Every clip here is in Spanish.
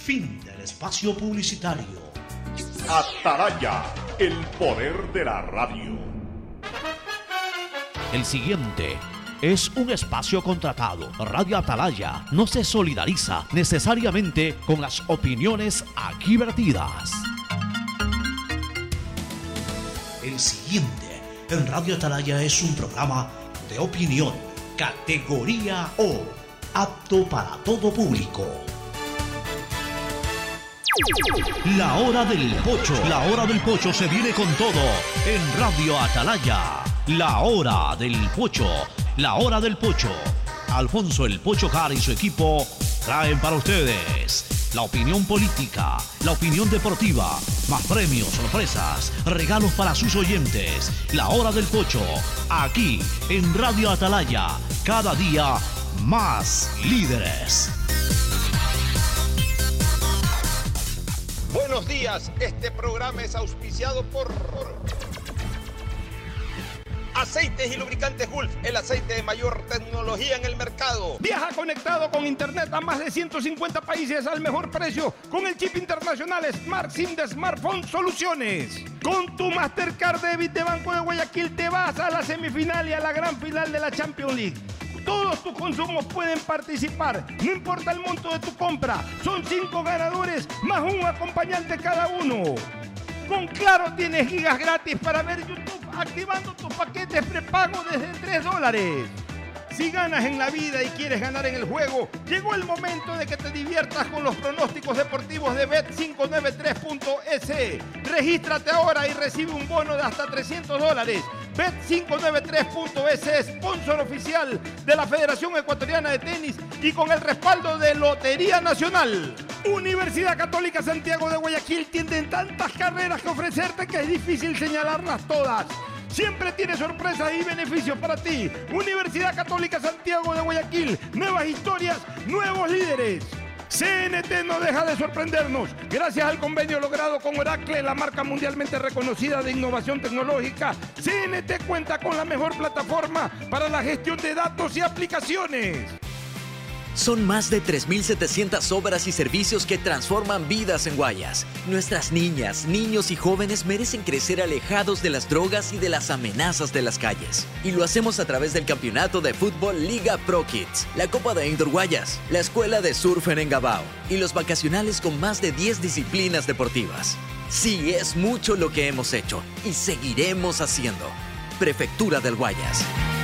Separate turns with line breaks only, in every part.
Fin del espacio publicitario.
Atalaya, el poder de la radio.
El siguiente es un espacio contratado. Radio Atalaya no se solidariza necesariamente con las opiniones aquí vertidas. El siguiente en Radio Atalaya es un programa de opinión, categoría O, apto para todo público. La hora del pocho. La hora del pocho se viene con todo en Radio Atalaya. La hora del pocho. La hora del pocho. Alfonso el Pocho Car y su equipo traen para ustedes la opinión política, la opinión deportiva, más premios, sorpresas, regalos para sus oyentes. La hora del pocho, aquí en Radio Atalaya, cada día más líderes.
Buenos días, este programa es auspiciado por Aceites y Lubricantes Gulf, el aceite de mayor tecnología en el mercado.
Viaja conectado con internet a más de 150 países al mejor precio con el chip internacional Smart SIM de Smartphone Soluciones. Con tu Mastercard Debit de Banco de Guayaquil te vas a la semifinal y a la gran final de la Champions League. Todos tus consumos pueden participar, no importa el monto de tu compra. Son 5 ganadores más un acompañante cada uno. Con Claro tienes gigas gratis para ver YouTube activando tus paquetes prepago desde $3. Si ganas en la vida y quieres ganar en el juego, llegó el momento de que te diviertas con los pronósticos deportivos de Bet593.es. Regístrate ahora y recibe un bono de hasta $300. Bet593.es, sponsor oficial de la Federación Ecuatoriana de Tenis y con el respaldo de Lotería Nacional. Universidad Católica Santiago de Guayaquil tiene tantas carreras que ofrecerte que es difícil señalarlas todas. Siempre tiene sorpresas y beneficios para ti. Universidad Católica Santiago de Guayaquil. Nuevas historias, nuevos líderes. CNT no deja de sorprendernos. Gracias al convenio logrado con Oracle, la marca mundialmente reconocida de innovación tecnológica, CNT cuenta con la mejor plataforma para la gestión de datos y aplicaciones.
Son más de 3.700 obras y servicios que transforman vidas en Guayas. Nuestras niñas, niños y jóvenes merecen crecer alejados de las drogas y de las amenazas de las calles. Y lo hacemos a través del campeonato de fútbol Liga Pro Kids, la Copa de Indoor Guayas, la Escuela de Surf en Engabao y los vacacionales con más de 10 disciplinas deportivas. Sí, es mucho lo que hemos hecho y seguiremos haciendo. Prefectura del Guayas.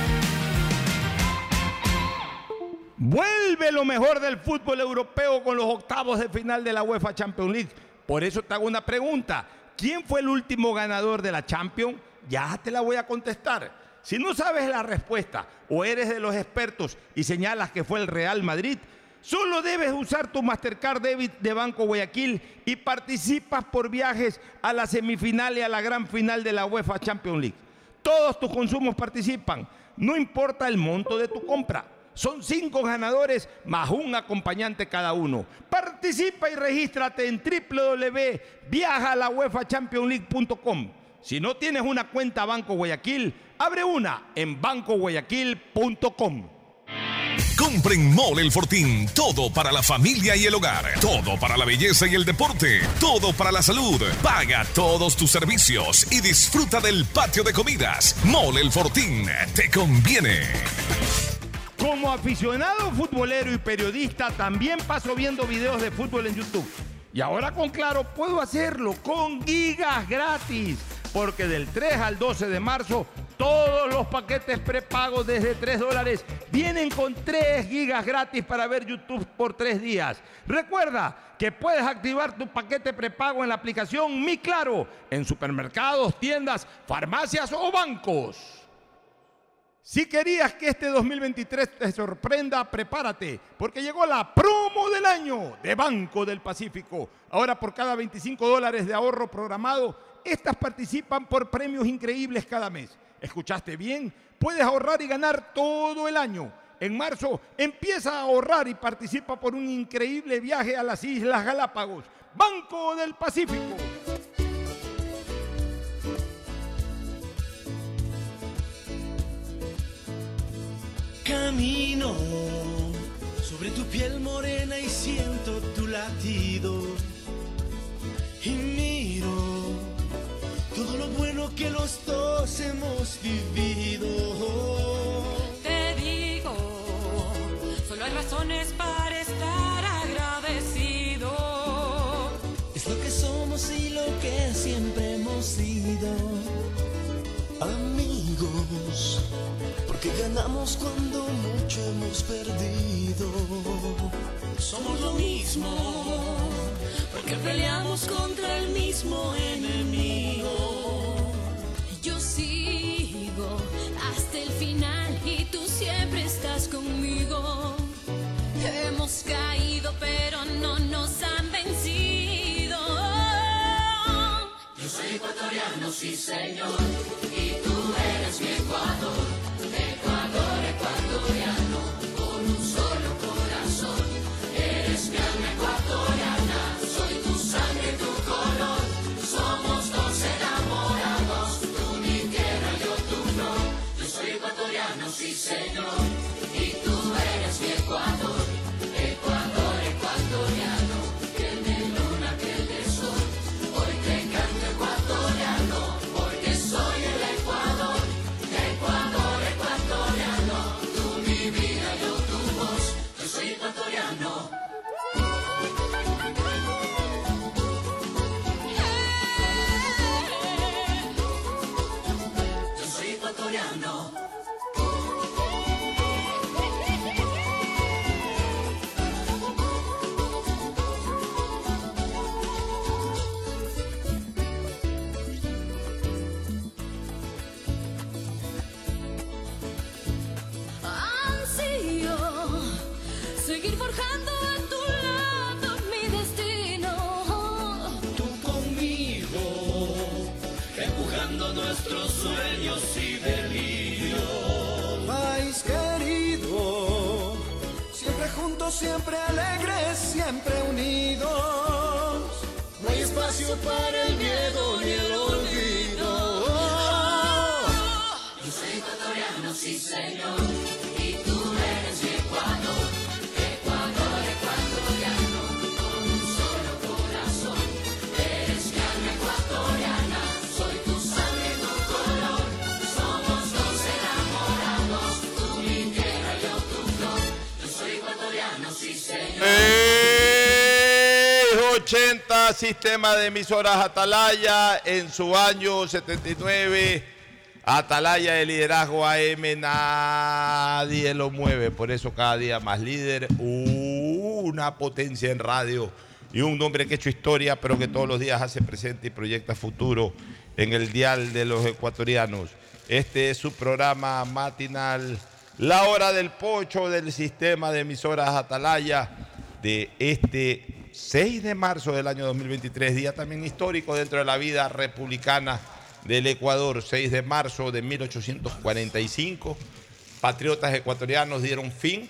Vuelve lo mejor del fútbol europeo con los octavos de final de la UEFA Champions League. Por eso te hago una pregunta. ¿Quién fue el último ganador de la Champions? Ya te la voy a contestar. Si no sabes la respuesta o eres de los expertos y señalas que fue el Real Madrid, solo debes usar tu Mastercard Debit de Banco Guayaquil y participas por viajes a la semifinal y a la gran final de la UEFA Champions League. Todos tus consumos participan, no importa el monto de tu compra. Son 5 ganadores más un acompañante cada uno. Participa y regístrate en www.viajalauefachampionsleague.com. Si no tienes una cuenta Banco Guayaquil, abre una en bancoguayaquil.com.
Compren Mall El Fortín. Todo para la familia y el hogar. Todo para la belleza y el deporte. Todo para la salud. Paga todos tus servicios y disfruta del patio de comidas. Mall El Fortín. Te conviene.
Como aficionado futbolero y periodista, también paso viendo videos de fútbol en YouTube. Y ahora con Claro puedo hacerlo con gigas gratis. Porque del 3 al 12 de marzo, todos los paquetes prepagos desde $3 vienen con 3 gigas gratis para ver YouTube por 3 días. Recuerda que puedes activar tu paquete prepago en la aplicación Mi Claro, en supermercados, tiendas, farmacias o bancos. Si querías que este 2023 te sorprenda, prepárate, porque llegó la promo del año de Banco del Pacífico. Ahora por cada $25 de ahorro programado, estas participan por premios increíbles cada mes. ¿Escuchaste bien? Puedes ahorrar y ganar todo el año. En marzo, empieza a ahorrar y participa por un increíble viaje a las Islas Galápagos. Banco del Pacífico.
Camino sobre tu piel morena y siento tu latido y miro todo lo bueno que los dos hemos vivido.
Te digo, solo hay razones para estar agradecido.
Es lo que somos y lo que siempre hemos sido. Amigos, porque ganamos cuando mucho hemos perdido. Somos lo mismo, porque peleamos contra el mismo enemigo.
Yo sigo hasta el final y tú siempre estás conmigo. Hemos caído pero no nos han vencido.
Yo soy ecuatoriano, sí señor, y tú eres mi Ecuador. Ecuador, ecuatoriano, con un solo corazón. Eres mi alma ecuatoriana, soy tu sangre, tu color. Somos dos enamorados, tú mi tierra, yo tu flor. Yo soy ecuatoriano, sí señor, y tú eres mi Ecuador. Ecuador, ecuatoriano, que de luna, que de sol. Hoy te canto ecuatoriano, porque soy el Ecuador. Ecuador, ecuatoriano, tú mi vida, yo tu voz. Yo soy ecuatoriano. Yo soy ecuatoriano.
Ansío seguir forjando a tu lado mi destino.
Tú conmigo, empujando nuestros sueños y delirios. País querido, siempre juntos, siempre alegres, siempre unidos. No hay espacio para el miedo ni el olvido. Yo soy ecuatoriano, sí señor, y tú eres mi Ecuador. Ecuador, ecuatoriano, con un solo corazón. Eres mi alma ecuatoriana, soy tu sangre, tu color. Somos dos enamorados, tú mi tierra, yo tu flor. Yo soy ecuatoriano, sí señor.
80 Sistema de Emisoras Atalaya en su año 79. Atalaya de liderazgo AM, nadie lo mueve, por eso cada día más líder, una potencia en radio y un hombre que ha hecho historia, pero que todos los días hace presente y proyecta futuro en el dial de los ecuatorianos. Este es su programa matinal, La Hora del Pocho del Sistema de Emisoras Atalaya, de este 6 de marzo del año 2023, día también histórico dentro de la vida republicana del Ecuador. 6 de marzo de 1845, patriotas ecuatorianos dieron fin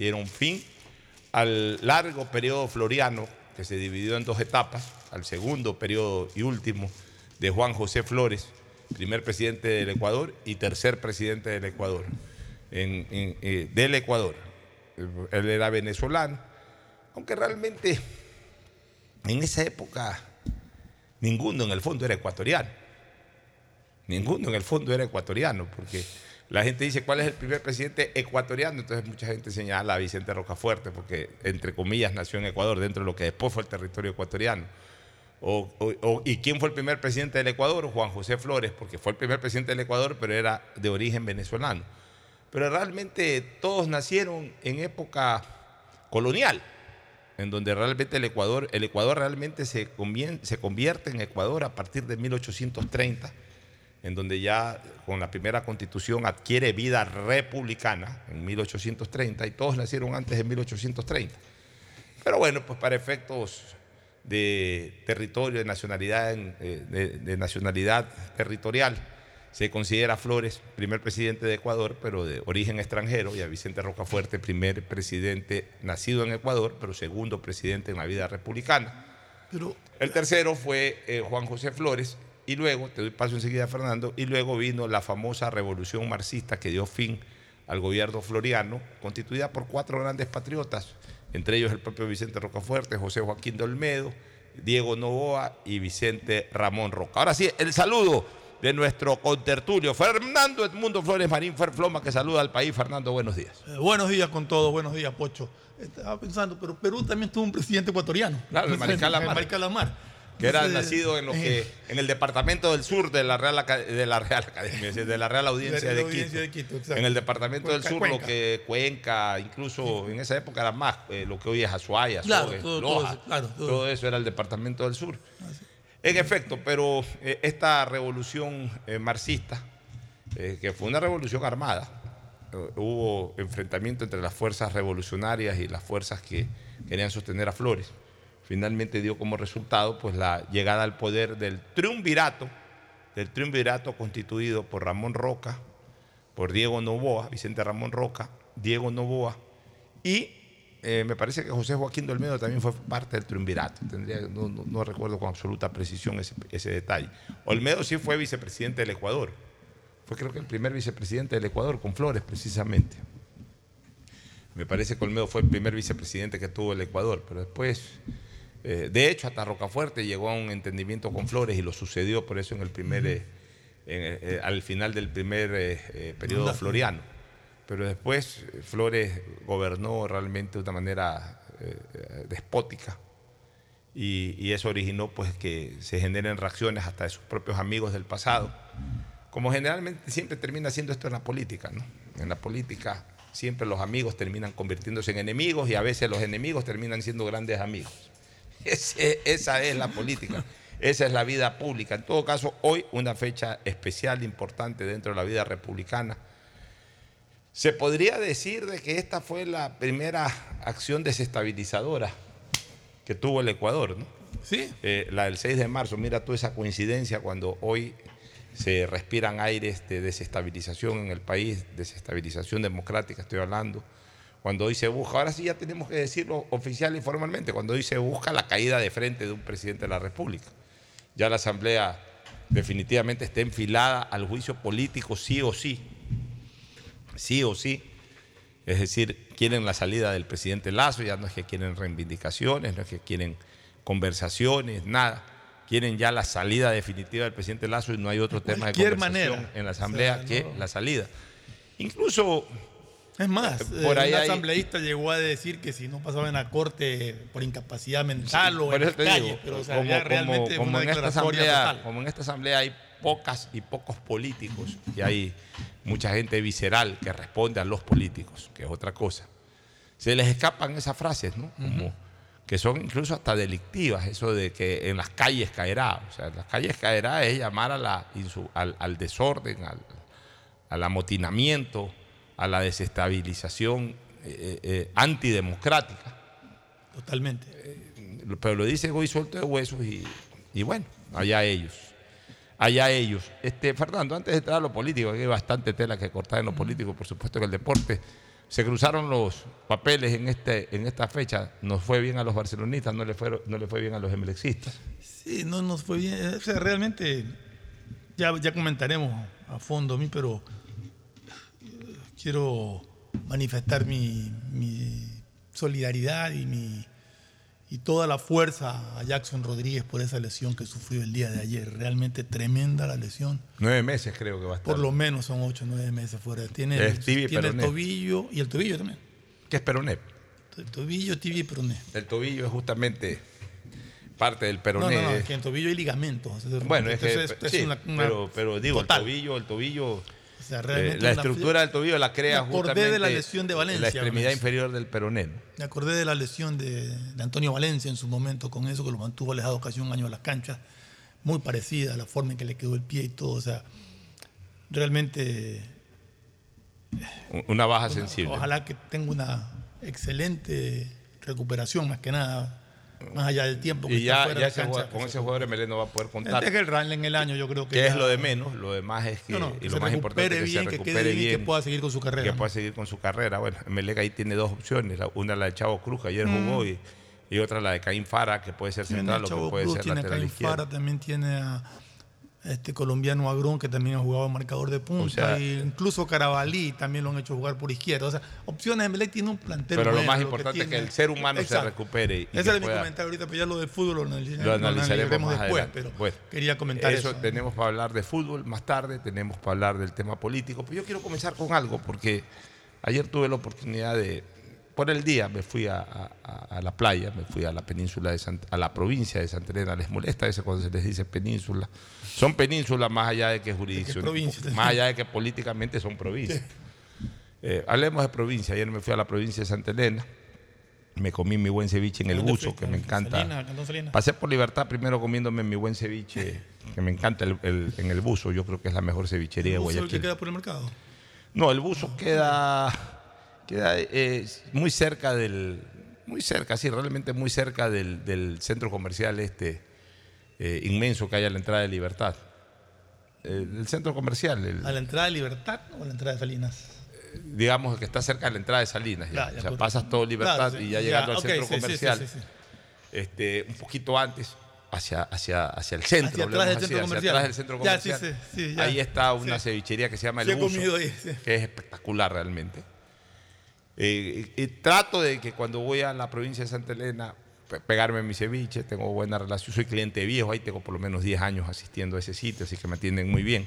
al largo periodo floriano que se dividió en dos etapas, al segundo periodo y último de Juan José Flores, primer presidente del Ecuador y tercer presidente del Ecuador. Del Ecuador. Él era venezolano, aunque realmente en esa época ninguno en el fondo era ecuatoriano. Ninguno en el fondo era ecuatoriano, porque la gente dice, ¿cuál es el primer presidente ecuatoriano? Entonces mucha gente señala a Vicente Rocafuerte, porque entre comillas nació en Ecuador, dentro de lo que después fue el territorio ecuatoriano. ¿Y quién fue el primer presidente del Ecuador? Juan José Flores, porque fue el primer presidente del Ecuador, pero era de origen venezolano. Pero realmente todos nacieron en época colonial, en donde realmente el Ecuador realmente se convierte en Ecuador a partir de 1830, en donde ya con la primera constitución adquiere vida republicana en 1830, y todos nacieron antes de 1830. Pero bueno, pues para efectos de territorio, de nacionalidad, de nacionalidad territorial, se considera a Flores primer presidente de Ecuador, pero de origen extranjero, y a Vicente Rocafuerte primer presidente nacido en Ecuador, pero segundo presidente en la vida republicana. El tercero fue Juan José Flores, y luego, te doy paso enseguida, Fernando, y luego vino la famosa revolución marxista que dio fin al gobierno floriano, constituida por 4 grandes patriotas entre ellos el propio Vicente Rocafuerte, José Joaquín de Olmedo, Diego Novoa y Vicente Ramón Roca. Ahora sí, el saludo de nuestro contertulio, Fernando Edmundo Flores Marín Ferfloma, que saluda al país. Fernando, buenos días.
Buenos días con todos, buenos días, Pocho. Estaba pensando, pero Perú también tuvo un presidente ecuatoriano.
Claro, el Mariscal Lamar.
El Mariscal Lamar.
Que era nacido en el departamento del sur de la Real Audiencia de Quito. En el departamento del sur, Cuenca. Lo que Cuenca, incluso en esa época era más, lo que hoy es Azuay, Azogues, Loja, todo eso era el departamento del sur. En efecto, pero esta revolución marxista, que fue una revolución armada, hubo enfrentamiento entre las fuerzas revolucionarias y las fuerzas que querían sostener a Flores. Finalmente dio como resultado pues la llegada al poder del triunvirato constituido por Ramón Roca, por Diego Novoa, Vicente Ramón Roca, Diego Novoa, y me parece que José Joaquín de Olmedo también fue parte del triunvirato. No recuerdo con absoluta precisión ese detalle. Olmedo sí fue vicepresidente del Ecuador. Fue creo que el primer vicepresidente del Ecuador, con Flores precisamente. Me parece que Olmedo fue el primer vicepresidente que tuvo el Ecuador, pero después, de hecho, hasta Rocafuerte llegó a un entendimiento con Flores y lo sucedió por eso al final del primer periodo floriano. Pero después Flores gobernó realmente de una manera despótica y eso originó pues que se generen reacciones hasta de sus propios amigos del pasado, como generalmente siempre termina siendo esto en la política, ¿no? En la política siempre los amigos terminan convirtiéndose en enemigos y a veces los enemigos terminan siendo grandes amigos. Esa es la política, esa es la vida pública. En todo caso, hoy una fecha especial, importante dentro de la vida republicana. Se podría decir de que esta fue la primera acción desestabilizadora que tuvo el Ecuador, ¿no?
Sí.
La del 6 de marzo, mira tú esa coincidencia cuando hoy se respiran aires de desestabilización en el país, desestabilización democrática estoy hablando, cuando hoy se busca, ahora sí ya tenemos que decirlo oficial y formalmente, cuando hoy se busca la caída de frente de un presidente de la República. Ya la Asamblea definitivamente está enfilada al juicio político sí o sí, es decir, quieren la salida del presidente Lasso, ya no es que quieren reivindicaciones, no es que quieren conversaciones, nada. Quieren ya la salida definitiva del presidente Lasso y no hay otro tema de conversación en la Asamblea que la salida. Incluso,
es más,
por ahí
un asambleísta llegó a decir que si no pasaba en la corte por incapacidad mental o en las calles, pero o sea, realmente
como
una declaratoria total.
Como en esta Asamblea hay pocas y pocos políticos y hay mucha gente visceral que responde a los políticos, que es otra cosa. Se les escapan esas frases, ¿no? Como que son incluso hasta delictivas, eso de que en las calles caerá. O sea, en las calles caerá es llamar al desorden, al amotinamiento, a la desestabilización antidemocrática.
Totalmente.
Pero lo dice hoy suelto de huesos y bueno, allá ellos. Fernando, antes de entrar a lo político, aquí hay bastante tela que cortar en lo político, por supuesto que el deporte. Se cruzaron los papeles en esta fecha. Nos fue bien a los barcelonistas, no le fue bien a los emelexistas.
Sí, no nos fue bien. O sea, realmente ya comentaremos a fondo pero quiero manifestar mi solidaridad y toda la fuerza a Jackson Rodríguez por esa lesión que sufrió el día de ayer. Realmente tremenda la lesión.
9 meses creo que va a estar.
Por lo menos son 8 o 9 meses fuera. Tiene el tobillo y el tobillo también.
¿Qué es peroné?
El tobillo, tibia y peroné.
El tobillo es justamente parte del peroné.
No, es que en el tobillo hay ligamentos.
Bueno, pero digo, total. el tobillo o sea, la estructura del tobillo la crea justamente. Me acordé
de la lesión de Valencia.
La extremidad inferior del peroné.
Me acordé de la lesión de Antonio Valencia en su momento con eso, que lo mantuvo alejado casi un año de las canchas. Muy parecida a la forma en que le quedó el pie y todo. O sea, realmente.
Una baja sensible.
Ojalá que tenga una excelente recuperación, más que nada. Más allá del tiempo que
está
fuera
de cancha, con ese jugador Emelec no va a poder contar.
Es que en el año yo creo que
es lo de menos, lo demás es que
y lo más importante es que se recupere bien, que pueda seguir con su carrera.
Que pueda seguir con su carrera. Bueno, Emelec ahí tiene dos opciones, una la de Chavo Cruz, que ayer jugó, y otra la de Caín Fara, que puede ser central o que puede ser lateral izquierdo.
Caín Fara también tiene colombiano Agrón, que también ha jugado marcador de punta,
O sea,
e incluso Carabalí también lo han hecho jugar por izquierda. O sea, opciones, Emelec tiene un plantel
Pero
bueno,
lo más importante es que el ser humano se recupere.
Ese era mi comentario ahorita, pero ya lo del fútbol lo
analizaremos más
después,
adelante.
pero
Bueno,
quería comentar eso.
Tenemos para hablar de fútbol más tarde, tenemos para hablar del tema político, pero yo quiero comenzar con algo, porque ayer tuve la oportunidad de, por el día me fui a la playa, me fui a la península a la provincia de Santa Elena. Les molesta eso cuando se les dice península. Son penínsulas más allá de que jurisdicción, más allá de que políticamente son provincias. Hablemos de provincia. Ayer me fui a la provincia de Santa Elena, me comí mi buen ceviche en el buzo, que me encanta. Pasé por Libertad primero comiéndome mi buen ceviche, que me encanta en el buzo. Yo creo que es la mejor cevichería de Guayaquil.
¿El buzo que queda por el mercado?
No, el buzo queda muy cerca realmente muy cerca del centro comercial inmenso que hay a la entrada de Libertad. El centro comercial.
¿A la entrada de Libertad o a la entrada de Salinas?
Digamos que está cerca de la entrada de Salinas. Ya. O sea, pasas todo Libertad y ya llegando al centro comercial, un poquito antes, hacia el centro. Hacia atrás del centro comercial. Ahí está una cevichería que se llama El Buzo, que es espectacular realmente. Y trato de que cuando voy a la provincia de Santa Elena pegarme mi ceviche, tengo buena relación, soy cliente viejo, ahí tengo por lo menos 10 años asistiendo a ese sitio, así que me atienden muy bien.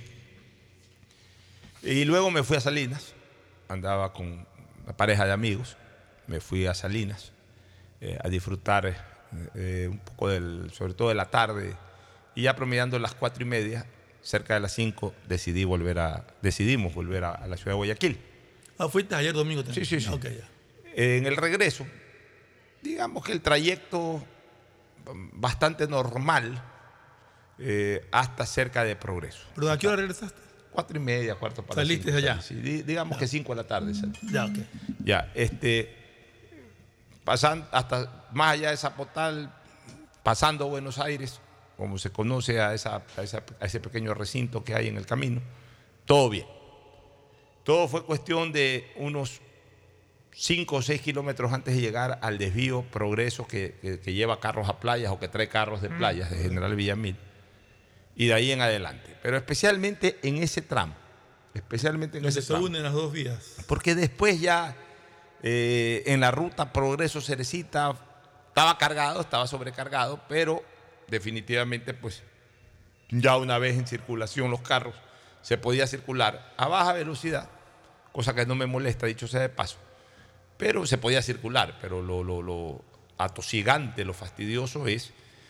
Y luego me fui a Salinas, andaba con una pareja de amigos, me fui a Salinas a disfrutar un poco sobre todo de la tarde, y ya promediando las 4:30, cerca de las 5, decidimos volver a la ciudad de Guayaquil.
¿Fuiste ayer domingo también?
Sí.
Okay, ya.
En el regreso, digamos que el trayecto bastante normal hasta cerca de Progreso.
¿Pero a qué hora regresaste?
4:30, cuarto para las 5.
¿Saliste de allá?
Sí, digamos que 5 de la tarde salí.
Ya, ok.
Ya, pasando hasta más allá de Zapotal, pasando Buenos Aires, como se conoce a ese pequeño recinto que hay en el camino, todo bien. Todo fue cuestión de unos 5 o 6 kilómetros antes de llegar al desvío Progreso que lleva carros a playas o que trae carros de playas de General Villamil, y de ahí en adelante. Pero especialmente en ese tramo.
Donde se unen las dos vías.
Porque después ya en la ruta Progreso-Cerecita estaba sobrecargado, pero definitivamente pues ya una vez en circulación los carros se podía circular a baja velocidad, cosa que no me molesta, dicho sea de paso, pero se podía circular. Pero lo atosigante, lo fastidioso es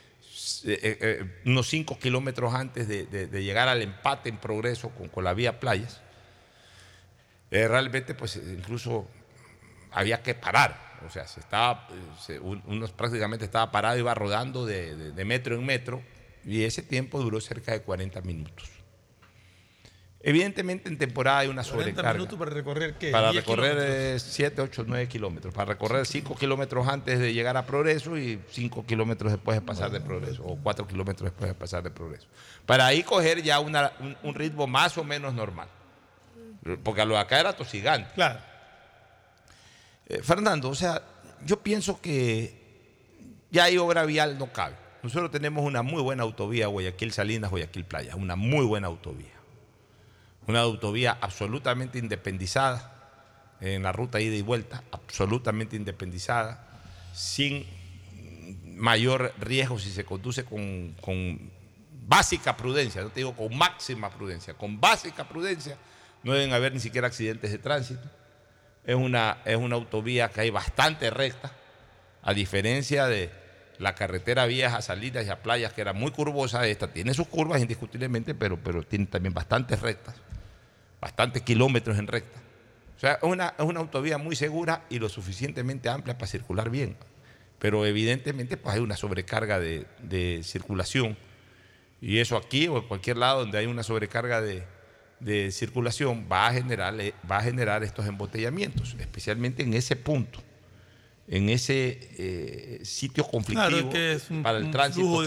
unos 5 kilómetros antes de llegar al empate en Progreso con la vía Playas, realmente pues incluso había que parar. O sea, uno prácticamente estaba parado, iba rodando de metro en metro, y ese tiempo duró cerca de 40 minutos. Evidentemente en temporada hay una sobrecarga.
40 minutos para recorrer ¿qué?
Para recorrer 7, 8, 9 kilómetros. Para recorrer 5 kilómetros antes de llegar a Progreso y 5 kilómetros después de pasar de Progreso, o 4 kilómetros después de pasar de Progreso. Para ahí coger ya un ritmo más o menos normal. Porque a lo de acá era tosigante.
Claro.
Fernando, o sea, yo pienso que ya hay obra vial, no cabe. Nosotros tenemos una muy buena autovía Guayaquil-Salinas, Guayaquil-Playa, una muy buena autovía. Una autovía absolutamente independizada en la ruta ida y vuelta, absolutamente independizada, sin mayor riesgo si se conduce con básica prudencia, no te digo con máxima prudencia, con básica prudencia. No deben haber ni siquiera accidentes de tránsito. Es una autovía que hay bastante recta, a diferencia de la carretera vieja a Salinas y a Playas, que era muy curvosa. Esta tiene sus curvas indiscutiblemente, pero tiene también bastantes rectas, bastantes kilómetros en recta. O sea, es una autovía muy segura y lo suficientemente amplia para circular bien. Pero evidentemente pues hay una sobrecarga de circulación, y eso aquí o en cualquier lado donde hay una sobrecarga de circulación va a generar estos embotellamientos, especialmente en ese punto, en ese sitio conflictivo.
Claro, que es
para el tránsito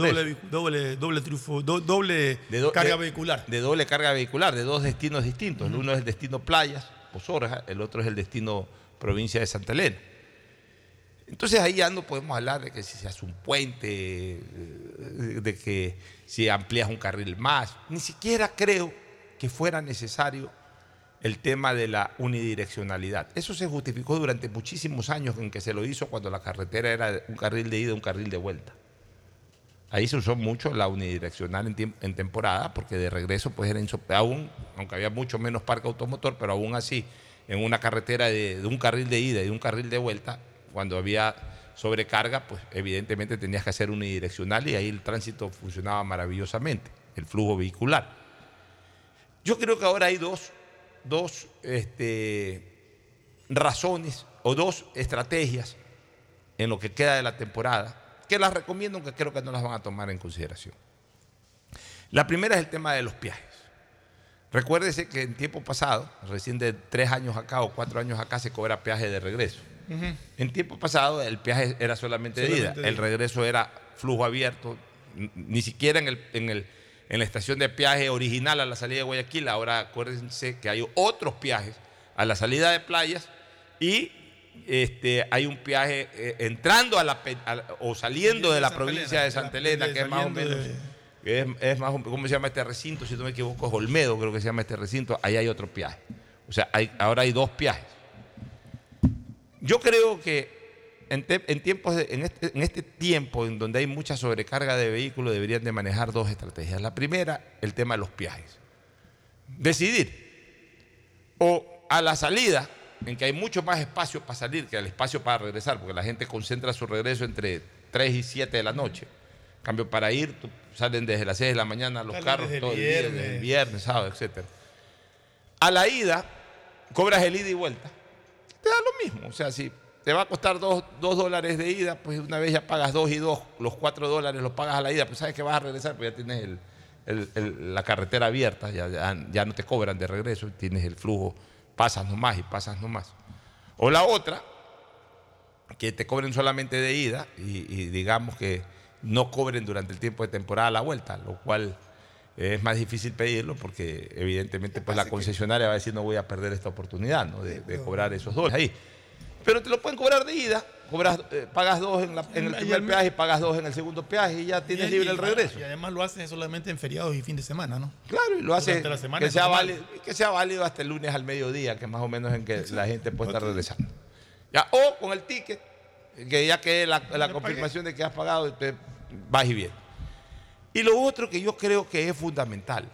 doble carga vehicular.
De doble carga vehicular, de dos destinos distintos. Uno es el destino Playas, Posorja, el otro es el destino provincia de Santa Elena. Entonces ahí ya no podemos hablar de que si se hace un puente,
de que si amplías un carril más. Ni siquiera creo que fuera necesario el tema de la unidireccionalidad. Eso se justificó durante muchísimos años en que se lo hizo cuando la carretera era un carril de ida, un carril de vuelta. Ahí se usó mucho la unidireccional en temporada, porque de regreso pues era aún, aunque había mucho menos parque automotor, pero aún así, en una carretera de un carril de ida y de un carril de vuelta, cuando había sobrecarga, pues evidentemente tenías que hacer unidireccional y ahí el tránsito funcionaba maravillosamente, el flujo vehicular. Yo creo que ahora hay dos razones o dos estrategias en lo que queda de la temporada, que las recomiendo, aunque creo que no las van a tomar en consideración. La primera es el tema de los peajes. Recuérdese que en tiempo pasado, recién de 3 años acá o 4 años acá, se cobra peaje de regreso. En tiempo pasado el peaje era solamente de ida, el regreso era flujo abierto, ni siquiera en la estación de peaje original a la salida de Guayaquil. Ahora acuérdense que hay otros peajes a la salida de playas y hay un peaje entrando o saliendo de la provincia de Santa Elena, que es más o menos, ¿cómo se llama este recinto? Si no me equivoco, es Olmedo, creo que se llama este recinto. Ahí hay otro peaje. O sea, ahora hay 2 peajes. Yo creo que en este tiempo en donde hay mucha sobrecarga de vehículos, deberían de manejar 2 estrategias. La primera, el tema de los peajes. Decidir o a la salida, en que hay mucho más espacio para salir que el espacio para regresar, porque la gente concentra su regreso entre 3 y 7 de la noche. En cambio, para ir, salen desde las 6 de la mañana los carros todo el día, desde el viernes, sábado, etc. A la ida, cobras el ida y vuelta. Te da lo mismo. O sea, si te va a costar $2 de ida, pues una vez ya pagas 2 y 2, los $4 los pagas a la ida, pues sabes que vas a regresar, pues ya tienes la carretera abierta, ya no te cobran de regreso, tienes el flujo, pasas nomás y pasas nomás. O la otra, que te cobren solamente de ida y digamos que no cobren durante el tiempo de temporada la vuelta, lo cual es más difícil pedirlo porque evidentemente pues la concesionaria va a decir no voy a perder esta oportunidad, ¿no? de cobrar esos $2 ahí. Pero te lo pueden cobrar de ida, pagas 2 en el primer peaje y pagas 2 en el segundo peaje y ya tienes libre el regreso.
Y además lo haces solamente en feriados y fin de semana, ¿no?
Claro, y lo haces
que
sea válido hasta el lunes al mediodía, que más o menos en que la gente puede estar regresando. Ya, o con el ticket, que ya quede la confirmación de que has pagado, te vas y vienes. Y lo otro que yo creo que es fundamental,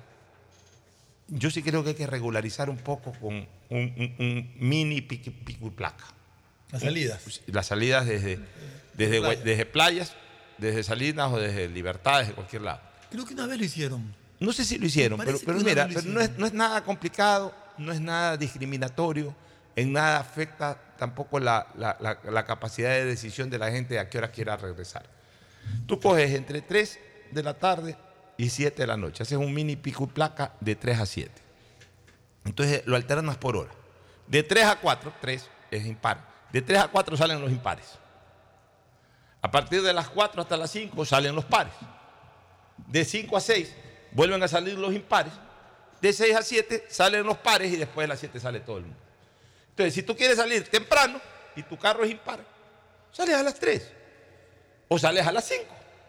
yo sí creo que hay que regularizar un poco con un mini pico y placa.
Las salidas.
Las salidas desde playas, desde Salinas o desde Libertad, desde cualquier lado.
Creo que una vez lo hicieron.
No sé si lo hicieron, pero mira, no es nada complicado, no es nada discriminatorio, en nada afecta tampoco la capacidad de decisión de la gente a qué hora quiera regresar. Tú coges entre 3 de la tarde y 7 de la noche, haces un mini pico y placa de 3 a 7. Entonces lo alternas por hora. De 3 a 4, 3 es impar. De 3 a 4 salen los impares. A partir de las 4 hasta las 5 salen los pares. De 5 a 6 vuelven a salir los impares. De 6 a 7 salen los pares y después de las 7 sale todo el mundo. Entonces, si tú quieres salir temprano y tu carro es impar, sales a las 3 o sales a las 5.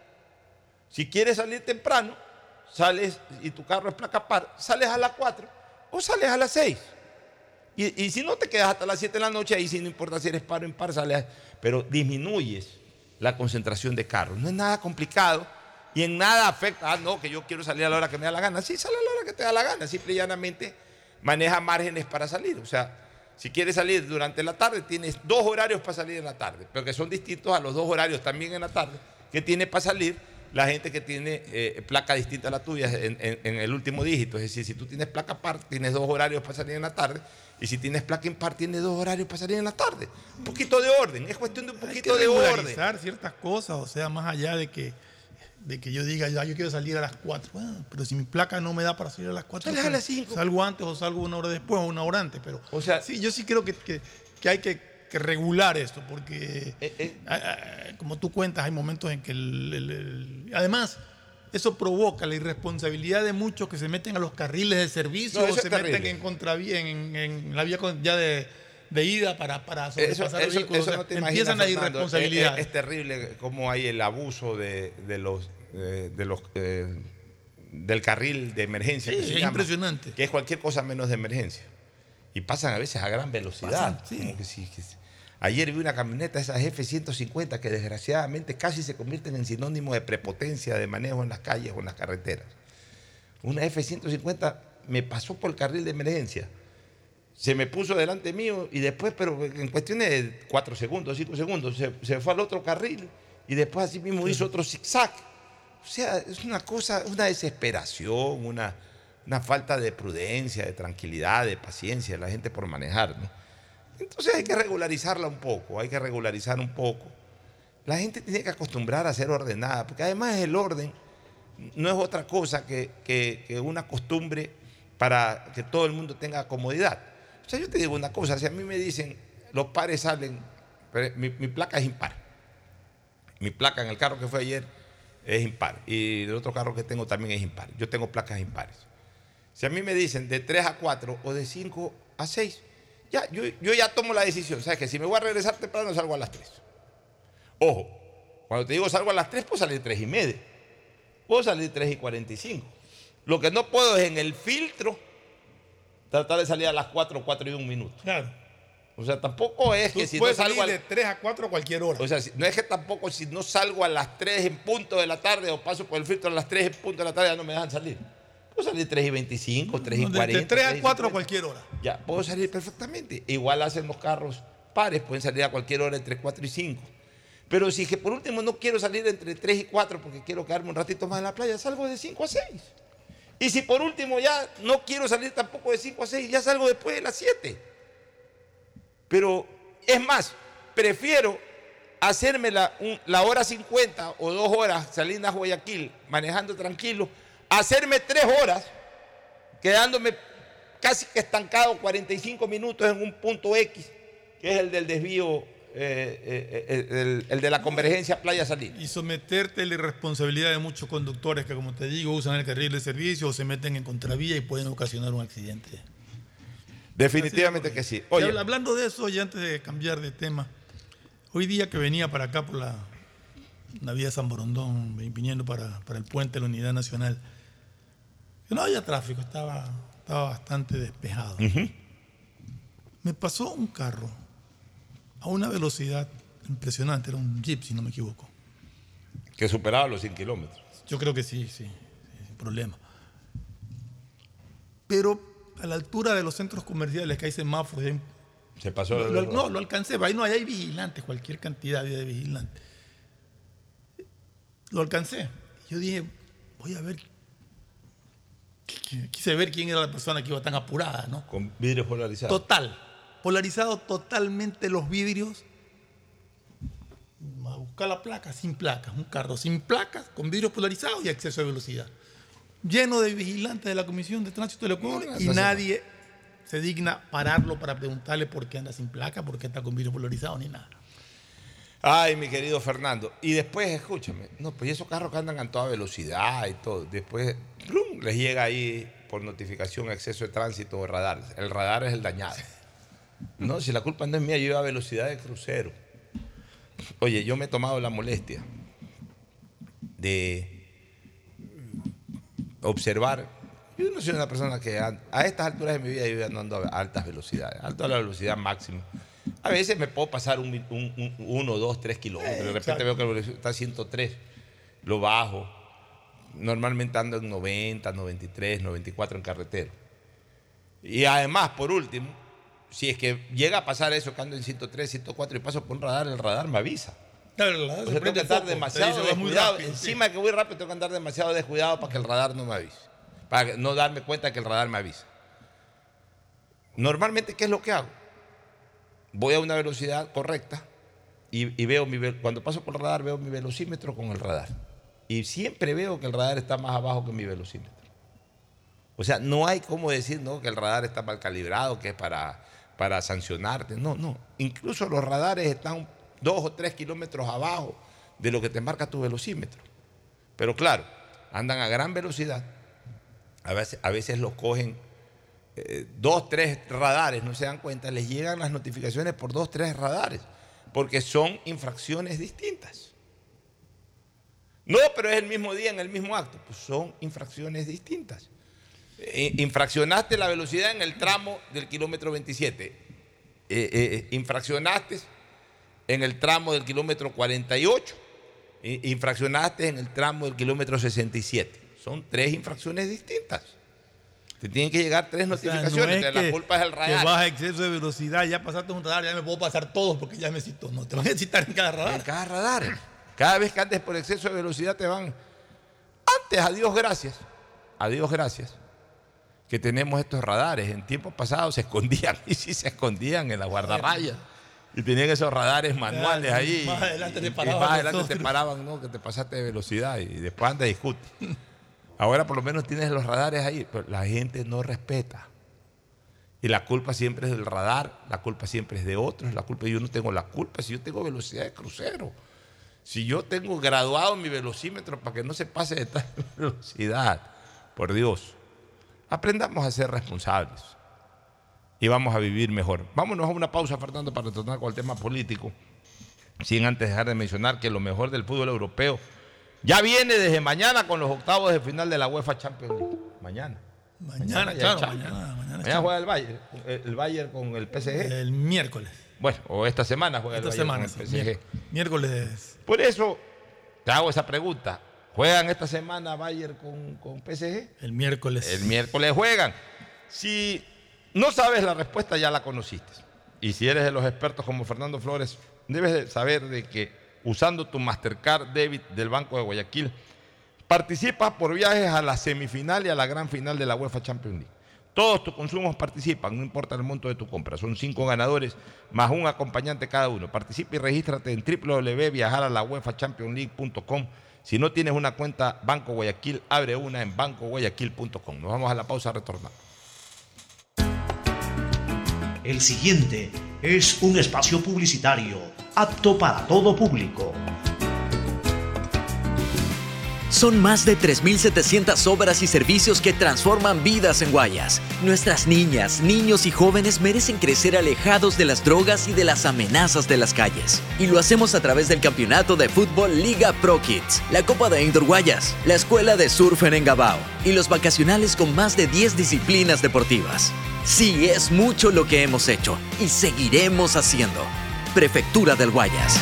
Si quieres salir temprano, sales y tu carro es placa par, sales a las 4 o sales a las 6. Y si no te quedas hasta las 7 de la noche, ahí sí no importa si eres par o impar, pero disminuyes la concentración de carros. No es nada complicado y en nada afecta, que yo quiero salir a la hora que me da la gana. Sí, sale a la hora que te da la gana, simple y llanamente maneja márgenes para salir. O sea, si quieres salir durante la tarde, tienes 2 horarios para salir en la tarde, pero que son distintos a los 2 horarios también en la tarde que tiene para salir la gente que tiene placa distinta a la tuya en el último dígito. Es decir, si tú tienes placa par, tienes 2 horarios para salir en la tarde, y si tienes placa impar, tienes 2 horarios para salir en la tarde. Un poquito de orden, es cuestión de un poquito de orden. Hay que regularizar
ciertas cosas, o sea, más allá de que yo diga, yo quiero salir a las 4, bueno, pero si mi placa no me da para salir a las 4,
sales a las 5.
Salgo antes o salgo 1 hora después o 1 hora antes, pero
o sea,
sí, yo sí creo que hay que regular esto, porque como tú cuentas, hay momentos en que además eso provoca la irresponsabilidad de muchos que se meten a los carriles de servicio o se meten en contravía, en la vía ya de ida para sobrepasar vehículos.
Eso no te
empiezan las irresponsabilidades.
Es terrible cómo hay el abuso de del carril de emergencia.
Sí,
que se
es
llama,
impresionante.
que es cualquier cosa menos de emergencia. Y pasan a veces a gran velocidad.
Pasan, sí.
Como que sí. Ayer vi una camioneta, esas F-150, que desgraciadamente casi se convierten en sinónimo de prepotencia de manejo en las calles o en las carreteras. Una F-150 me pasó por el carril de emergencia. Se me puso delante mío y después, pero en cuestiones de 4 segundos, 5 segundos, se fue al otro carril y después así mismo hizo otro zigzag. O sea, es una cosa, una desesperación, una falta de prudencia, de tranquilidad, de paciencia de la gente por manejar, ¿no? Entonces hay que regularizarla un poco, hay que regularizar un poco. La gente tiene que acostumbrar a ser ordenada, porque además el orden no es otra cosa que una costumbre para que todo el mundo tenga comodidad. O sea, yo te digo una cosa, si a mí me dicen, los pares salen, mi placa es impar. Mi placa en el carro que fue ayer es impar. Y el otro carro que tengo también es impar. Yo tengo placas impares. Si a mí me dicen de 3 a 4 o de 5 a 6, ya, yo ya tomo la decisión. ¿Sabes? Que si me voy a regresar temprano, salgo a las 3. Ojo, cuando te digo salgo a las 3, puedo salir 3:30. Puedo salir 3:45. Lo que no puedo es en el filtro tratar de salir a las 4 y 1 minuto.
Claro.
O sea, tampoco es que si no salgo
salir de 3 a 4 a cualquier hora.
O sea, no es que tampoco si no salgo a las 3 en punto de la tarde o paso por el filtro a las 3 en punto de la tarde ya no me dejan salir. Puedo salir 3:25, 3:40.
De 3 a 4 a cualquier hora.
Ya, puedo salir perfectamente. Igual hacen los carros pares, pueden salir a cualquier hora entre 4 y 5. Pero si que por último no quiero salir entre 3 y 4 porque quiero quedarme un ratito más en la playa, salgo de 5 a 6. Y si por último ya no quiero salir tampoco de 5 a 6, ya salgo después de las 7. Pero es más, prefiero hacerme la hora 50 o 2 horas saliendo a Guayaquil manejando tranquilo, hacerme 3 horas quedándome casi que estancado 45 minutos en un punto X, que es el del desvío, el de la convergencia Playa Salina.
Y someterte a la irresponsabilidad de muchos conductores que, como te digo, usan el carril de servicio o se meten en contravía y pueden ocasionar un accidente.
Definitivamente que sí. Oye,
hablando de eso, y antes de cambiar de tema, hoy día que venía para acá por la vía San Borondón, viniendo para el puente de la Unidad Nacional, que no había tráfico, estaba bastante despejado. Me pasó un carro a una velocidad impresionante, era un Jeep, si no me equivoco.
Que superaba los 100 kilómetros.
Yo creo que sí, sin problema. Pero a la altura de los centros comerciales que hay semáforos,
se pasó.
Lo alcancé, ahí no hay vigilantes, cualquier cantidad de vigilantes. Lo alcancé. Yo dije, voy a ver. Quise ver quién era la persona que iba tan apurada, ¿no?
Con vidrios polarizados.
Polarizado totalmente los vidrios. A buscar la placa, sin placas. Un carro sin placas, con vidrios polarizados y exceso de velocidad. Lleno de vigilantes de la Comisión de Tránsito del Ecuador y nadie se digna pararlo para preguntarle por qué anda sin placa, por qué está con vidrio polarizado, ni nada.
Ay, mi querido Fernando. Y después, escúchame, no, pues esos carros que andan a toda velocidad y todo, después ¡plum!, les llega ahí por notificación exceso de tránsito o radar. El radar es el dañado. No, si la culpa no es mía, yo iba a velocidad de crucero. Oye, yo me he tomado la molestia de observar. Yo no soy una persona que a estas alturas de mi vida yo ando a altas velocidades, alto a la velocidad máxima. A veces me puedo pasar 1, 2, 3 kilómetros. De repente veo que la velocidad está a 103. Lo bajo. Normalmente ando en 90, 93, 94 en carretera. Y además, por último, si es que llega a pasar eso, que ando en 103, 104 y paso por un radar, el radar me avisa.
Claro,
o sea, tengo que andar demasiado descuidado. Encima de que voy rápido, tengo que andar demasiado descuidado para que el radar no me avise. Para no darme cuenta que el radar me avisa. Normalmente, ¿qué es lo que hago? Voy a una velocidad correcta y veo cuando paso por el radar veo mi velocímetro con el radar. Y siempre veo que el radar está más abajo que mi velocímetro. O sea, no hay cómo decir, ¿no?, que el radar está mal calibrado, que es para sancionarte. No. Incluso los radares están 2 o 3 kilómetros abajo de lo que te marca tu velocímetro. Pero claro, andan a gran velocidad. A veces los cogen 2, 3 radares, no se dan cuenta, les llegan las notificaciones por 2, 3 radares, porque son infracciones distintas. No, pero es el mismo día, en el mismo acto. Pues son infracciones distintas. Infraccionaste la velocidad en el tramo del kilómetro 27. Infraccionaste en el tramo del kilómetro 48. Infraccionaste en el tramo del kilómetro 67. Son 3 infracciones distintas. Te tienen que llegar 3 notificaciones.
No es
la culpa es el radar.
Que vas a exceso de velocidad, ya pasaste un radar, ya me puedo pasar todos porque ya me citó. No, te van a citar en cada radar.
En cada radar. Cada vez que andes por exceso de velocidad te van. Antes, a Dios gracias, que tenemos estos radares. En tiempos pasados se escondían, y sí se escondían en la guardarraya. Y tenían esos radares manuales ahí.
Más adelante te
y
paraban.
más adelante te paraban, ¿no? Que te pasaste de velocidad y después andas y discutes. Ahora por lo menos tienes los radares ahí, pero la gente no respeta. Y la culpa siempre es del radar, la culpa siempre es de otros, yo no tengo la culpa si yo tengo velocidad de crucero. Si yo tengo graduado mi velocímetro para que no se pase de tal velocidad, por Dios, aprendamos a ser responsables y vamos a vivir mejor. Vámonos a una pausa, Fernando, para retornar con el tema político, sin antes dejar de mencionar que lo mejor del fútbol europeo ya viene desde mañana con los octavos de final de la UEFA Champions League. Mañana juega el Bayern con el PSG.
El miércoles.
Bueno, o esta semana juega el Bayern con el PSG.
Miércoles.
Por eso te hago esa pregunta. ¿Juegan esta semana Bayern con PSG?
El miércoles.
El miércoles juegan. Si no sabes la respuesta, ya la conociste. Y si eres de los expertos como Fernando Flores, debes de saber de que usando tu Mastercard Debit del Banco de Guayaquil, participas por viajes a la semifinal y a la gran final de la UEFA Champions League. Todos tus consumos participan, no importa el monto de tu compra. Son 5 ganadores más un acompañante cada uno. Participa y regístrate en www.viajaralaUEFAChampionSLeague.com. Si no tienes una cuenta Banco Guayaquil, abre una en bancoguayaquil.com. Nos vamos a la pausa, retornamos.
El siguiente es un espacio publicitario apto para todo público.
Son más de 3.700 obras y servicios que transforman vidas en Guayas. Nuestras niñas, niños y jóvenes merecen crecer alejados de las drogas y de las amenazas de las calles. Y lo hacemos a través del campeonato de fútbol Liga Pro Kids, la Copa de Indoor Guayas, la Escuela de Surf en Engabao y los vacacionales con más de 10 disciplinas deportivas. Sí, es mucho lo que hemos hecho y seguiremos haciendo. Prefectura del Guayas.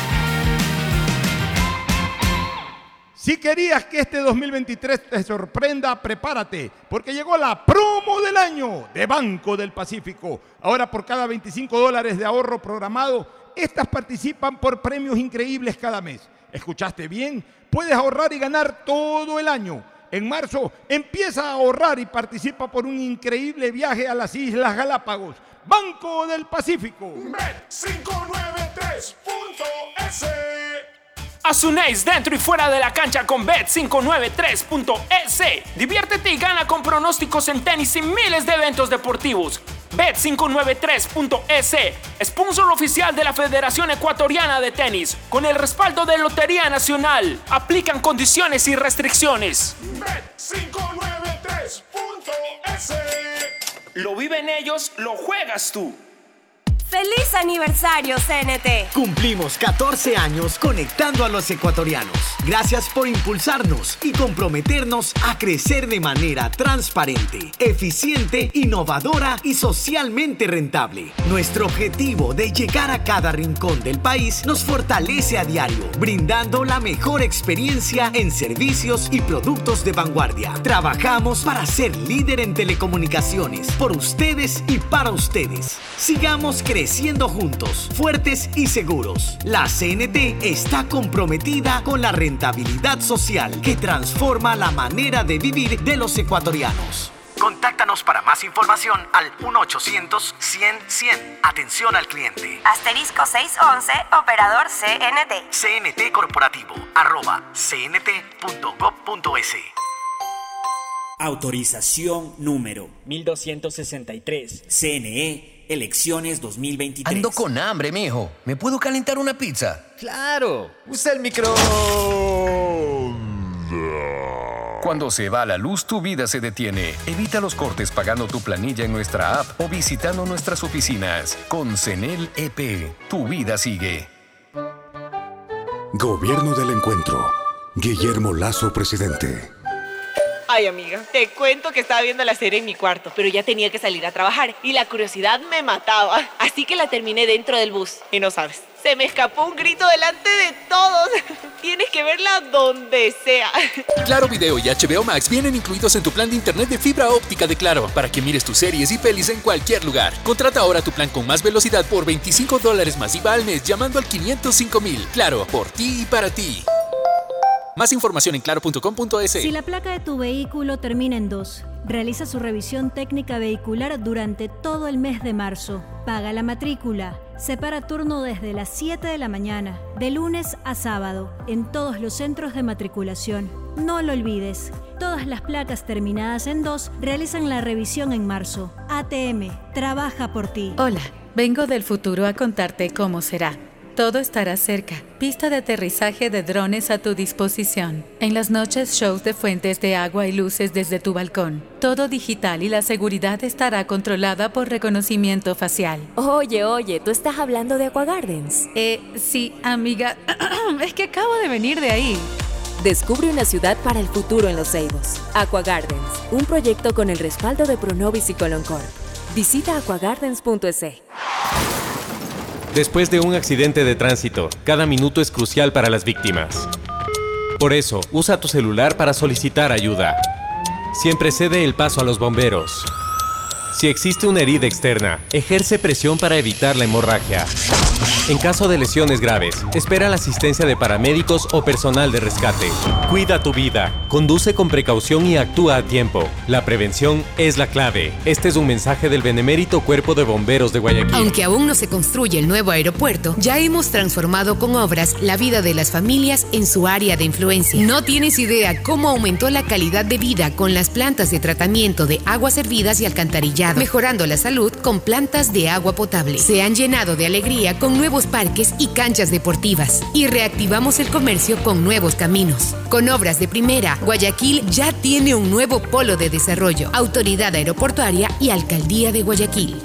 Si querías que este 2023 te sorprenda, prepárate, porque llegó la promo del año de Banco del Pacífico. Ahora por cada $25 de ahorro programado, estas participan por premios increíbles cada mes. ¿Escuchaste bien? Puedes ahorrar y ganar todo el año. En marzo, empieza a ahorrar y participa por un increíble viaje a las Islas Galápagos. Banco del Pacífico.
Bet593.es.
Haz un ace dentro y fuera de la cancha con Bet593.es. Diviértete y gana con pronósticos en tenis y miles de eventos deportivos. Bet593.es, sponsor oficial de la Federación Ecuatoriana de Tenis, con el respaldo de Lotería Nacional. Aplican condiciones y restricciones.
Bet593.es.
Lo viven ellos, lo juegas tú.
¡Feliz aniversario, CNT!
Cumplimos 14 años conectando a los ecuatorianos. Gracias por impulsarnos y comprometernos a crecer de manera transparente, eficiente, innovadora y socialmente rentable. Nuestro objetivo de llegar a cada rincón del país nos fortalece a diario, brindando la mejor experiencia en servicios y productos de vanguardia. Trabajamos para ser líder en telecomunicaciones, por ustedes y para ustedes. Sigamos creciendo juntos, fuertes y seguros. La CNT está comprometida con la rentabilidad social que transforma la manera de vivir de los ecuatorianos.
Contáctanos para más información al 1-800-100-100. Atención al cliente.
Asterisco 611, operador CNT.
CNT Corporativo, @cnt.gov.es.
Autorización número 1263. CNE, elecciones 2023.
Ando con hambre, mijo. ¿Me puedo calentar una pizza?
¡Claro! ¡Usa el micro!
Cuando se va la luz, tu vida se detiene. Evita los cortes pagando tu planilla en nuestra app o visitando nuestras oficinas. Con CENEL EP, tu vida sigue.
Gobierno del Encuentro. Guillermo Lasso, presidente.
Ay, amiga, te cuento que estaba viendo la serie en mi cuarto, pero ya tenía que salir a trabajar y la curiosidad me mataba. Así que la terminé dentro del bus. Y no sabes, se me escapó un grito delante de todos. Tienes que verla donde sea.
Claro Video y HBO Max vienen incluidos en tu plan de internet de fibra óptica de Claro, para que mires tus series y pelis en cualquier lugar. Contrata ahora tu plan con más velocidad por $25 más IVA al mes llamando al 505,000. Claro, por ti y para ti. Más información en claro.com.es.
Si la placa de tu vehículo termina en 2, realiza su revisión técnica vehicular durante todo el mes de marzo. Paga la matrícula. Separa turno desde las 7 de la mañana, de lunes a sábado, en todos los centros de matriculación. No lo olvides. Todas las placas terminadas en 2 realizan la revisión en marzo. ATM, trabaja por ti.
Hola, vengo del futuro a contarte cómo será. Todo estará cerca. Pista de aterrizaje de drones a tu disposición. En las noches, shows de fuentes de agua y luces desde tu balcón. Todo digital y la seguridad estará controlada por reconocimiento facial.
Oye, ¿tú estás hablando de Aqua Gardens?
Sí, amiga. Es que acabo de venir de ahí.
Descubre una ciudad para el futuro en Los Ceibos. Aqua Gardens, un proyecto con el respaldo de Pronovis y Coloncorp. Visita aquagardens.es.
Después de un accidente de tránsito, cada minuto es crucial para las víctimas. Por eso, usa tu celular para solicitar ayuda. Siempre cede el paso a los bomberos. Si existe una herida externa, ejerce presión para evitar la hemorragia. En caso de lesiones graves, espera la asistencia de paramédicos o personal de rescate. Cuida tu vida, conduce con precaución y actúa a tiempo. La prevención es la clave. Este es un mensaje del Benemérito Cuerpo de Bomberos de Guayaquil.
Aunque aún no se construye el nuevo aeropuerto, ya hemos transformado con obras la vida de las familias en su área de influencia. No tienes idea cómo aumentó la calidad de vida con las plantas de tratamiento de aguas hervidas y alcantarillado, mejorando la salud con plantas de agua potable. Se han llenado de alegría con nuevos parques y canchas deportivas y reactivamos el comercio con nuevos caminos. Con obras de primera, Guayaquil ya tiene un nuevo polo de desarrollo, Autoridad Aeroportuaria y Alcaldía de Guayaquil.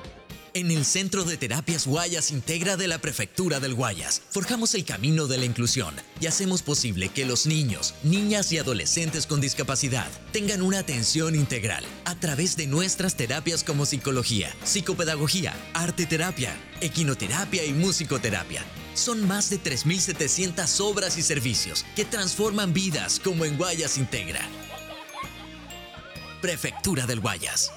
En el Centro de Terapias Guayas Integra de la Prefectura del Guayas, forjamos el camino de la inclusión y hacemos posible que los niños, niñas y adolescentes con discapacidad tengan una atención integral a través de nuestras terapias como psicología, psicopedagogía, arteterapia, equinoterapia y musicoterapia. Son más de 3.700 obras y servicios que transforman vidas como en Guayas Integra. Prefectura del Guayas.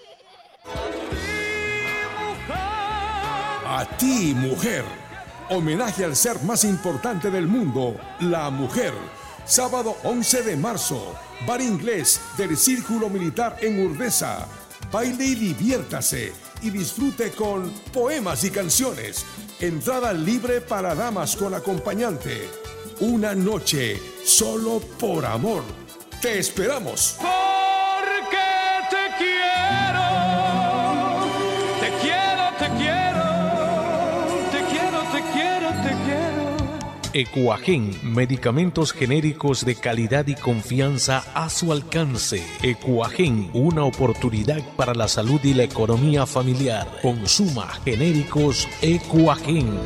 A ti, mujer. Homenaje al ser más importante del mundo, la mujer. Sábado 11 de marzo, Bar Inglés del Círculo Militar en Urdesa. Baile y diviértase y disfrute con poemas y canciones. Entrada libre para damas con acompañante. Una noche solo por amor. Te esperamos.
Porque te quiero, te quiero, te quiero.
Ecuagen, medicamentos genéricos de calidad y confianza a su alcance. Ecuagen, una oportunidad para la salud y la economía familiar. Consuma genéricos Ecuagen.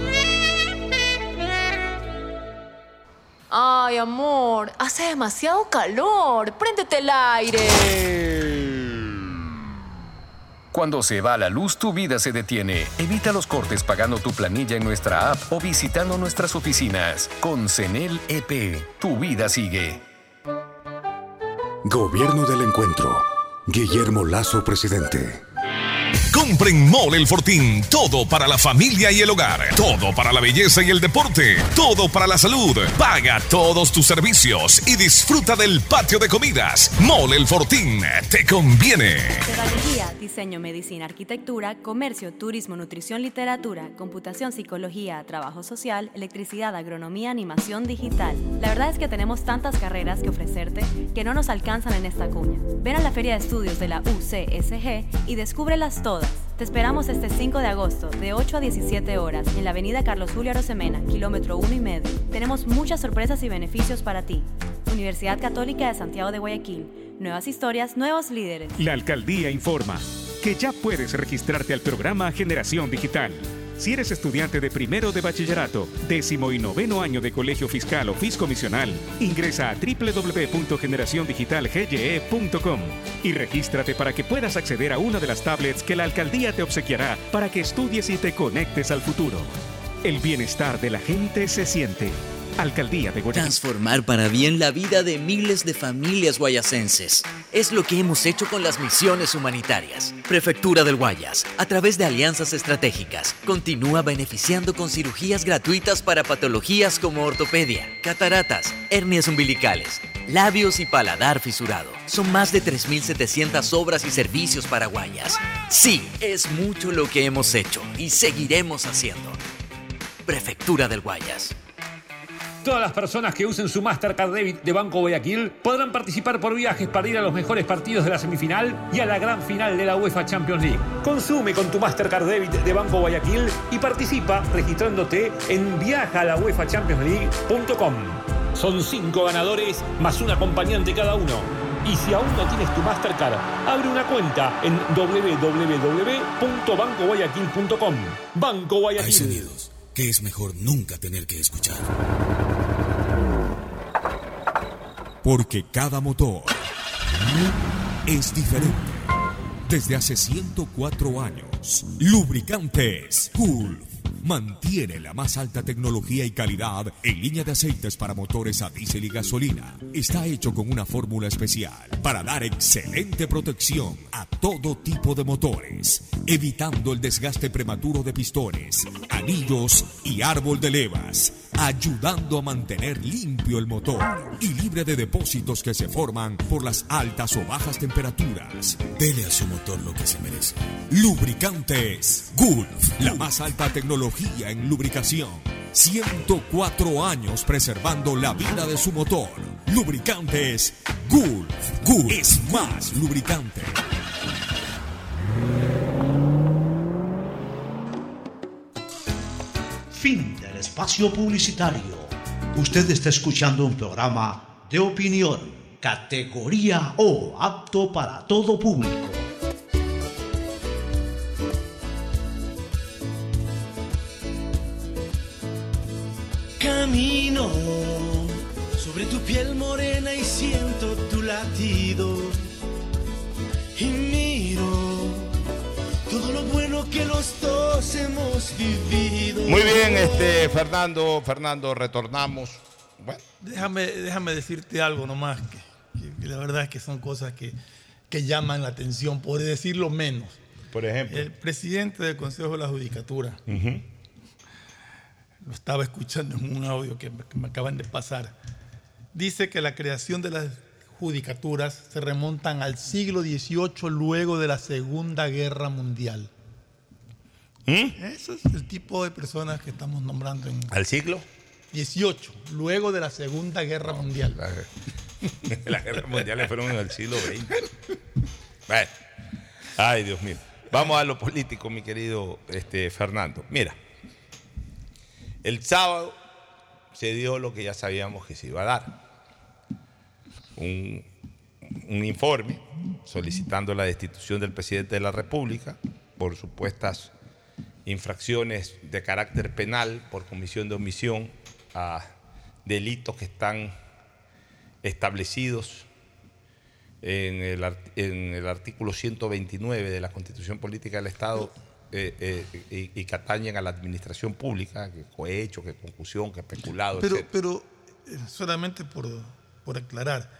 Ay, amor, hace demasiado calor. Préndete el aire.
Cuando se va la luz, tu vida se detiene. Evita los cortes pagando tu planilla en nuestra app o visitando nuestras oficinas. Con CENEL EP, tu vida sigue.
Gobierno del Encuentro. Guillermo Lasso, presidente.
Compre en Mole El Fortín todo para la familia y el hogar, todo para la belleza y el deporte, todo para la salud. Paga todos tus servicios y disfruta del patio de comidas. Mole El Fortín, te conviene.
Pedagogía, diseño, medicina, arquitectura, comercio, turismo, nutrición, literatura, computación, psicología, trabajo social, electricidad, agronomía, animación digital. La verdad es que tenemos tantas carreras que ofrecerte que no nos alcanzan en esta cuña. Ven a la Feria de Estudios de la UCSG y descúbrelas todas. Te esperamos este 5 de agosto, de 8 a 17 horas, en la avenida Carlos Julio Arosemena, kilómetro 1,5. Tenemos muchas sorpresas y beneficios para ti. Universidad Católica de Santiago de Guayaquil. Nuevas historias, nuevos líderes.
La Alcaldía informa que ya puedes registrarte al programa Generación Digital.
Si eres estudiante de primero de bachillerato, 10º y 9º año de colegio fiscal o fiscomisional, ingresa a www.generaciondigitalgye.com y regístrate para que puedas acceder a una de las tablets que la alcaldía te obsequiará para que estudies y te conectes al futuro. El bienestar de la gente se siente. Alcaldía de Guayaquil.
Transformar para bien la vida de miles de familias guayacenses. Es lo que hemos hecho con las misiones humanitarias. Prefectura del Guayas, a través de alianzas estratégicas, continúa beneficiando con cirugías gratuitas para patologías como ortopedia, cataratas, hernias umbilicales, labios y paladar fisurado. Son más de 3.700 obras y servicios para Guayas. Sí, es mucho lo que hemos hecho y seguiremos haciendo. Prefectura del Guayas.
Todas las personas que usen su Mastercard Debit de Banco Guayaquil podrán participar por viajes para ir a los mejores partidos de la semifinal y a la gran final de la UEFA Champions League. Consume con tu Mastercard Debit de Banco Guayaquil y participa registrándote en viajalauefachampionsleague.com. Son 5 ganadores más un acompañante cada uno. Y si aún no tienes tu Mastercard, abre una cuenta en www.bancoguayaquil.com. Banco Guayaquil.
Hay sonidos que es mejor nunca tener que escuchar. Porque cada motor es diferente. Desde hace 104 años, Lubricantes Gulf mantiene la más alta tecnología y calidad en línea de aceites para motores a diésel y gasolina. Está hecho con una fórmula especial para dar excelente protección a todo tipo de motores, evitando el desgaste prematuro de pistones, anillos y árbol de levas, ayudando a mantener limpio el motor y libre de depósitos que se forman por las altas o bajas temperaturas. Dele a su motor lo que se merece. Lubricantes Gulf, la más alta tecnología en lubricación. 104 años preservando la vida de su motor. Lubricantes Gulf. Gulf es más lubricante.
Fin del espacio publicitario. Usted está escuchando un programa de opinión, categoría O, apto para todo público.
Camino sobre tu piel morena y siento tu latido. Y miro todo lo bueno que los dos hemos vivido.
Muy bien, Fernando, retornamos. Bueno.
Déjame decirte algo nomás, que la verdad es que son cosas que llaman la atención, por decirlo menos.
Por ejemplo.
El presidente del Consejo de la Judicatura, lo estaba escuchando en un audio que me acaban de pasar, dice que la creación de las judicaturas se remontan al siglo XVIII, luego de la Segunda Guerra Mundial. Ese es el tipo de personas que estamos nombrando en...
¿Al siglo?
XVIII, luego de la Segunda Guerra Mundial.
Las guerras mundiales fueron en el siglo XX. Bueno. Ay, Dios mío. Vamos a lo político, mi querido Fernando. Mira, el sábado se dio lo que ya sabíamos que se iba a dar. Un informe solicitando la destitución del presidente de la República por supuestas infracciones de carácter penal por comisión de omisión a delitos que están establecidos en el artículo 129 de la Constitución Política del Estado y que atañen a la administración pública, que cohecho, que concusión, que peculado, etc.
Pero solamente por aclarar,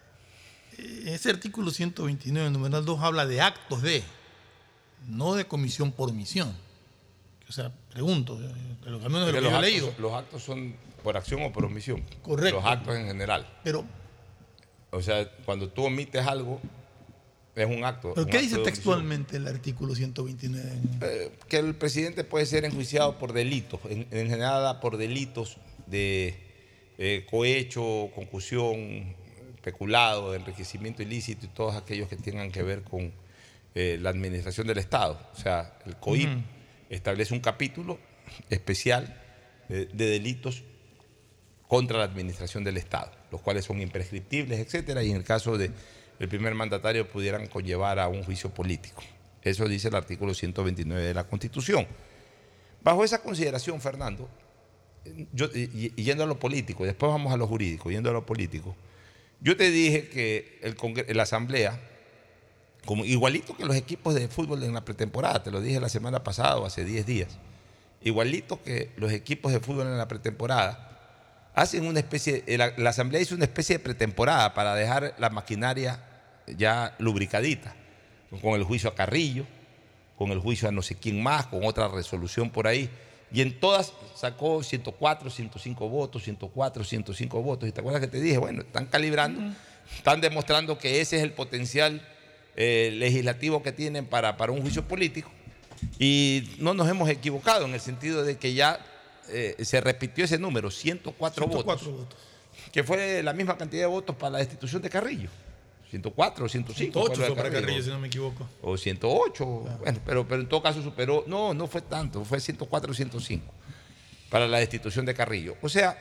ese artículo 129, numeral 2, habla de actos de, no de comisión por omisión. O sea, pregunto, de lo que menos de lo que yo he leído.
Los actos son por acción o por omisión.
Correcto.
Los actos en general.
Pero,
o sea, cuando tú omites algo, es un acto.
¿Pero qué dice textualmente el artículo 129?
Que el presidente puede ser enjuiciado por delitos, en general por delitos de cohecho, concusión, peculado, enriquecimiento ilícito y todos aquellos que tengan que ver con la administración del Estado. O sea, el COIP establece un capítulo especial de delitos contra la administración del Estado, los cuales son imprescriptibles, etcétera, y en el caso del primer mandatario pudieran conllevar a un juicio político. Eso dice el artículo 129 de la Constitución. Bajo esa consideración, Fernando, y yendo a lo político, después vamos a lo jurídico, yendo a lo político, yo te dije que la Asamblea, como igualito que los equipos de fútbol en la pretemporada, te lo dije la semana pasada o hace 10 días, igualito que los equipos de fútbol en la pretemporada, hacen una especie, la Asamblea hizo una especie de pretemporada para dejar la maquinaria ya lubricadita, con el juicio a Carrillo, con el juicio a no sé quién más, con otra resolución por ahí, y en todas sacó 104, 105 votos, 104, 105 votos, y te acuerdas que te dije, bueno, están calibrando, están demostrando que ese es el potencial legislativo que tienen para un juicio político, y no nos hemos equivocado en el sentido de que ya se repitió ese número, 104 votos, que fue la misma cantidad de votos para la destitución de Carrillo. 104 o 105.
108 fue para Carrillo, si no me equivoco.
O 108, bueno, pero en todo caso superó, no fue tanto, fue 104 o 105 para la destitución de Carrillo. O sea,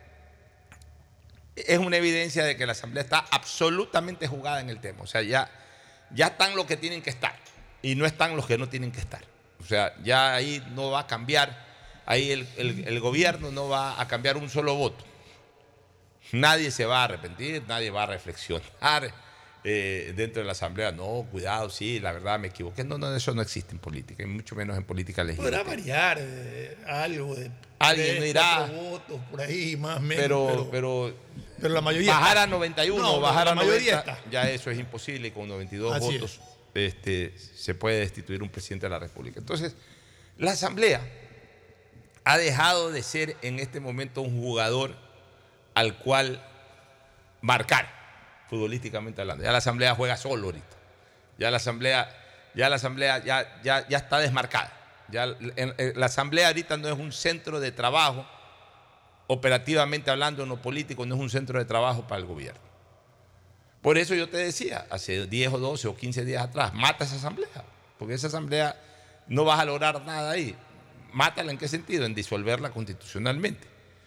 es una evidencia de que la Asamblea está absolutamente jugada en el tema. O sea, ya están los que tienen que estar y no están los que no tienen que estar. O sea, ya ahí no va a cambiar, ahí el gobierno no va a cambiar un solo voto. Nadie se va a arrepentir, nadie va a reflexionar dentro de la Asamblea. No, cuidado, sí, la verdad me equivoqué. No, eso no existe en política, y mucho menos en política legislativa.
Podrá variar algo de
alguien
3,
dirá
4 votos por ahí, más o menos.
Pero
la mayoría
bajar
está.
a 91 o
No,
bajar
la
a 90,
mayoría está.
ya eso es imposible, y con 92
Así
votos se puede destituir un presidente de la República. Entonces, la Asamblea ha dejado de ser en este momento un jugador al cual marcar futbolísticamente hablando. Ya la Asamblea juega solo ahorita. Ya la Asamblea ya está desmarcada. La Asamblea ahorita no es un centro de trabajo, operativamente hablando, en lo político, no es un centro de trabajo para el gobierno. Por eso yo te decía, hace 10 o 12 o 15 días atrás, mata esa Asamblea, porque esa Asamblea no vas a lograr nada ahí. Mátala, ¿en qué sentido? En disolverla constitucionalmente.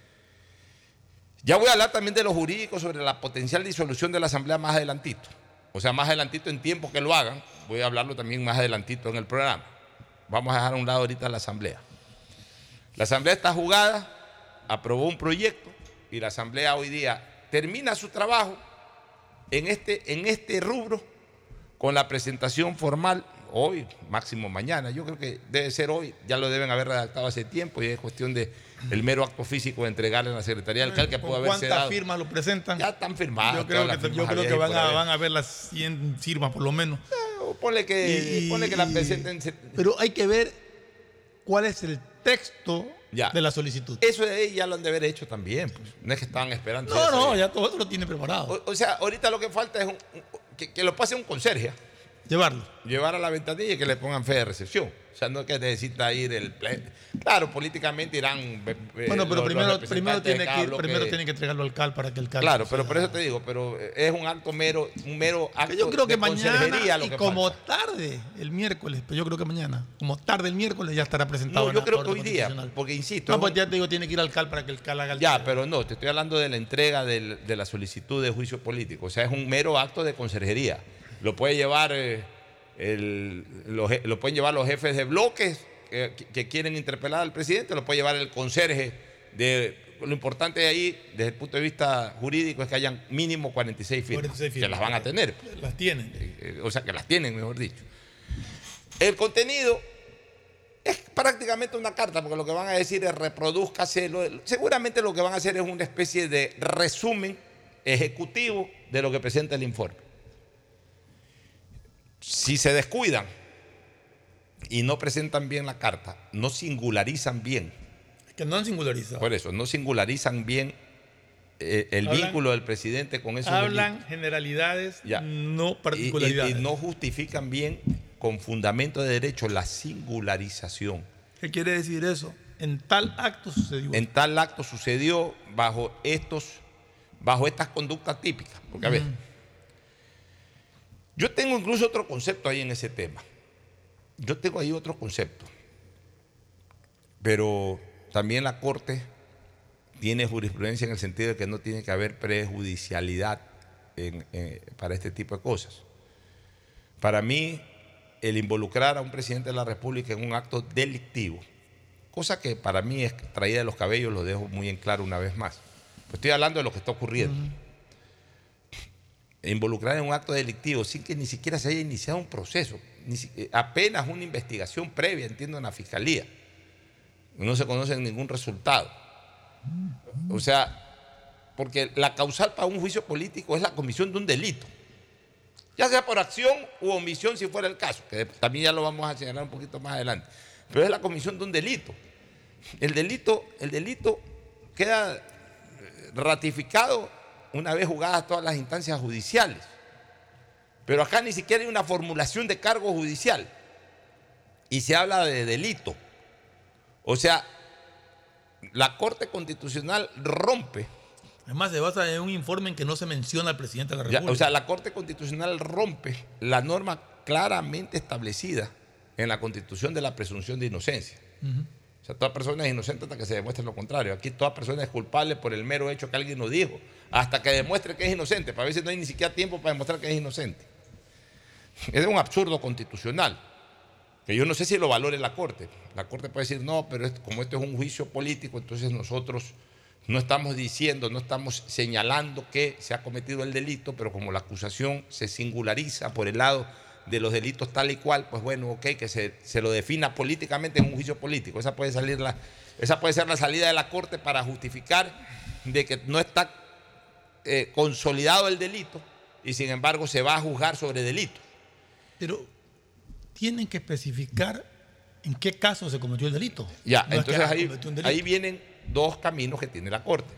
Ya voy a hablar también de lo jurídico sobre la potencial disolución de la Asamblea más adelantito. O sea, más adelantito en tiempo que lo hagan, voy a hablarlo también más adelantito en el programa. Vamos a dejar a un lado ahorita la Asamblea. La Asamblea está jugada, aprobó un proyecto, y la Asamblea hoy día termina su trabajo en este rubro con la presentación formal hoy, máximo mañana. Yo creo que debe ser hoy, ya lo deben haber redactado hace tiempo, y es cuestión de el mero acto físico de entregarle a la Secretaría Alcalde, que puede haberse dado.
¿Cuántas firmas lo presentan?
Ya están firmadas.
Yo creo que van a ver las 100 firmas por lo menos.
Ponle que la presenten.
Pero hay que ver cuál es el texto de la solicitud.
Eso de ahí ya lo han de haber hecho también, pues. No es que estaban esperando.
Ya todo eso lo tiene preparado.
O sea, ahorita lo que falta es que lo pase un conserje. Llevar a la ventanilla y que le pongan fe de recepción. O sea, no es que necesita ir el pleno. Claro, políticamente irán.
Bueno, pero primero tiene que entregarlo al CAL para que el CAL.
Claro, pero por eso te digo, pero es un mero acto.
Yo creo que
de
mañana,
conserjería lo que
como
falta.
tarde el miércoles, pero yo creo que mañana, como tarde el miércoles ya estará presentado.
No, yo creo que hoy día, porque insisto.
No, pues ya te digo, tiene que ir al CAL para que el CAL haga el.
Ya, pero no, te estoy hablando de la entrega de la solicitud de juicio político. O sea, es un mero acto de conserjería. Lo puede llevar. Lo pueden llevar los jefes de bloques que quieren interpelar al presidente, lo puede llevar el conserje. Lo importante de ahí, desde el punto de vista jurídico, es que hayan mínimo 46 firmas, que las van a tener.
Las tienen.
O sea, que las tienen, mejor dicho. El contenido es prácticamente una carta, porque lo que van a decir es reprodúzcase. Seguramente lo que van a hacer es una especie de resumen ejecutivo de lo que presenta el informe. Si se descuidan y no presentan bien la carta, no singularizan bien.
Es que no han singularizado.
Por eso, no singularizan bien el vínculo del presidente con esos
Hablan
delitos.
Generalidades, no particularidades.
Y no justifican bien, con fundamento de derecho, la singularización.
¿Qué quiere decir eso? En tal acto sucedió.
En tal acto sucedió bajo estas conductas típicas. Porque, a ver, yo tengo incluso otro concepto ahí en ese tema. Yo tengo ahí otro concepto. Pero también la Corte tiene jurisprudencia en el sentido de que no tiene que haber prejudicialidad para este tipo de cosas. Para mí, el involucrar a un presidente de la República en un acto delictivo cosa que para mí es traída de los cabellos, lo dejo muy en claro una vez más. Pues estoy hablando de lo que está ocurriendo. Involucrar en un acto delictivo sin que ni siquiera se haya iniciado un proceso, apenas una investigación previa, entiendo, en la fiscalía. No se conoce ningún resultado. O sea, porque la causal para un juicio político es la comisión de un delito, ya sea por acción u omisión, si fuera el caso, que también ya lo vamos a señalar un poquito más adelante. Pero es la comisión de un delito. El delito queda ratificado una vez jugadas todas las instancias judiciales. Pero acá ni siquiera hay una formulación de cargo judicial y se habla de delito. O sea, la Corte Constitucional rompe.
Además, se basa en un informe en que no se menciona al presidente de la República.
O sea, la Corte Constitucional rompe la norma claramente establecida en la Constitución de la presunción de inocencia. O sea, toda persona es inocente hasta que se demuestre lo contrario. Aquí toda persona es culpable por el mero hecho que alguien lo dijo, hasta que demuestre que es inocente. Para veces no hay ni siquiera tiempo para demostrar que es inocente. Es un absurdo constitucional, que yo no sé si lo valore la Corte. La Corte puede decir, no, pero como esto es un juicio político, entonces nosotros no estamos diciendo, no estamos señalando que se ha cometido el delito, pero como la acusación se singulariza por el lado de los delitos tal y cual, pues bueno, ok, que se lo defina políticamente en un juicio político. Esa puede ser la salida de la Corte para justificar de que no está consolidado el delito y sin embargo se va a juzgar sobre delito.
Pero tienen que especificar en qué caso se cometió el delito.
Ya,
No es
entonces
que
ahí vienen dos caminos que tiene la Corte.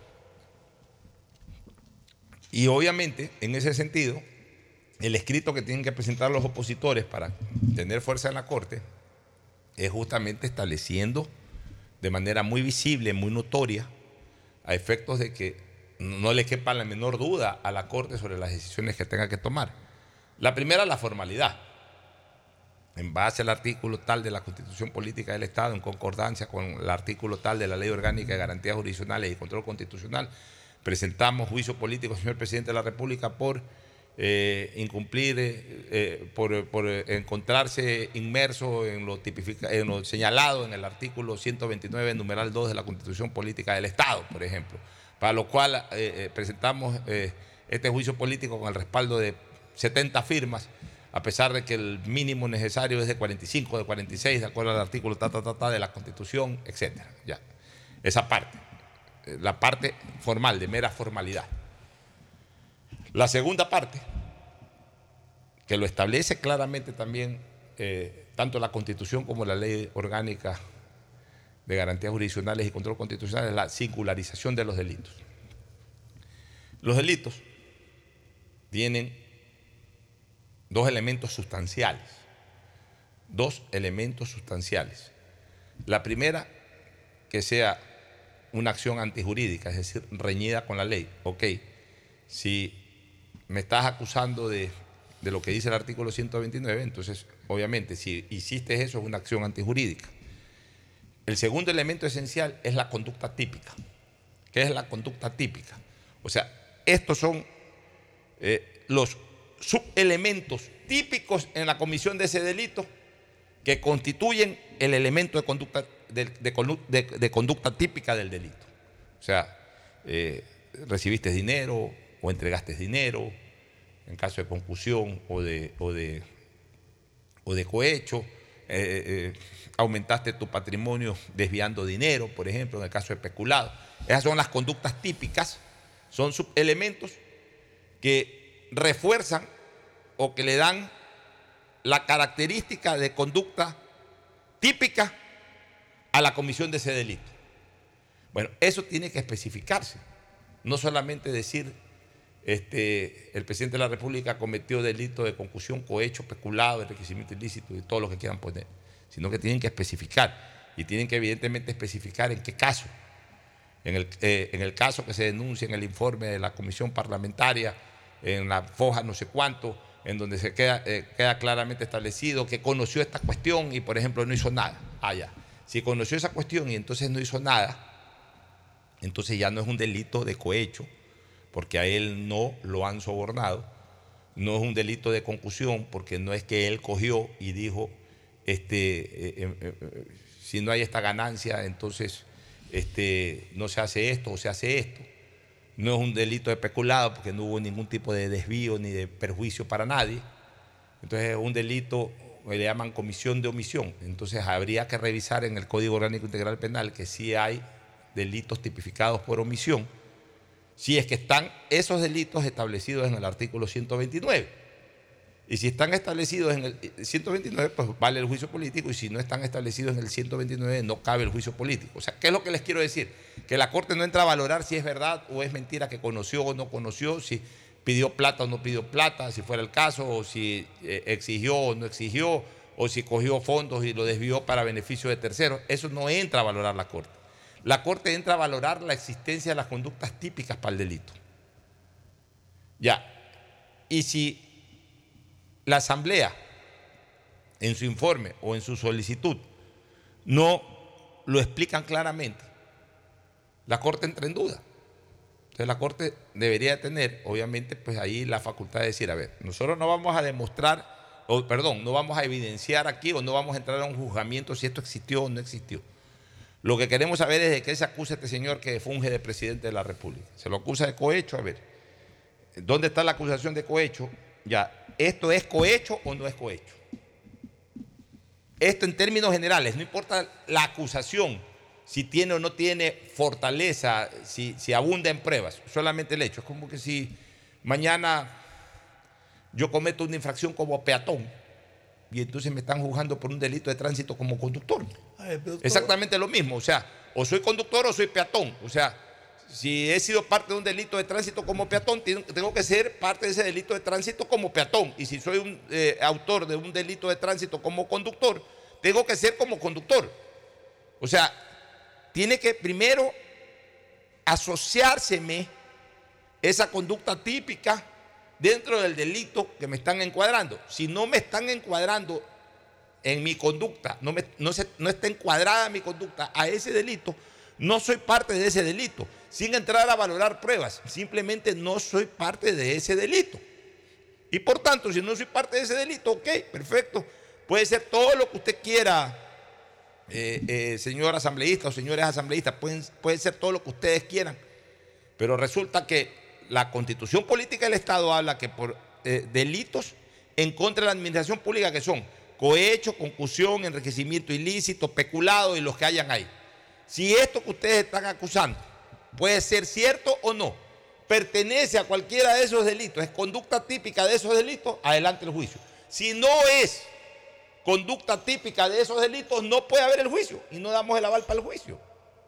Y obviamente, en ese sentido, el escrito que tienen que presentar los opositores para tener fuerza en la Corte es justamente estableciendo de manera muy visible, muy notoria, a efectos de que no le quepa la menor duda a la Corte sobre las decisiones que tenga que tomar. La primera, la formalidad. En base al artículo tal de la Constitución Política del Estado, en concordancia con el artículo tal de la Ley Orgánica de Garantías Jurisdiccionales y Control Constitucional, presentamos juicio político, señor Presidente de la República, por incumplir, por encontrarse inmerso en lo señalado en el artículo 129, numeral 2 de la Constitución Política del Estado, por ejemplo, para lo cual presentamos este juicio político con el respaldo de 70 firmas, a pesar de que el mínimo necesario es de 45, de 46, de acuerdo al artículo de la Constitución, etc. Ya. Esa parte, la parte formal, de mera formalidad. La segunda parte, que lo establece claramente también tanto la Constitución como la Ley Orgánica de Garantías Jurisdiccionales y Control Constitucional, es la singularización de los delitos. Los delitos tienen dos elementos sustanciales. La primera, que sea una acción antijurídica, es decir, reñida con la ley. Ok, si me estás acusando de lo que dice el artículo 129, entonces, obviamente, si hiciste eso, es una acción antijurídica. El segundo elemento esencial es la conducta típica. ¿Qué es la conducta típica? O sea, estos son los subelementos típicos en la comisión de ese delito que constituyen el elemento de conducta típica del delito. O sea, recibiste dinero o entregaste dinero, en caso de concusión o de cohecho, aumentaste tu patrimonio desviando dinero, por ejemplo, en el caso de peculado. Esas son las conductas típicas, son subelementos que refuerzan o que le dan la característica de conducta típica a la comisión de ese delito. Bueno, eso tiene que especificarse, no solamente decir el presidente de la República cometió delito de concusión, cohecho, peculado, enriquecimiento ilícito y todo lo que quieran poner, sino que tienen que especificar y tienen que evidentemente especificar en qué caso. En el caso que se denuncia en el informe de la comisión parlamentaria, en la foja no sé cuánto, en donde se queda claramente establecido que conoció esta cuestión y, por ejemplo, no hizo nada. Ya. Si conoció esa cuestión y entonces no hizo nada, entonces ya no es un delito de cohecho, porque a él no lo han sobornado. No es un delito de concusión, porque no es que él cogió y dijo, si no hay esta ganancia, entonces no se hace esto o se hace esto. No es un delito de peculado porque no hubo ningún tipo de desvío ni de perjuicio para nadie. Entonces es un delito que le llaman comisión de omisión. Entonces habría que revisar en el Código Orgánico Integral Penal que sí hay delitos tipificados por omisión, si es que están esos delitos establecidos en el artículo 129. Y si están establecidos en el 129, pues vale el juicio político, y si no están establecidos en el 129, no cabe el juicio político. O sea, ¿qué es lo que les quiero decir? Que la Corte no entra a valorar si es verdad o es mentira, que conoció o no conoció, si pidió plata o no pidió plata, si fuera el caso, o si exigió o no exigió, o si cogió fondos y lo desvió para beneficio de terceros. Eso no entra a valorar la Corte. La Corte entra a valorar la existencia de las conductas típicas para el delito. Ya. Y si la Asamblea, en su informe o en su solicitud, no lo explican claramente, la Corte entra en duda. Entonces la Corte debería tener, obviamente, pues ahí la facultad de decir, a ver, nosotros no vamos a demostrar, no vamos a evidenciar aquí o no vamos a entrar a un juzgamiento si esto existió o no existió. Lo que queremos saber es de qué se acusa este señor que funge de presidente de la República. Se lo acusa de cohecho, a ver, ¿dónde está la acusación de cohecho? Ya, ¿esto es cohecho o no es cohecho? Esto en términos generales, no importa la acusación, si tiene o no tiene fortaleza, si abunda en pruebas, solamente el hecho. Es como que si mañana yo cometo una infracción como peatón y entonces me están juzgando por un delito de tránsito como conductor. Exactamente lo mismo, o sea, o soy conductor o soy peatón, o sea, si he sido parte de un delito de tránsito como peatón, tengo que ser parte de ese delito de tránsito como peatón. Y si soy un autor de un delito de tránsito como conductor, tengo que ser como conductor. O sea, tiene que primero asociárseme esa conducta típica dentro del delito que me están encuadrando. Si no me están encuadrando en mi conducta, no está encuadrada mi conducta a ese delito, no soy parte de ese delito, sin entrar a valorar pruebas, simplemente no soy parte de ese delito. Y por tanto, si no soy parte de ese delito, ok, perfecto, puede ser todo lo que usted quiera, señor asambleísta o señores asambleístas, puede ser todo lo que ustedes quieran, pero resulta que la Constitución Política del Estado habla que por delitos en contra de la administración pública, que son cohecho, concusión, enriquecimiento ilícito, peculado y los que hayan ahí. Si esto que ustedes están acusando puede ser cierto o no, pertenece a cualquiera de esos delitos, es conducta típica de esos delitos, adelante el juicio. Si no es conducta típica de esos delitos, no puede haber el juicio y no damos el aval para el juicio.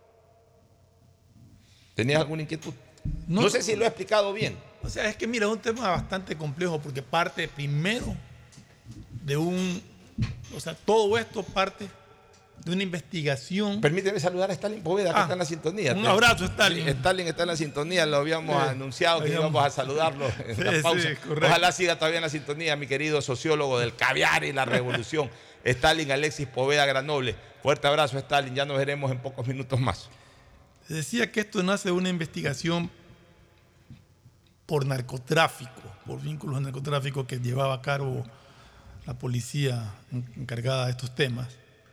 ¿Tenías alguna inquietud? No sé si lo he explicado bien.
O sea, es que mira, es un tema bastante complejo porque parte primero de todo esto parte de una investigación.
Permíteme saludar a Stalin Poveda, que está en la sintonía.
Un abrazo, Stalin.
Sí, Stalin está en la sintonía, lo habíamos anunciado que íbamos a saludarlo en la pausa. Ojalá siga todavía en la sintonía, mi querido sociólogo del caviar y la revolución, Stalin Alexis Poveda Granoble. Fuerte abrazo, Stalin, ya nos veremos en pocos minutos más.
Decía que esto nace de una investigación por narcotráfico, por vínculos de narcotráfico que llevaba a cabo la policía encargada de estos temas.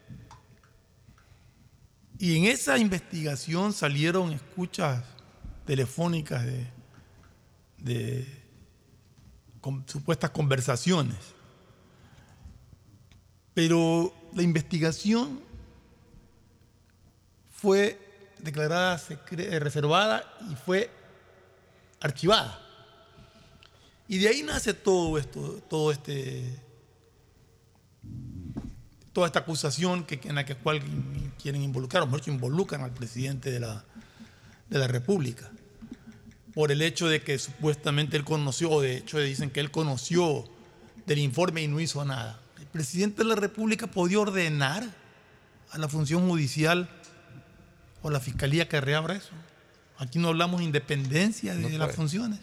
Y en esa investigación salieron escuchas telefónicas de supuestas conversaciones. Pero la investigación fue declarada reservada y fue archivada. Y de ahí nace todo esto, toda esta acusación en la cual quieren involucrar, o mejor dicho, involucran al presidente de la República, por el hecho de que supuestamente él conoció, o de hecho dicen que él conoció del informe y no hizo nada. El presidente de la República podía ordenar a la función judicial o la fiscalía que reabra eso. Aquí no hablamos de independencia de las funciones.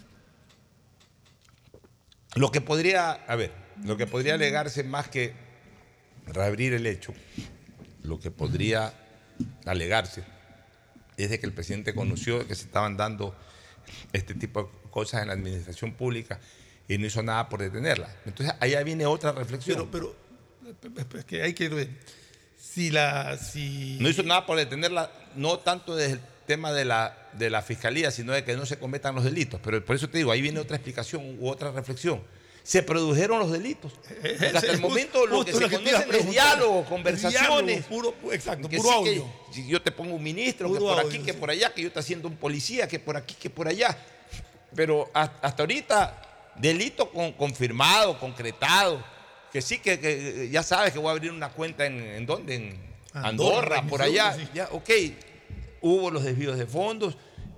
Lo que podría alegarse más que reabrir el hecho, lo que podría alegarse es de que el presidente conoció que se estaban dando este tipo de cosas en la administración pública y no hizo nada por detenerla. Entonces, allá viene otra reflexión.
Pero es que hay que ver.
No hizo nada por detenerla, no tanto desde el tema de la fiscalía, sino de que no se cometan los delitos. Pero por eso te digo, ahí viene otra explicación u otra reflexión. Se produjeron los delitos. Porque hasta el momento lo que se conocen es diálogo, conversaciones.
Exacto,
que
puro
sí,
audio.
que si yo te pongo un ministro, puro que por aquí, audio, que por allá, que yo te haciendo un policía, que por aquí, que por allá. Pero hasta ahorita, delito confirmado, concretado, que sí, que ya sabes que voy a abrir una cuenta ¿en dónde? En Andorra, por allá. Sí. Ya, ok, hubo los desvíos de fondos,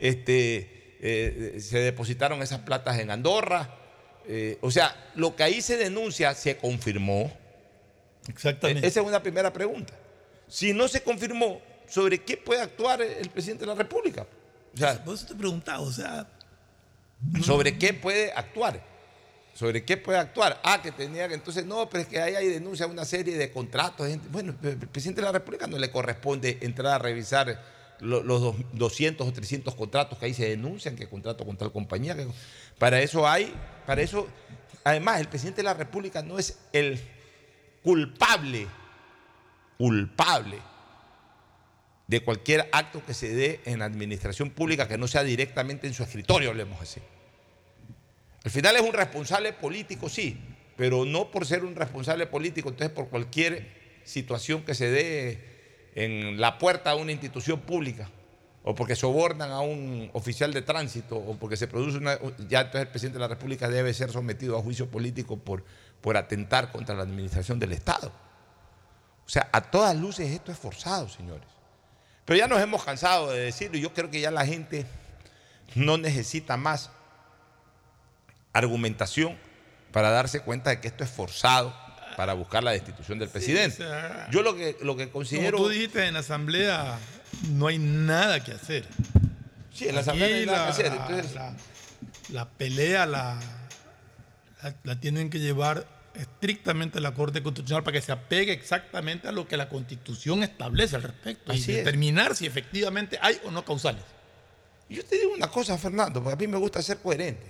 se depositaron esas platas en Andorra. O sea, lo que ahí se denuncia se confirmó.
Exactamente.
Esa es una primera pregunta. Si no se confirmó, ¿sobre qué puede actuar el presidente de la República? O sea,
vos te preguntás, o sea,
¿sobre qué puede actuar? ¿Sobre qué puede actuar? Que tenía que, entonces, no, pero es que ahí hay denuncia una serie de contratos. Bueno, el presidente de la República no le corresponde entrar a revisar los 200 o 300 contratos que ahí se denuncian, que contrato con tal compañía. Para eso, además, el presidente de la República no es el culpable de cualquier acto que se dé en la administración pública que no sea directamente en su escritorio, hablemos así. Al final es un responsable político, sí, pero no por ser un responsable político, entonces por cualquier situación que se dé en la puerta de una institución pública, o porque sobornan a un oficial de tránsito, o porque se produce ya entonces el presidente de la República debe ser sometido a juicio político por atentar contra la administración del Estado. O sea, a todas luces esto es forzado, señores. Pero ya nos hemos cansado de decirlo, y yo creo que ya la gente no necesita más argumentación para darse cuenta de que esto es forzado para buscar la destitución del presidente.
O sea,
yo lo que considero...
Como tú dijiste en la asamblea, no hay nada que hacer.
Sí, en la asamblea no hay nada que hacer. Entonces,
la pelea la tienen que llevar estrictamente a la Corte Constitucional para que se apegue exactamente a lo que la Constitución establece al respecto y determinar si efectivamente hay o no causales.
Yo te digo una cosa, Fernando, porque a mí me gusta ser coherente.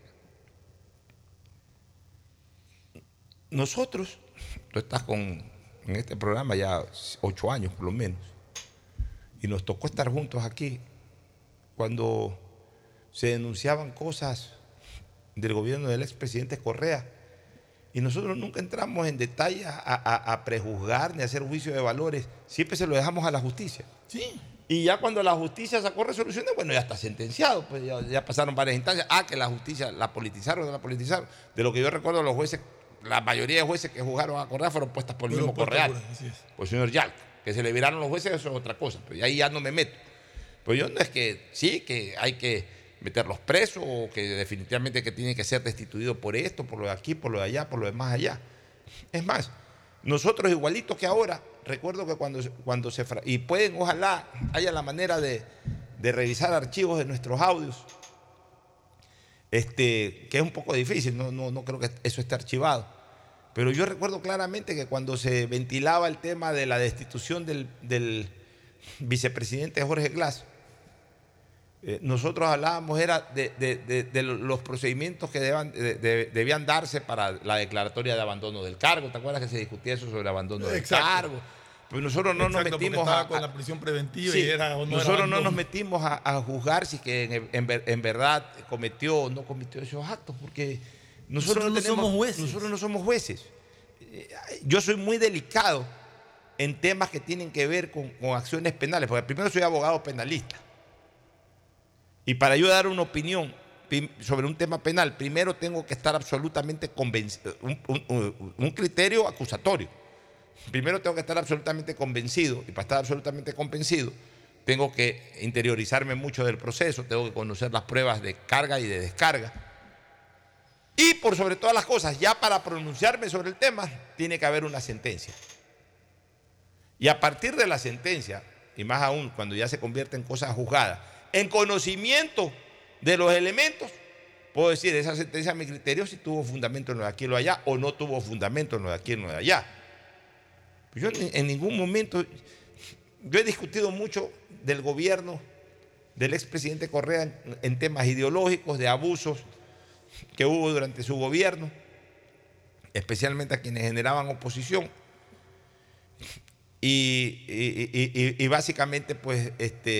Nosotros, tú estás en este programa ya 8 años por lo menos, y nos tocó estar juntos aquí cuando se denunciaban cosas del gobierno del expresidente Correa, y nosotros nunca entramos en detalle a prejuzgar ni a hacer juicio de valores, siempre se lo dejamos a la justicia.
Sí.
Y ya cuando la justicia sacó resoluciones, bueno, ya está sentenciado, pues ya pasaron varias instancias. Que la justicia la politizaron o no la politizaron. De lo que yo recuerdo, los jueces, la mayoría de jueces que juzgaron a Correa fueron puestas por el mismo Correal, por el señor Yalca. Que se le viraron los jueces, eso es otra cosa, pero ahí ya no me meto. Pues yo no es que sí, que hay que meterlos presos, o que definitivamente que tienen que ser destituidos por esto, por lo de aquí, por lo de allá, por lo de más allá. Es más, nosotros igualitos que ahora, recuerdo que cuando y pueden, ojalá haya la manera de revisar archivos de nuestros audios, que es un poco difícil, no creo que eso esté archivado. Pero yo recuerdo claramente que cuando se ventilaba el tema de la destitución del vicepresidente Jorge Glass, nosotros hablábamos era de los procedimientos que debían darse para la declaratoria de abandono del cargo. ¿Te acuerdas que se discutía eso sobre abandono del cargo? Pues nosotros no nos metimos
con la prisión preventiva,
sí,
y
nosotros no nos metimos a juzgar si que en verdad cometió o no cometió esos actos, porque nosotros no somos jueces. Nosotros no somos jueces. Yo soy muy delicado en temas que tienen que ver con acciones penales, porque primero soy abogado penalista. Y para yo dar una opinión sobre un tema penal, primero tengo que estar absolutamente convencido, un criterio acusatorio. Primero tengo que estar absolutamente convencido, y para estar absolutamente convencido tengo que interiorizarme mucho del proceso, tengo que conocer las pruebas de carga y de descarga. Y por sobre todas las cosas, ya para pronunciarme sobre el tema, tiene que haber una sentencia. Y a partir de la sentencia, y más aún cuando ya se convierte en cosa juzgada, en conocimiento de los elementos, puedo decir, esa sentencia a mi criterio si tuvo fundamento en lo de aquí y lo de allá, o no tuvo fundamento en lo de aquí y lo de allá. Yo en ningún momento, yo he discutido mucho del gobierno del expresidente Correa en temas ideológicos, de abusos que hubo durante su gobierno, especialmente a quienes generaban oposición. y básicamente pues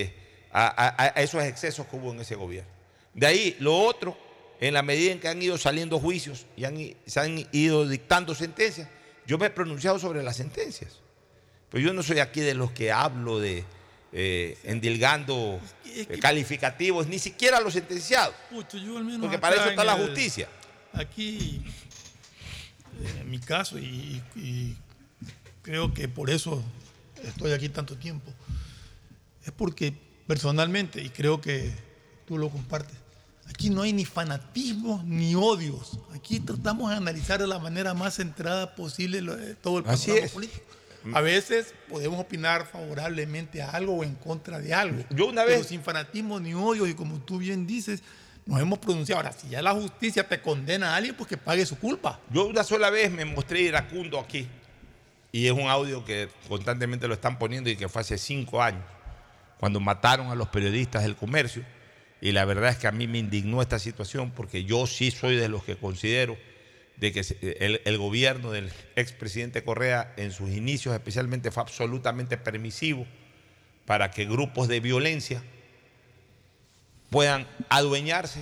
a esos excesos que hubo en ese gobierno. De ahí lo otro, en la medida en que han ido saliendo juicios y se han ido dictando sentencias, yo me he pronunciado sobre las sentencias. Pero yo no soy aquí de los que hablo de endilgando calificativos, ni siquiera a los sentenciados.
Yo al menos
porque para eso está la justicia.
Aquí, en mi caso, y creo que por eso estoy aquí tanto tiempo, es porque personalmente, y creo que tú lo compartes, aquí no hay ni fanatismo ni odios. Aquí tratamos de analizar de la manera más centrada posible todo el panorama político. A veces podemos opinar favorablemente a algo o en contra de algo. Pero sin fanatismo ni odio, y como tú bien dices, nos hemos pronunciado. Ahora, si ya la justicia te condena a alguien, pues que pague su culpa.
Yo una sola vez me mostré iracundo aquí, y es un audio que constantemente lo están poniendo y que fue hace 5 años, cuando mataron a los periodistas del Comercio. Y la verdad es que a mí me indignó esta situación, porque yo sí soy de los que considero de que el gobierno del expresidente Correa en sus inicios especialmente fue absolutamente permisivo para que grupos de violencia puedan adueñarse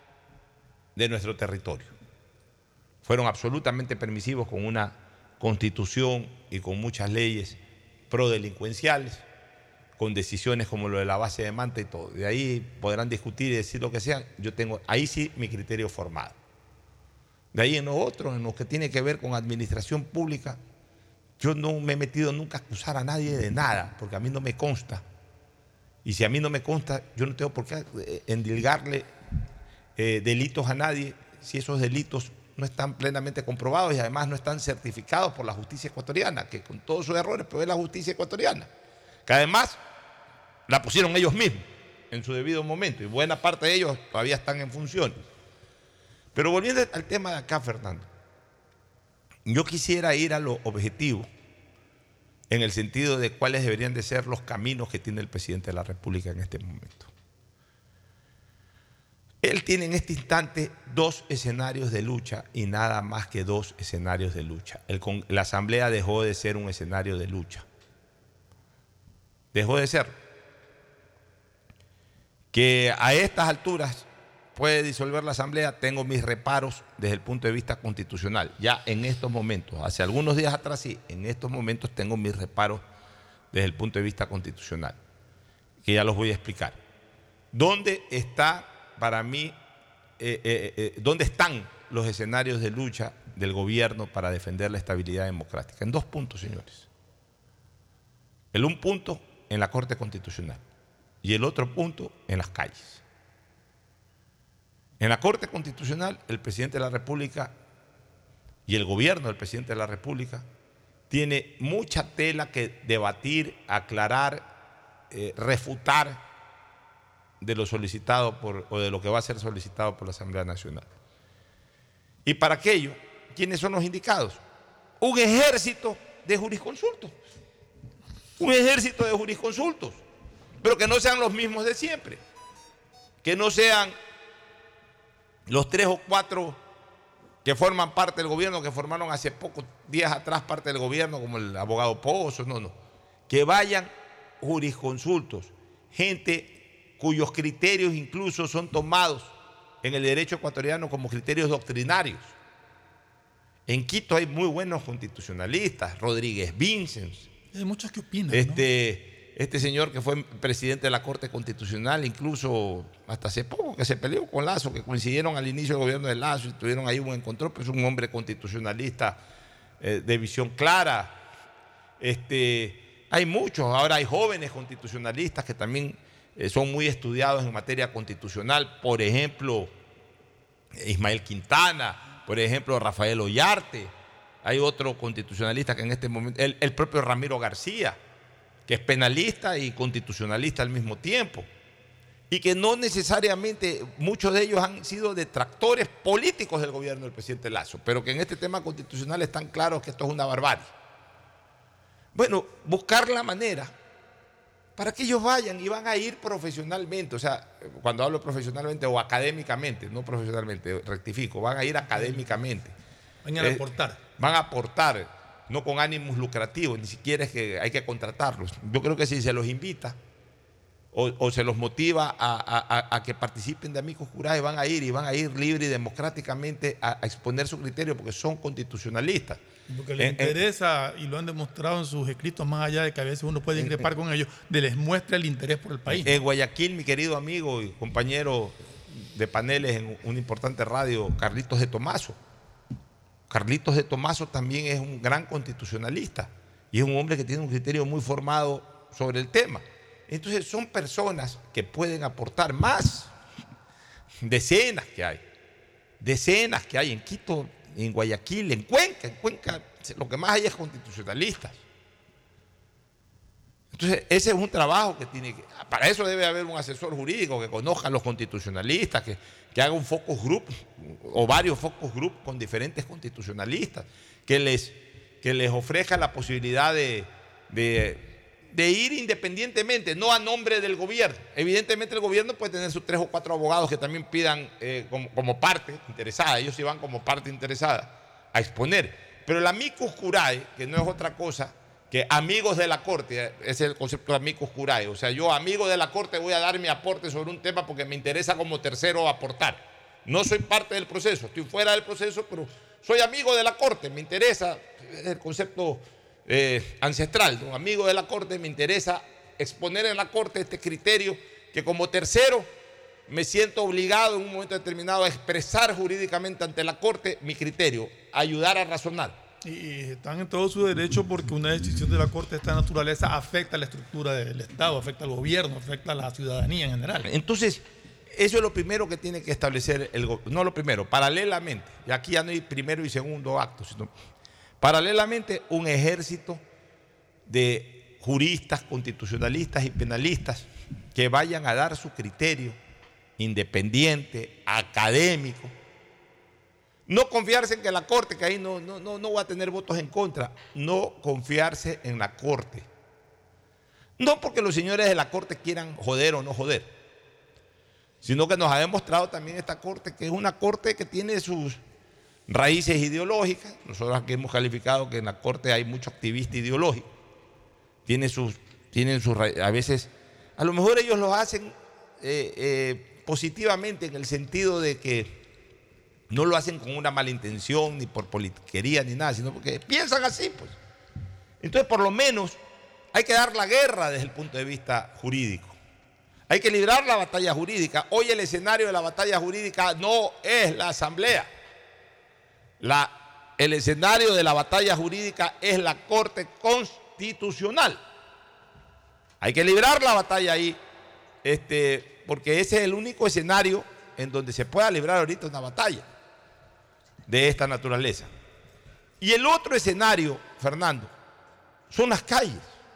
de nuestro territorio. Fueron absolutamente permisivos con una constitución y con muchas leyes prodelincuenciales, con decisiones como lo de la base de Manta y todo. De ahí podrán discutir y decir lo que sean. Yo tengo ahí sí mi criterio formado. De ahí en lo otro, en lo que tiene que ver con administración pública, yo no me he metido nunca a acusar a nadie de nada, porque a mí no me consta. Y si a mí no me consta, yo no tengo por qué endilgarle delitos a nadie si esos delitos no están plenamente comprobados y además no están certificados por la justicia ecuatoriana, que con todos sus errores, pero es la justicia ecuatoriana, que además la pusieron ellos mismos en su debido momento, y buena parte de ellos todavía están en funciones. Pero volviendo al tema de acá, Fernando, yo quisiera ir a lo objetivo en el sentido de cuáles deberían de ser los caminos que tiene el presidente de la República en este momento. Él tiene en este instante 2 escenarios de lucha y nada más que 2 escenarios de lucha. La Asamblea dejó de ser un escenario de lucha. Dejó de ser. Que a estas alturas puede disolver la Asamblea, tengo mis reparos desde el punto de vista constitucional. Ya en estos momentos, hace algunos días atrás sí, en estos momentos tengo mis reparos desde el punto de vista constitucional, que ya los voy a explicar. ¿Dónde está para mí, dónde están los escenarios de lucha del gobierno para defender la estabilidad democrática? En 2 puntos, señores. Un punto en la Corte Constitucional y el otro punto en las calles. En la Corte Constitucional, el presidente de la República y el gobierno del presidente de la República tiene mucha tela que debatir, aclarar, refutar de lo solicitado o de lo que va a ser solicitado por la Asamblea Nacional. Y para aquello, ¿quiénes son los indicados? Un ejército de jurisconsultos. Un ejército de jurisconsultos, pero que no sean los mismos de siempre, que no sean los 3 o 4 que forman parte del gobierno, que formaron hace pocos días atrás parte del gobierno, como el abogado Pozos, no. Que vayan jurisconsultos, gente cuyos criterios incluso son tomados en el derecho ecuatoriano como criterios doctrinarios. En Quito hay muy buenos constitucionalistas, Rodríguez Vicens.
Hay muchos que opinan,
Este señor que fue presidente de la Corte Constitucional, incluso hasta hace poco, que se peleó con Lazo, que coincidieron al inicio del gobierno de Lazo y tuvieron ahí un encontrón, pero es un hombre constitucionalista de visión clara. Hay muchos, ahora hay jóvenes constitucionalistas que también son muy estudiados en materia constitucional, por ejemplo, Ismael Quintana, por ejemplo, Rafael Ollarte. Hay otro constitucionalista que en este momento, el propio Ramiro García, que es penalista y constitucionalista al mismo tiempo, y que no necesariamente muchos de ellos han sido detractores políticos del gobierno del presidente Lazo, pero que en este tema constitucional están claros que esto es una barbarie. Bueno, buscar la manera para que ellos vayan y van a ir profesionalmente, o sea, cuando hablo profesionalmente o académicamente, no profesionalmente, rectifico, van a ir académicamente.
Van a aportar.
Van a aportar no con ánimos lucrativos, ni siquiera es que hay que contratarlos. Yo creo que si se los invita o se los motiva a que participen de Amicus Curiae, van a ir libre y democráticamente a exponer su criterio porque son constitucionalistas.
Porque les interesa, y lo han demostrado en sus escritos, más allá de que a veces uno puede increpar con ellos, les muestra el interés por el país.
En Guayaquil, mi querido amigo y compañero de paneles en una importante radio, Carlitos de Tomaso. Carlitos de Tomaso también es un gran constitucionalista y es un hombre que tiene un criterio muy formado sobre el tema. Entonces son personas que pueden aportar más. Decenas que hay en Quito, en Guayaquil, en Cuenca lo que más hay es constitucionalistas. Entonces ese es un trabajo que tiene que, para eso debe haber un asesor jurídico que conozca a los constitucionalistas, que haga un focus group o varios focus group con diferentes constitucionalistas, que les ofrezca la posibilidad de ir independientemente, no a nombre del gobierno. Evidentemente el gobierno puede tener sus 3 o 4 abogados que también pidan como parte interesada, ellos sí van como parte interesada a exponer. Pero el Amicus Curiae, que no es otra cosa que amigos de la Corte, ese es el concepto de Amicus Curiae, o sea, yo amigo de la Corte voy a dar mi aporte sobre un tema porque me interesa como tercero aportar. No soy parte del proceso, estoy fuera del proceso, pero soy amigo de la Corte, me interesa, es el concepto ancestral, ¿no? Amigo de la Corte, me interesa exponer en la Corte este criterio que como tercero me siento obligado en un momento determinado a expresar jurídicamente ante la Corte mi criterio, ayudar a razonar.
Y están en todo su derecho porque una decisión de la Corte de esta naturaleza afecta a la estructura del Estado, afecta al gobierno, afecta a la ciudadanía en general.
Entonces, eso es lo primero que tiene que establecer el gobierno, no lo primero, paralelamente, y aquí ya no hay primero y segundo acto, sino paralelamente un ejército de juristas, constitucionalistas y penalistas que vayan a dar su criterio independiente, académico. No confiarse en que la Corte, que ahí no va a tener votos en contra, no confiarse en la Corte. No porque los señores de la Corte quieran joder o no joder, sino que nos ha demostrado también esta Corte que es una Corte que tiene sus raíces ideológicas. Nosotros aquí hemos calificado que en la Corte hay mucho activista ideológico. Tienen sus raíces. A veces, a lo mejor ellos lo hacen positivamente en el sentido de que no lo hacen con una mala intención, ni por politiquería, ni nada, sino porque piensan así, pues. Entonces, por lo menos, hay que dar la guerra desde el punto de vista jurídico. Hay que librar la batalla jurídica. Hoy el escenario de la batalla jurídica no es la Asamblea. El escenario de la batalla jurídica es la Corte Constitucional. Hay que librar la batalla ahí, porque ese es el único escenario en donde se pueda librar ahorita una batalla de esta naturaleza. Y el otro escenario, Fernando, son las calles.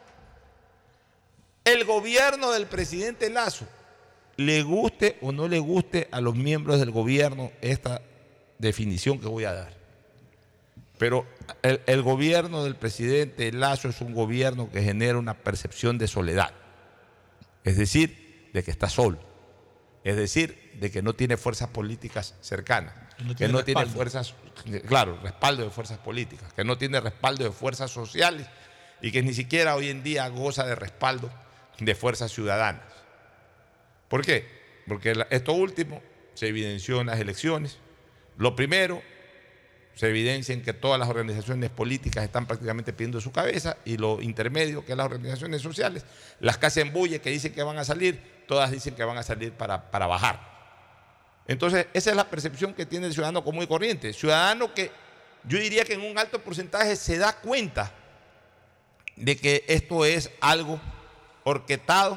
El gobierno del presidente Lasso, le guste o no le guste a los miembros del gobierno esta definición que voy a dar, pero el gobierno del presidente Lasso es un gobierno que genera una percepción de soledad, es decir, de que está solo, es decir, de que no tiene fuerzas políticas cercanas, que no tiene fuerzas, claro, respaldo de fuerzas políticas, que no tiene respaldo de fuerzas sociales y que ni siquiera hoy en día goza de respaldo de fuerzas ciudadanas. ¿Por qué? Porque esto último se evidenció en las elecciones. Lo primero, se evidencia en que todas las organizaciones políticas están prácticamente pidiendo su cabeza, y lo intermedio, que es las organizaciones sociales, las que hacen bulle, que dicen que van a salir, todas dicen que van a salir para bajar. Entonces, esa es la percepción que tiene el ciudadano común y corriente. Ciudadano que yo diría que en un alto porcentaje se da cuenta de que esto es algo orquestado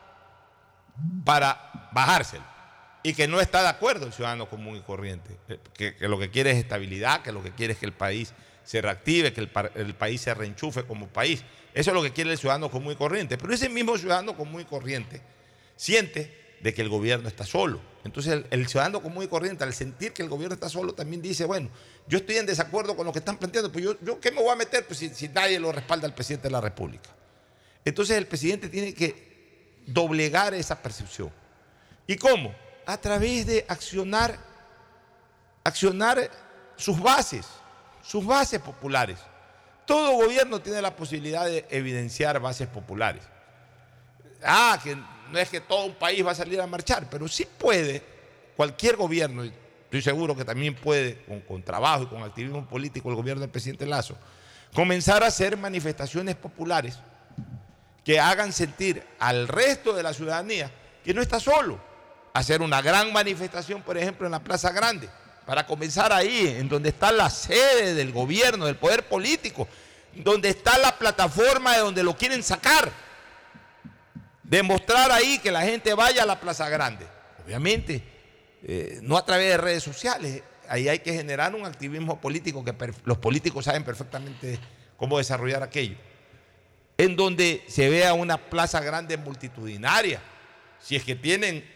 para bajárselo, y que no está de acuerdo el ciudadano común y corriente, que lo que quiere es estabilidad, que lo que quiere es que el país se reactive, que el país se reenchufe como país. Eso es lo que quiere el ciudadano común y corriente. Pero ese mismo ciudadano común y corriente siente de que el gobierno está solo. Entonces el ciudadano común y corriente, al sentir que el gobierno está solo, también dice, bueno, yo estoy en desacuerdo con lo que están planteando, pues yo ¿qué me voy a meter pues, si nadie lo respalda al presidente de la República? Entonces el presidente tiene que doblegar esa percepción. ¿Y cómo? A través de accionar sus bases populares, Todo gobierno tiene la posibilidad de evidenciar bases populares. Que no es que todo un país va a salir a marchar, pero sí puede cualquier gobierno, y estoy seguro que también puede, con trabajo y con activismo político, el gobierno del presidente Lasso, comenzar a hacer manifestaciones populares que hagan sentir al resto de la ciudadanía que no está solo. Hacer una gran manifestación, por ejemplo, en la Plaza Grande, para comenzar ahí, en donde está la sede del gobierno, del poder político, donde está la plataforma de donde lo quieren sacar. Demostrar ahí que la gente vaya a la Plaza Grande. Obviamente, no a través de redes sociales. Ahí hay que generar un activismo político que los políticos saben perfectamente cómo desarrollar aquello. En donde se vea una Plaza Grande multitudinaria. Si es que tienen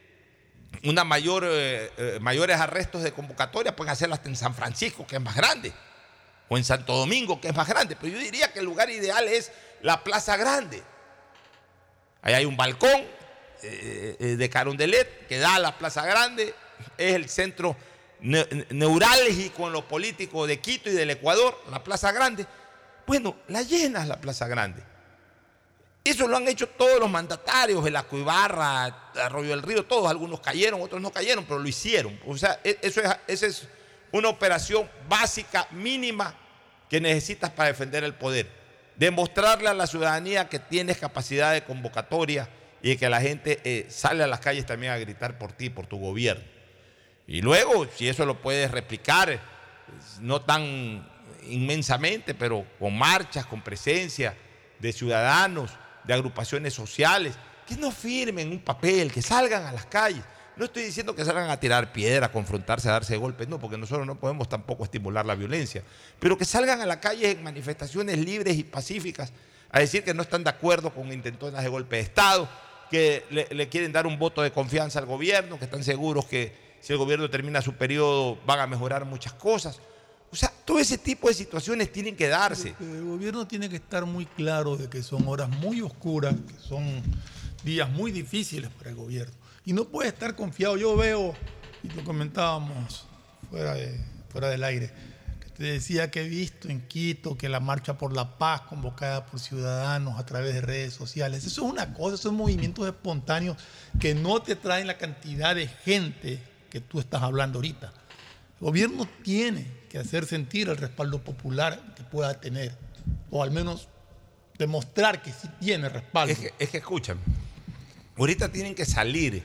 mayores arrestos de convocatoria, pueden hacerlas en San Francisco, que es más grande, o en Santo Domingo, que es más grande. Pero yo diría que el lugar ideal es la Plaza Grande. Ahí hay un balcón de Carondelet que da a la Plaza Grande, es el centro neurálgico en lo político de Quito y del Ecuador, la Plaza Grande. Bueno, la llenas la Plaza Grande. Eso lo han hecho todos los mandatarios, Velasco Ibarra, Arroyo del Río, todos, algunos cayeron, otros no cayeron, pero lo hicieron. O sea, esa es una operación básica, mínima, que necesitas para defender el poder. Demostrarle a la ciudadanía que tienes capacidad de convocatoria y que la gente sale a las calles también a gritar por ti, por tu gobierno. Y luego, si eso lo puedes replicar, no tan inmensamente, pero con marchas, con presencia de ciudadanos, de agrupaciones sociales, que no firmen un papel, que salgan a las calles. No estoy diciendo que salgan a tirar piedra, a confrontarse, a darse golpes, no, porque nosotros no podemos tampoco estimular la violencia, pero que salgan a la calle en manifestaciones libres y pacíficas a decir que no están de acuerdo con intentonas de golpe de Estado, que le quieren dar un voto de confianza al gobierno, que están seguros que si el gobierno termina su periodo van a mejorar muchas cosas. O sea, todo ese tipo de situaciones tienen que darse.
El gobierno tiene que estar muy claro de que son horas muy oscuras, que son días muy difíciles para el gobierno. Y no puede estar confiado. Yo veo, y lo comentábamos fuera del aire, que te decía que he visto en Quito que la Marcha por la Paz convocada por ciudadanos a través de redes sociales, eso es una cosa, esos movimientos espontáneos que no te traen la cantidad de gente que tú estás hablando ahorita. El gobierno tiene que hacer sentir el respaldo popular que pueda tener, o al menos demostrar que sí tiene respaldo.
Es que escúchame, ahorita tienen que salir.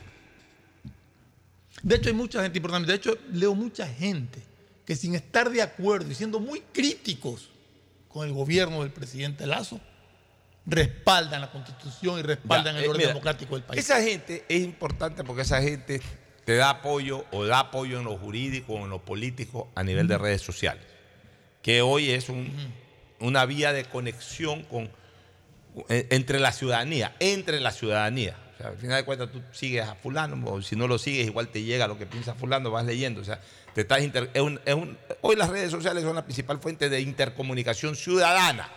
De hecho, hay mucha gente importante. De hecho, leo mucha gente que sin estar de acuerdo y siendo muy críticos con el gobierno del presidente Lasso, respaldan la Constitución y respaldan el orden democrático del país.
Esa gente es importante porque esa gente te da apoyo o da apoyo en lo jurídico o en lo político a nivel de redes sociales, que hoy es una vía de conexión entre la ciudadanía. O sea, al final de cuentas tú sigues a fulano, o si no lo sigues igual te llega lo que piensa fulano, vas leyendo. O sea, hoy las redes sociales son la principal fuente de intercomunicación ciudadana.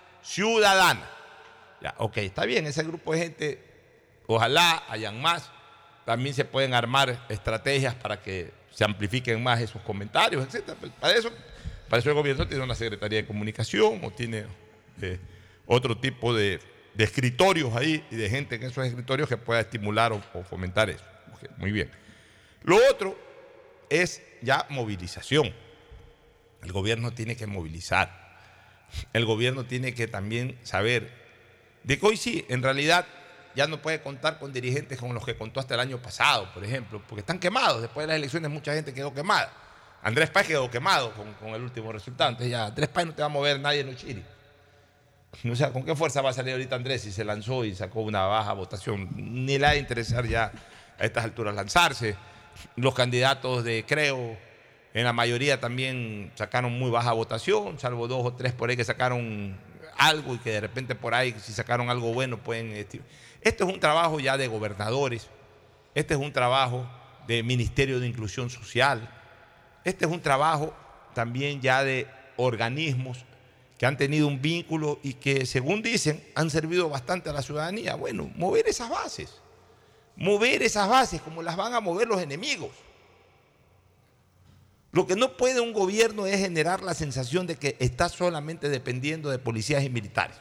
Ya, ok, está bien, ese grupo de gente, ojalá hayan más. También se pueden armar estrategias para que se amplifiquen más esos comentarios, etc. Para eso el gobierno tiene una Secretaría de Comunicación o tiene otro tipo de escritorios ahí y de gente en esos escritorios que pueda estimular o fomentar eso. Okay, muy bien. Lo otro es ya movilización. El gobierno tiene que movilizar. El gobierno tiene que también saber de que hoy sí, en realidad, ya no puede contar con dirigentes con los que contó hasta el año pasado, por ejemplo, porque están quemados. Después de las elecciones mucha gente quedó quemada. Andrés Páez quedó quemado con el último resultado. Entonces ya Andrés Páez no te va a mover nadie en Uchiri. O sea, ¿con qué fuerza va a salir ahorita Andrés si se lanzó y sacó una baja votación? Ni le ha de interesar ya a estas alturas lanzarse. Los candidatos de Creo, en la mayoría también sacaron muy baja votación, salvo 2 o 3 por ahí que sacaron algo y que de repente por ahí, si sacaron algo bueno, pueden... Esto es un trabajo ya de gobernadores, este es un trabajo de Ministerio de Inclusión Social, este es un trabajo también ya de organismos que han tenido un vínculo y que, según dicen, han servido bastante a la ciudadanía. Bueno, mover esas bases como las van a mover los enemigos. Lo que no puede un gobierno es generar la sensación de que está solamente dependiendo de policías y militares.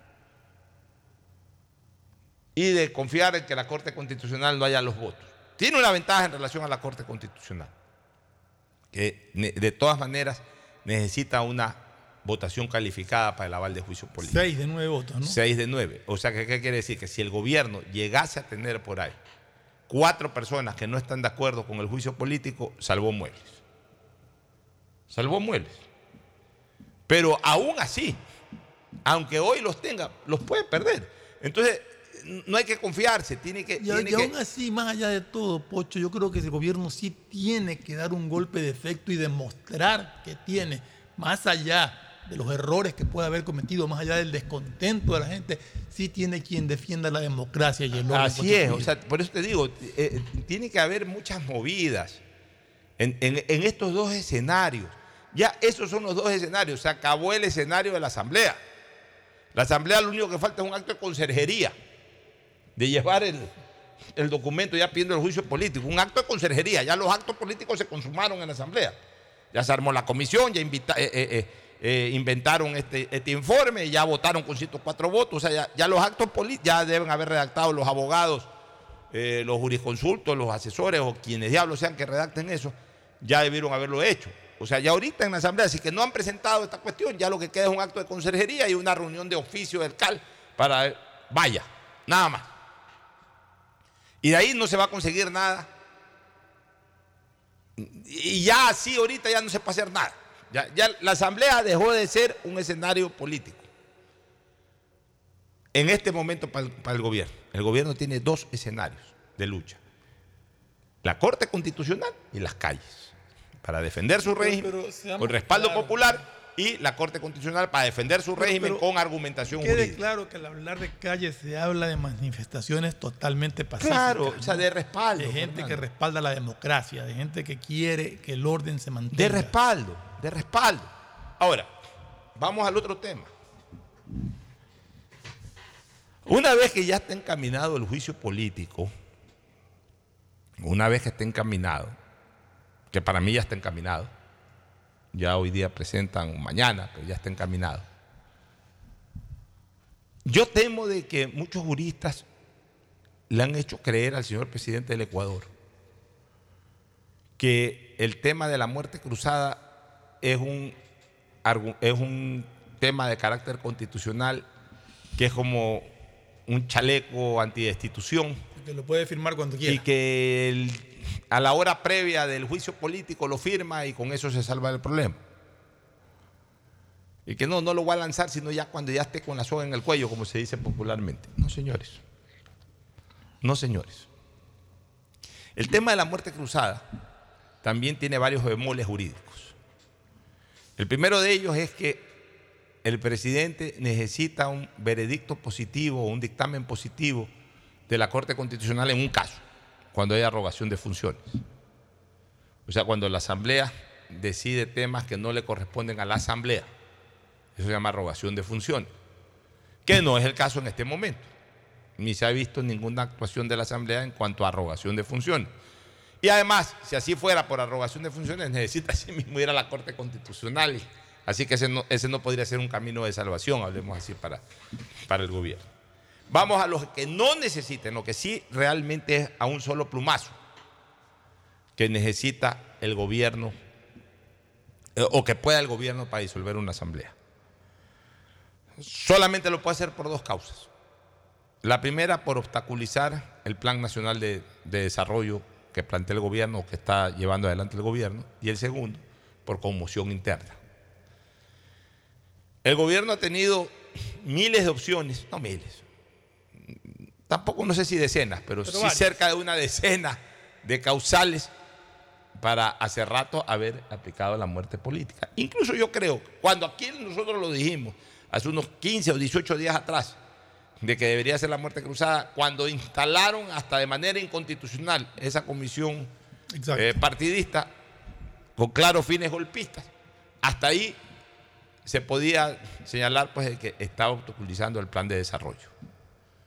Y de confiar en que la Corte Constitucional no haya los votos. Tiene una ventaja en relación a la Corte Constitucional, que de todas maneras necesita una votación calificada para el aval de juicio político.
6 de 9 votos, ¿no?
6 de 9. O sea, ¿qué quiere decir? Que si el gobierno llegase a tener por ahí 4 personas que no están de acuerdo con el juicio político, salvó muebles. Salvó muebles. Pero aún así, aunque hoy los tenga, los puede perder. Entonces, no hay que confiarse, tiene que...
Y aún así, más allá de todo, Pocho, yo creo que el gobierno sí tiene que dar un golpe de efecto y demostrar que tiene, más allá de los errores que puede haber cometido, más allá del descontento de la gente, sí tiene quien defienda la democracia y el orden.
Así es, o sea, por eso te digo, tiene que haber muchas movidas en estos dos escenarios. Ya esos son los dos escenarios, se acabó el escenario de la Asamblea. La Asamblea lo único que falta es un acto de conserjería, de llevar el documento ya pidiendo el juicio político, un acto de conserjería. Ya los actos políticos se consumaron en la Asamblea. Ya se armó la comisión, ya inventaron este informe, ya votaron con 104 votos. O sea, ya los actos políticos ya deben haber redactado los abogados, los jurisconsultos, los asesores o quienes diablos sean que redacten eso, ya debieron haberlo hecho. O sea, ya ahorita en la Asamblea, si que no han presentado esta cuestión, ya lo que queda es un acto de conserjería y una reunión de oficio del CAL para, vaya, nada más. Y de ahí no se va a conseguir nada. Y ya así ahorita ya no se puede hacer nada. Ya la Asamblea dejó de ser un escenario político. En este momento para el gobierno. El gobierno tiene 2 escenarios de lucha. La Corte Constitucional y las calles. Para defender su régimen con respaldo popular, y la Corte Constitucional para defender su régimen con argumentación jurídica.
Quede claro que al hablar de calles se habla de manifestaciones totalmente pacíficas.
Claro, o sea, de respaldo.
De gente que respalda la democracia, de gente que quiere que el orden se mantenga.
De respaldo, de respaldo. Ahora, vamos al otro tema. Una vez que ya está encaminado el juicio político, una vez que esté encaminado, que para mí ya está encaminado, ya hoy día presentan mañana, pero ya está encaminado. Yo temo de que muchos juristas le han hecho creer al señor presidente del Ecuador que el tema de la muerte cruzada es un tema de carácter constitucional, que es como un chaleco antidestitución.
Que lo puede firmar cuando quiera.
Y que a la hora previa del juicio político lo firma y con eso se salva el problema. Y que no lo va a lanzar sino ya cuando ya esté con la soga en el cuello, como se dice popularmente. No, señores. No, señores. El tema de la muerte cruzada también tiene varios bemoles jurídicos. El primero de ellos es que el presidente necesita un veredicto positivo o un dictamen positivo de la Corte Constitucional en un caso, cuando hay arrogación de funciones. O sea, cuando la Asamblea decide temas que no le corresponden a la Asamblea. Eso se llama arrogación de funciones, que no es el caso en este momento. Ni se ha visto ninguna actuación de la Asamblea en cuanto a arrogación de funciones. Y además, si así fuera por arrogación de funciones, necesita sí mismo ir a la Corte Constitucional. Así que ese no podría ser un camino de salvación, hablemos así, para el gobierno. Vamos a los que no necesiten, lo que sí realmente es a un solo plumazo que necesita el gobierno o que pueda el gobierno para disolver una asamblea. Solamente lo puede hacer por 2 causas. La primera, por obstaculizar el Plan Nacional de Desarrollo que plantea el gobierno o que está llevando adelante el gobierno, y el segundo, por conmoción interna. El gobierno ha tenido miles de opciones, no miles, tampoco no sé si decenas, pero sí varios. Cerca de una decena de causales para hace rato haber aplicado la muerte política. Incluso yo creo, cuando aquí nosotros lo dijimos, hace unos 15 o 18 días atrás, de que debería ser la muerte cruzada, cuando instalaron hasta de manera inconstitucional esa comisión partidista con claros fines golpistas, hasta ahí se podía señalar pues que estaba obstaculizando el plan de desarrollo.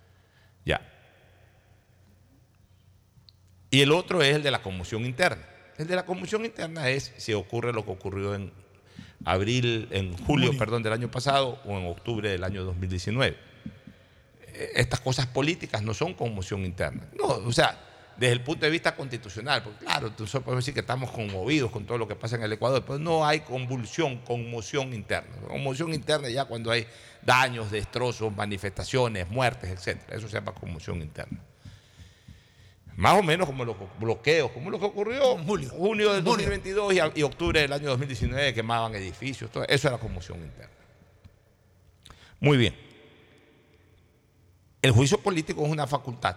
Ya. Y el otro es el de la conmoción interna. El de la conmoción interna es si ocurre lo que ocurrió en julio del año pasado o en octubre del año 2019. Estas cosas políticas no son conmoción interna. No, o sea, desde el punto de vista constitucional, porque claro, nosotros podemos decir que estamos conmovidos con todo lo que pasa en el Ecuador, pero no hay conmoción interna. Conmoción interna ya cuando hay daños, destrozos, manifestaciones, muertes, etc. Eso se llama conmoción interna. Más o menos como los bloqueos, como lo que ocurrió en junio del 2022 y octubre del año 2019, quemaban edificios, todo eso era conmoción interna. Muy bien. El juicio político es una facultad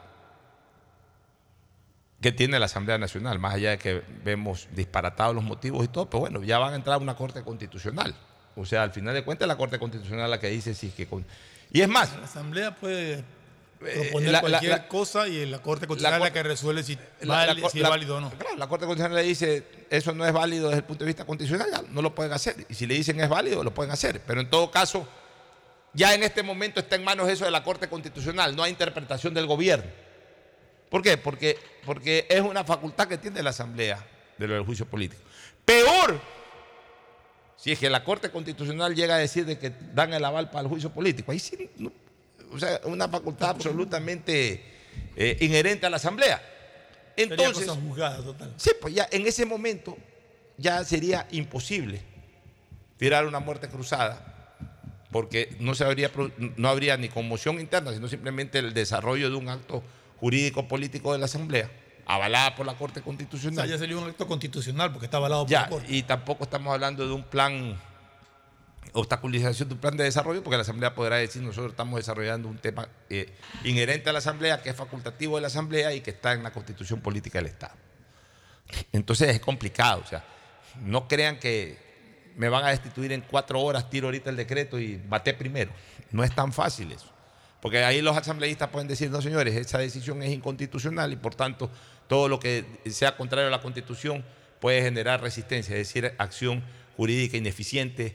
que tiene la Asamblea Nacional, más allá de que vemos disparatados los motivos y todo, pero bueno, ya van a entrar a una Corte Constitucional. O sea, al final de cuentas, la Corte Constitucional la que dice si es que... Y es más...
La Asamblea puede proponer cualquier cosa y la Corte Constitucional es la que resuelve si es válido o no.
Claro, la Corte Constitucional le dice, eso no es válido desde el punto de vista constitucional, ya no lo pueden hacer. Y si le dicen es válido, lo pueden hacer. Pero en todo caso... Ya en este momento está en manos eso de la Corte Constitucional, no hay interpretación del gobierno. ¿Por qué? Porque es una facultad que tiene la Asamblea de lo del juicio político. Peor, si es que la Corte Constitucional llega a decir de que dan el aval para el juicio político. Ahí sí, no, o sea, una facultad absolutamente inherente a la Asamblea. Entonces,
sería cosa juzgada, total.
Sí, pues ya en ese momento ya sería imposible tirar una muerte cruzada, porque no habría ni conmoción interna, sino simplemente el desarrollo de un acto jurídico político de la Asamblea, avalada por la Corte Constitucional.
O sea, ya sería un acto constitucional porque está avalado por la Corte.
Y tampoco estamos hablando de un plan, obstaculización de un plan de desarrollo, porque la Asamblea podrá decir, nosotros estamos desarrollando un tema inherente a la Asamblea, que es facultativo de la Asamblea y que está en la Constitución Política del Estado. Entonces es complicado, o sea, no crean que me van a destituir en 4 horas, tiro ahorita el decreto y maté primero. No es tan fácil eso. Porque ahí los asambleístas pueden decir, no señores, esa decisión es inconstitucional y por tanto todo lo que sea contrario a la Constitución puede generar resistencia, es decir, acción jurídica ineficiente,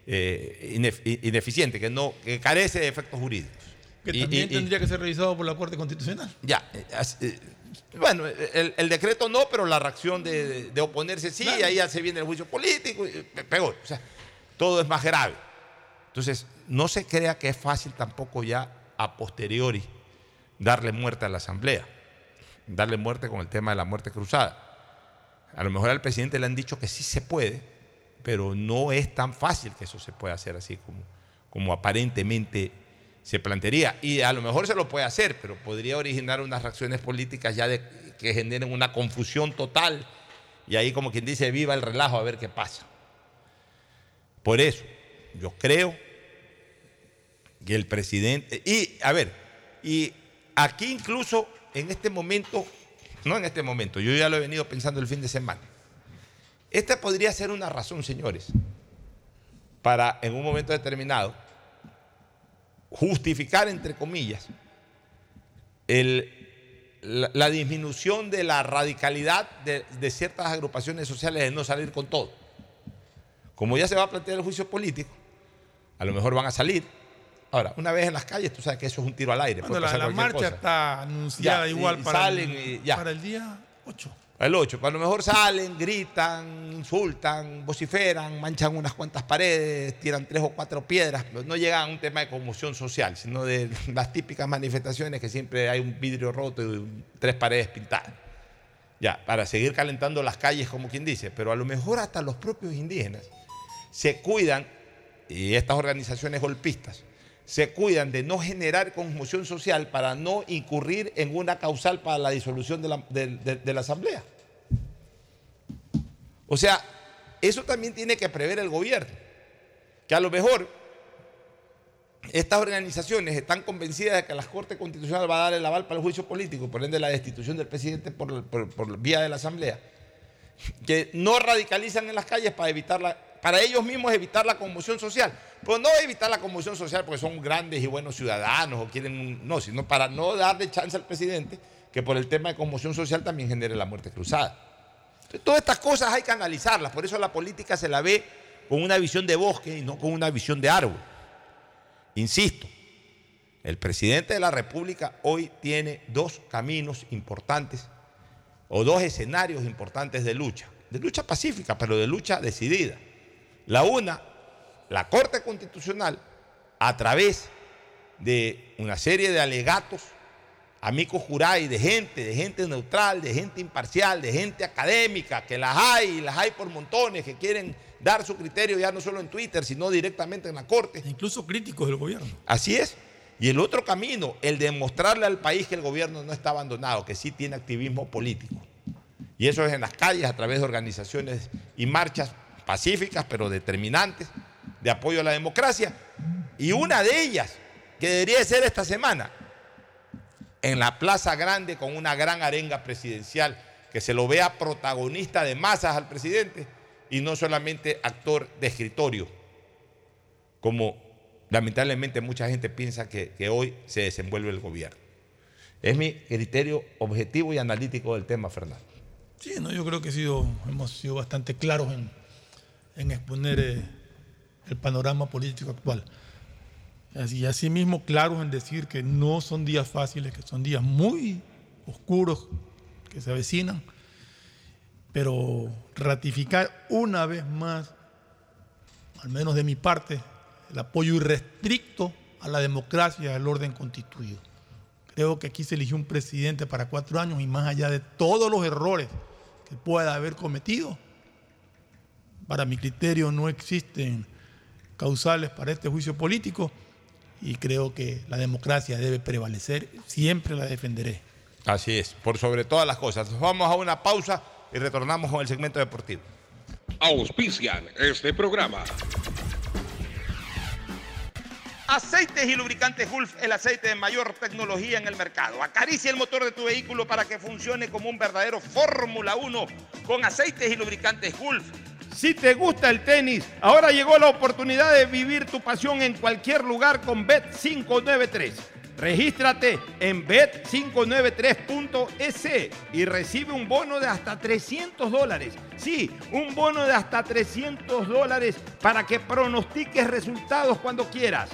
que carece de efectos jurídicos.
Que también tendría que ser revisado por la Corte Constitucional.
Ya, bueno, el decreto no, pero la reacción de oponerse sí, claro. Ahí ya se viene el juicio político, peor, o sea, todo es más grave. Entonces, no se crea que es fácil tampoco ya a posteriori darle muerte a la Asamblea, darle muerte con el tema de la muerte cruzada. A lo mejor al presidente le han dicho que sí se puede, pero no es tan fácil que eso se pueda hacer así como aparentemente se plantearía. Y a lo mejor se lo puede hacer, pero podría originar unas reacciones políticas ya que generen una confusión total y ahí, como quien dice, viva el relajo a ver qué pasa. Por eso, yo creo que el presidente... Y aquí incluso en este momento, no en este momento, yo ya lo he venido pensando el fin de semana. Esta podría ser una razón, señores, para en un momento determinado justificar, entre comillas, la disminución de la radicalidad de ciertas agrupaciones sociales de no salir con todo. Como ya se va a plantear el juicio político, a lo mejor van a salir. Ahora, una vez en las calles, tú sabes que eso es un tiro al aire.
Bueno, la marcha cosa está anunciada igual para el día 8.
El 8, a lo mejor salen, gritan, insultan, vociferan, manchan unas cuantas paredes, tiran 3 o 4 piedras, pero no llegan a un tema de conmoción social, sino de las típicas manifestaciones que siempre hay un vidrio roto y 3 paredes pintadas. Ya, para seguir calentando las calles, como quien dice, pero a lo mejor hasta los propios indígenas se cuidan, y estas organizaciones golpistas, se cuidan de no generar conmoción social para no incurrir en una causal para la disolución de la Asamblea. O sea, eso también tiene que prever el gobierno, que a lo mejor estas organizaciones están convencidas de que la Corte Constitucional va a dar el aval para el juicio político, por ende la destitución del presidente por vía de la Asamblea, que no radicalizan en las calles para ellos mismos evitar la conmoción social. Pero no evitar la conmoción social porque son grandes y buenos ciudadanos o quieren, no, sino para no darle chance al presidente que por el tema de conmoción social también genere la muerte cruzada. Entonces, todas estas cosas hay que analizarlas, por eso la política se la ve con una visión de bosque y no con una visión de árbol. Insisto, el presidente de la República hoy tiene 2 caminos importantes o dos escenarios importantes de lucha pacífica, pero de lucha decidida. La una, la Corte Constitucional, a través de una serie de alegatos, amicus curiae, de gente neutral, de gente imparcial, de gente académica, que las hay por montones, que quieren dar su criterio ya no solo en Twitter, sino directamente en la Corte.
Incluso críticos del gobierno.
Así es. Y el otro camino, el de mostrarle al país que el gobierno no está abandonado, que sí tiene activismo político. Y eso es en las calles, a través de organizaciones y marchas pacíficas, pero determinantes, de apoyo a la democracia. Y una de ellas, que debería ser esta semana, en la Plaza Grande, con una gran arenga presidencial, que se lo vea protagonista de masas al presidente y no solamente actor de escritorio, como lamentablemente mucha gente piensa que hoy se desenvuelve el gobierno. Es mi criterio objetivo y analítico del tema, Fernando.
Sí, no, yo creo que hemos sido bastante claros en exponer el panorama político actual. Y asimismo claros en decir que no son días fáciles, que son días muy oscuros que se avecinan, pero ratificar una vez más, al menos de mi parte, el apoyo irrestricto a la democracia y al orden constituido. Creo que aquí se eligió un presidente para 4 años y más allá de todos los errores que pueda haber cometido, para mi criterio no existen causales para este juicio político y creo que la democracia debe prevalecer, siempre la defenderé.
Así es, por sobre todas las cosas. Vamos a una pausa y retornamos con el segmento deportivo.
Auspician este programa.
Aceites y lubricantes Gulf, el aceite de mayor tecnología en el mercado. Acaricia el motor de tu vehículo para que funcione como un verdadero Fórmula 1 con aceites y lubricantes Gulf. Si te gusta el tenis, ahora llegó la oportunidad de vivir tu pasión en cualquier lugar con Bet593. Regístrate en bet593.es y recibe un bono de hasta $300. Sí, un bono de hasta $300 para que pronostiques resultados cuando quieras.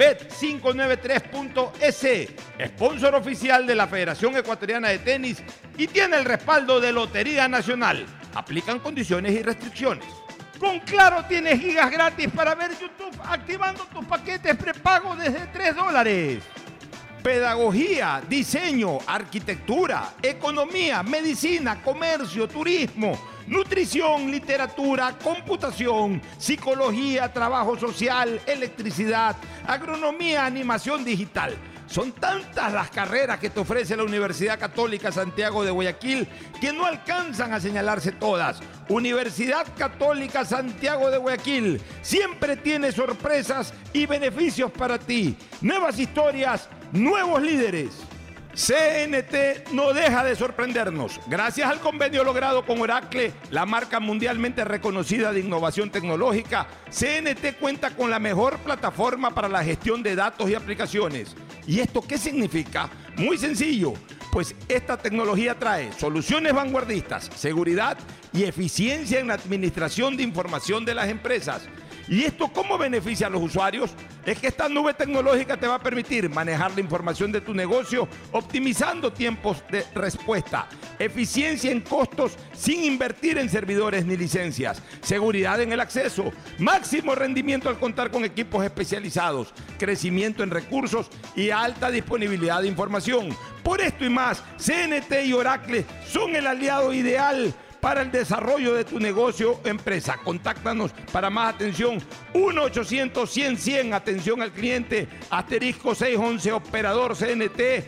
Bet593.es, sponsor oficial de la Federación Ecuatoriana de Tenis y tiene el respaldo de Lotería Nacional. Aplican condiciones y restricciones. Con Claro tienes gigas gratis para ver YouTube activando tus paquetes prepago desde $3. Pedagogía, diseño, arquitectura, economía, medicina, comercio, turismo, nutrición, literatura, computación, psicología, trabajo social, electricidad, agronomía, animación digital. Son tantas las carreras que te ofrece la Universidad Católica Santiago de Guayaquil que no alcanzan a señalarse todas. Universidad Católica Santiago de Guayaquil siempre tiene sorpresas y beneficios para ti. Nuevas historias, nuevos líderes. CNT no deja de sorprendernos. Gracias al convenio logrado con Oracle, la marca mundialmente reconocida de innovación tecnológica, CNT cuenta con la mejor plataforma para la gestión de datos y aplicaciones. ¿Y esto qué significa? Muy sencillo, pues esta tecnología trae soluciones vanguardistas, seguridad y eficiencia en la administración de información de las empresas. ¿Y esto cómo beneficia a los usuarios? Es que esta nube tecnológica te va a permitir manejar la información de tu negocio, optimizando tiempos de respuesta, eficiencia en costos sin invertir en servidores ni licencias, seguridad en el acceso, máximo rendimiento al contar con equipos especializados, crecimiento en recursos y alta disponibilidad de información. Por esto y más, CNT y Oracle son el aliado ideal para el desarrollo de tu negocio o empresa. Contáctanos para más atención 1-800-100-100, atención al cliente, asterisco 611, operador CNT,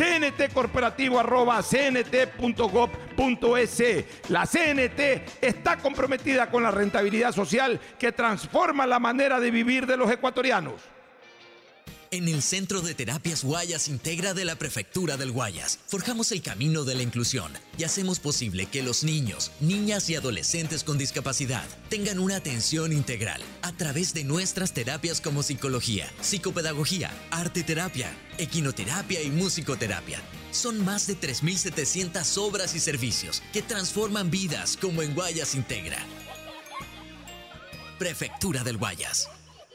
cntcorporativo@cnt.gov.es. La CNT está comprometida con la rentabilidad social que transforma la manera de vivir de los ecuatorianos.
En el Centro de Terapias Guayas Integra de la Prefectura del Guayas, forjamos el camino de la inclusión y hacemos posible que los niños, niñas y adolescentes con discapacidad tengan una atención integral a través de nuestras terapias como psicología, psicopedagogía, arteterapia, equinoterapia y musicoterapia. Son más de 3.700 obras y servicios que transforman vidas como en Guayas Integra. Prefectura del Guayas.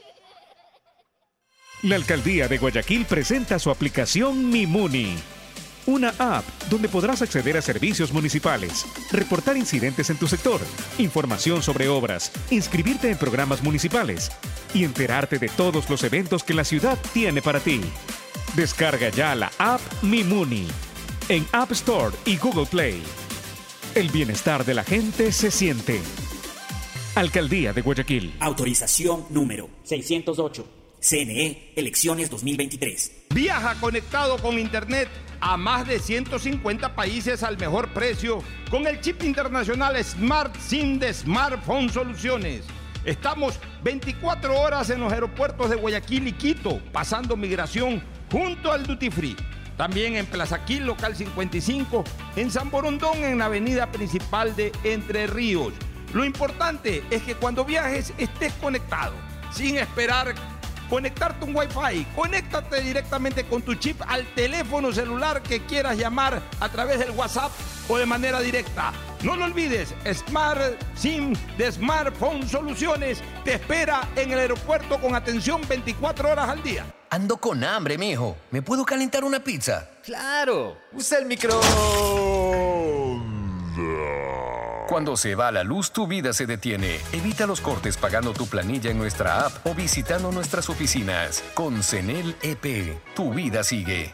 La Alcaldía de Guayaquil presenta su aplicación Mi Muni. Una app donde podrás acceder a servicios municipales, reportar incidentes en tu sector, información sobre obras, inscribirte en programas municipales y enterarte de todos los eventos que la ciudad tiene para ti. Descarga ya la app Mi Muni en App Store y Google Play. El bienestar de la gente se siente. Alcaldía de Guayaquil.
Autorización número 608. CNE, elecciones 2023.
Viaja conectado con Internet a más de 150 países al mejor precio con el chip internacional Smart SIM de Smartphone Soluciones. Estamos 24 horas en los aeropuertos de Guayaquil y Quito, pasando migración junto al Duty Free. También en Plaza Quil, local 55, en San Borondón, en la avenida principal de Entre Ríos. Lo importante es que cuando viajes estés conectado, sin esperar conectarte un Wi-Fi. Conéctate directamente con tu chip al teléfono celular que quieras llamar a través del WhatsApp o de manera directa. No lo olvides, Smart SIM de Smartphone Soluciones te espera en el aeropuerto con atención 24 horas al día.
Ando con hambre, mijo. ¿Me puedo calentar una pizza?
¡Claro! ¡Usa el micro!
Cuando se va la luz, tu vida se detiene. Evita los cortes pagando tu planilla en nuestra app o visitando nuestras oficinas. Con CENEL EP, tu vida sigue.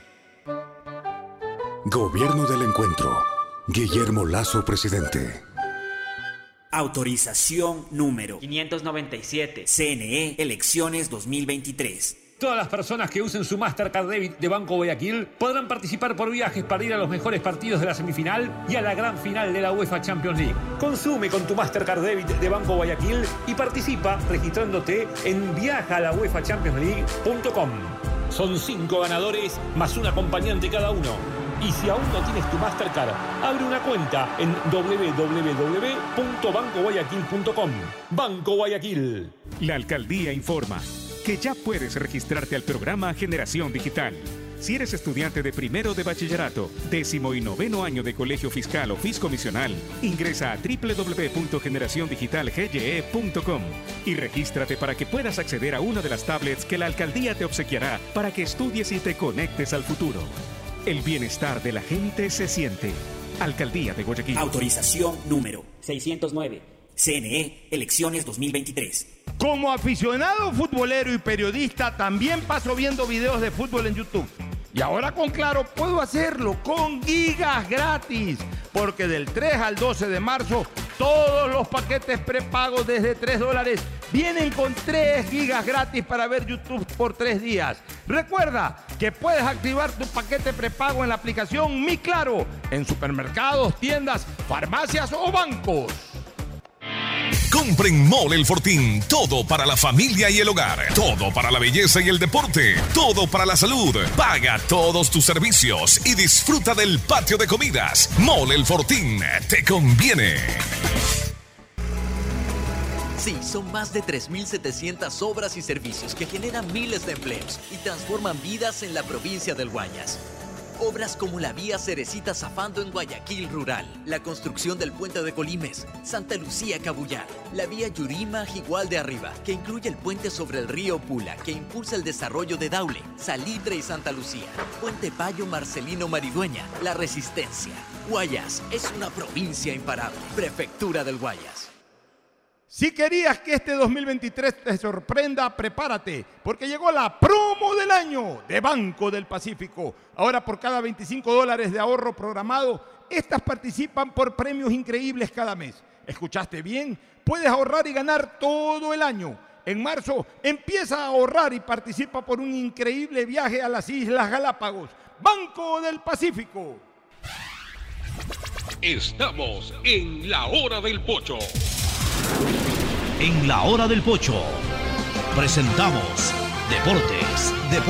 Gobierno del Encuentro. Guillermo Lasso, presidente.
Autorización número 597. CNE, elecciones 2023.
Todas las personas que usen su Mastercard Debit de Banco Guayaquil podrán participar por viajes para ir a los mejores partidos de la semifinal y a la gran final de la UEFA Champions League. Consume con tu Mastercard Debit de Banco Guayaquil y participa registrándote en viajalauefachampionsleague.com. Son 5 ganadores más un acompañante cada uno. Y si aún no tienes tu Mastercard, abre una cuenta en www.bancoguayaquil.com. Banco Guayaquil.
La alcaldía informa que ya puedes registrarte al programa Generación Digital. Si eres estudiante de primero de bachillerato, 10º y 9º año de colegio fiscal o fiscomisional, ingresa a www.generaciondigitalgye.com y regístrate para que puedas acceder a una de las tablets que la alcaldía te obsequiará para que estudies y te conectes al futuro. El bienestar de la gente se siente. Alcaldía de Guayaquil.
Autorización número 609. CNE, elecciones 2023.
Como aficionado futbolero y periodista, también paso viendo videos de fútbol en YouTube. Y ahora con Claro puedo hacerlo con gigas gratis, porque del 3 al 12 de marzo todos los paquetes prepagos desde $3 vienen con 3 gigas gratis para ver YouTube por 3 días. Recuerda que puedes activar tu paquete prepago en la aplicación Mi Claro, en supermercados, tiendas, farmacias o bancos.
Compre en Mole El Fortín. Todo para la familia y el hogar. Todo para la belleza y el deporte. Todo para la salud. Paga todos tus servicios y disfruta del patio de comidas. Mole El Fortín. Te conviene.
Sí, son más de 3.700 obras y servicios que generan miles de empleos y transforman vidas en la provincia del Guayas. Obras como la vía Cerecita Zafando en Guayaquil Rural, la construcción del puente de Colimes, Santa Lucía Cabullar, la vía Yurima Jigual de Arriba, que incluye el puente sobre el río Pula, que impulsa el desarrollo de Daule, Salitre y Santa Lucía, Puente Payo Marcelino Maridueña, La Resistencia. Guayas es una provincia imparable. Prefectura del Guayas.
Si querías que este 2023 te sorprenda, prepárate, porque llegó la promo del año de Banco del Pacífico. Ahora por cada $25 de ahorro programado, estas participan por premios increíbles cada mes. ¿Escuchaste bien? Puedes ahorrar y ganar todo el año. En marzo, empieza a ahorrar y participa por un increíble viaje a las Islas Galápagos. Banco del Pacífico.
Estamos en la hora del pocho.
En la hora del pocho presentamos Deportes.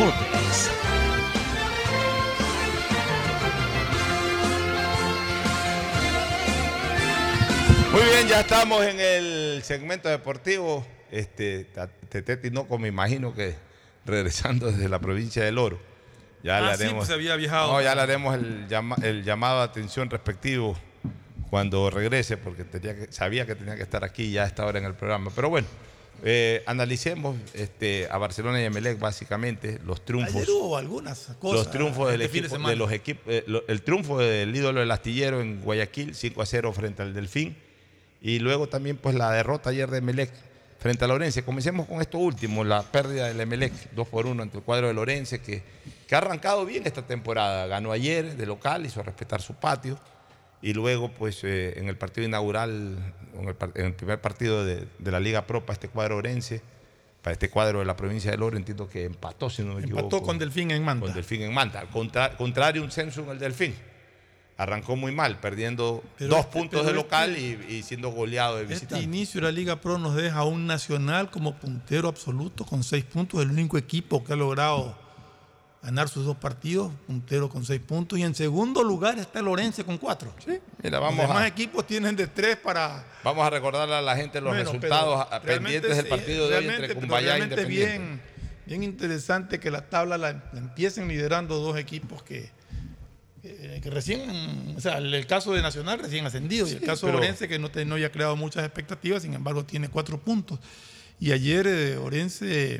Muy bien, ya estamos en el segmento deportivo. Tete Tinoco, me imagino que regresando desde la provincia del Oro. Ya le haremos,
sí, pues había viajado.
No, ya le haremos el llamado de atención respectivo cuando regrese, porque sabía que tenía que estar aquí ya a esta hora en el programa. Pero bueno, analicemos a Barcelona y Emelec básicamente los triunfos.
Ayer hubo algunas cosas.
Los triunfos del
fin de
equipo,
semana.
de los equipos, el triunfo del ídolo del astillero en Guayaquil, 5-0 frente al Delfín. Y luego también pues la derrota ayer de Emelec frente a Lorense. Comencemos con esto último, la pérdida del Emelec 2-1 ante el cuadro de Lorense, que ha arrancado bien esta temporada. Ganó ayer de local, hizo respetar su patio. Y luego, pues, en el partido inaugural, en el primer partido de la Liga Pro para este cuadro orense, para este cuadro de la provincia de Loro, entiendo que empató, si no me equivoco.
Empató con Delfín en Manta.
Con Delfín en Manta. Contrario un censo en el Delfín. Arrancó muy mal, perdiendo 2 puntos de local y siendo goleado de visitante.
Este inicio de la Liga Pro nos deja a un Nacional como puntero absoluto con 6 puntos, el único equipo que ha logrado ganar sus 2 partidos, puntero con 6 puntos, y en segundo lugar está el Orense con 4.
Sí, mira,
los demás equipos tienen de 3 para...
Vamos a recordarle a la gente los resultados pendientes del partido de hoy entre Cumbayá e Independiente.
Bien interesante que la tabla la empiecen liderando 2 equipos que recién, o sea, el caso de Nacional recién ascendido, y el caso de Orense que no había creado muchas expectativas, sin embargo tiene 4 puntos. Y ayer Orense...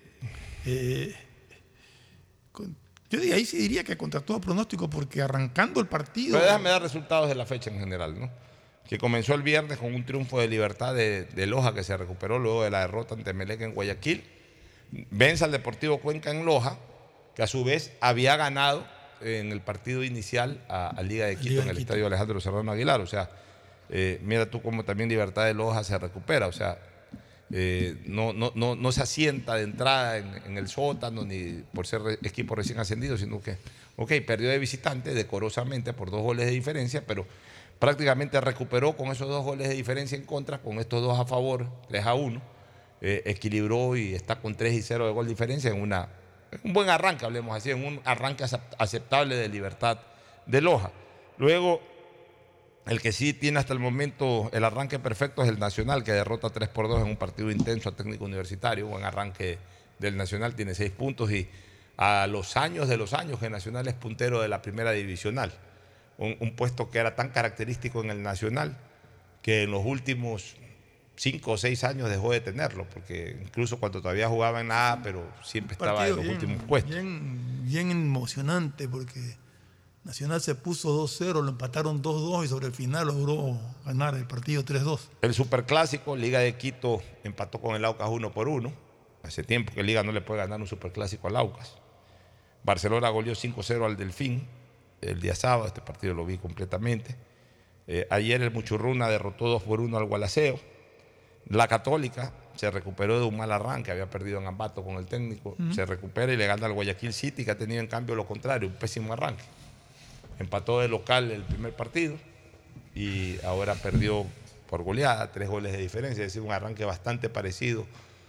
yo ahí sí diría que contra todo pronóstico, porque arrancando el partido...
Pero déjame dar resultados de la fecha en general, ¿no? Que comenzó el viernes con un triunfo de Libertad de Loja, que se recuperó luego de la derrota ante Emelec en Guayaquil. Vence al Deportivo Cuenca en Loja, que a su vez había ganado en el partido inicial a Liga de Quito en el estadio Alejandro Serrano Aguilar. O sea, mira tú cómo también Libertad de Loja se recupera. O sea, no se asienta de entrada en el sótano ni por ser equipo recién ascendido, sino que, perdió de visitante decorosamente por 2 goles de diferencia, pero prácticamente recuperó con esos 2 goles de diferencia en contra, con estos 2 a favor, 3-1, equilibró y está con 3-0 de gol de diferencia en un buen arranque, hablemos así, en un arranque aceptable de Libertad de Loja. Luego, el que sí tiene hasta el momento el arranque perfecto es el Nacional, que derrota 3-2 en un partido intenso a Técnico Universitario. Buen arranque del Nacional, tiene 6 puntos y a los años de los años que Nacional es puntero de la primera divisional. Un puesto que era tan característico en el Nacional que en los últimos 5 o 6 años dejó de tenerlo, porque incluso cuando todavía jugaba en la A, pero siempre estaba en los últimos puestos.
Bien emocionante, porque Nacional se puso 2-0, lo empataron 2-2 y sobre el final logró ganar el partido 3-2.
El Superclásico, Liga de Quito empató con el Aucas 1-1. Hace tiempo que Liga no le puede ganar un Superclásico al Aucas. Barcelona goleó 5-0 al Delfín el día sábado, este partido lo vi completamente. Ayer el Muchurruna derrotó 2-1 al Gualaceo. La Católica se recuperó de un mal arranque, había perdido en Ambato con el técnico, se recupera y le gana al Guayaquil City, que ha tenido en cambio lo contrario, un pésimo arranque. Empató de local el primer partido y ahora perdió por goleada, 3 goles de diferencia, es decir, un arranque bastante parecido.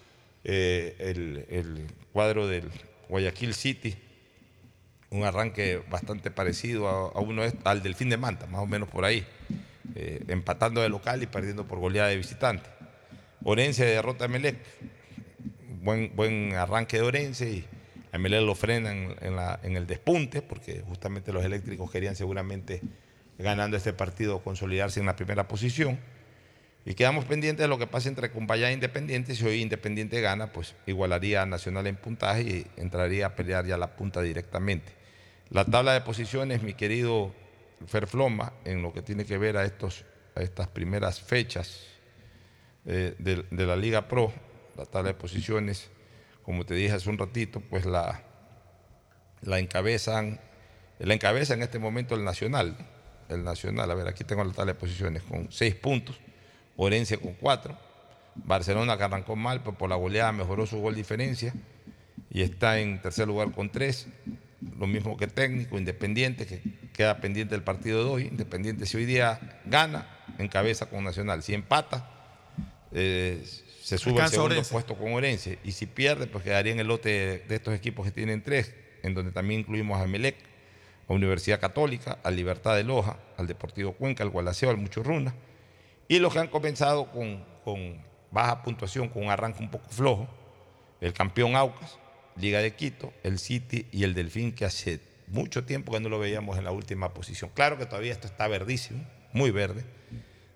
El cuadro del Guayaquil City, un arranque bastante parecido al Delfín de Manta, más o menos por ahí, empatando de local y perdiendo por goleada de visitante. Orense derrota a Emelec, buen arranque de Orense, y a Emelec lo frenan en el despunte, porque justamente los eléctricos querían seguramente, ganando este partido, consolidarse en la primera posición. Y quedamos pendientes de lo que pase entre Cumbayá e Independiente. Si hoy Independiente gana, pues igualaría a Nacional en puntaje y entraría a pelear ya la punta directamente. La tabla de posiciones, mi querido Ferfloma, en lo que tiene que ver a estas primeras fechas de la Liga Pro, la tabla de posiciones, como te dije hace un ratito, pues la encabeza en este momento el Nacional. El Nacional, a ver, aquí tengo la tabla de posiciones con 6 puntos, Orense con 4, Barcelona, que arrancó mal, pero por la goleada mejoró su gol diferencia y está en tercer lugar con 3, lo mismo que Técnico. Independiente, que queda pendiente del partido de hoy. Independiente, si hoy día gana, encabeza con Nacional. Si empata, se sube al segundo puesto con Orense, y si pierde, pues quedaría en el lote de estos equipos que tienen 3, en donde también incluimos a Emelec, a Universidad Católica, a Libertad de Loja, al Deportivo Cuenca, al Gualaceo, al Muchurruna, y los que han comenzado con baja puntuación, con un arranque un poco flojo, el campeón Aucas, Liga de Quito, el City y el Delfín, que hace mucho tiempo que no lo veíamos en la última posición. Claro que todavía esto está verdísimo, muy verde,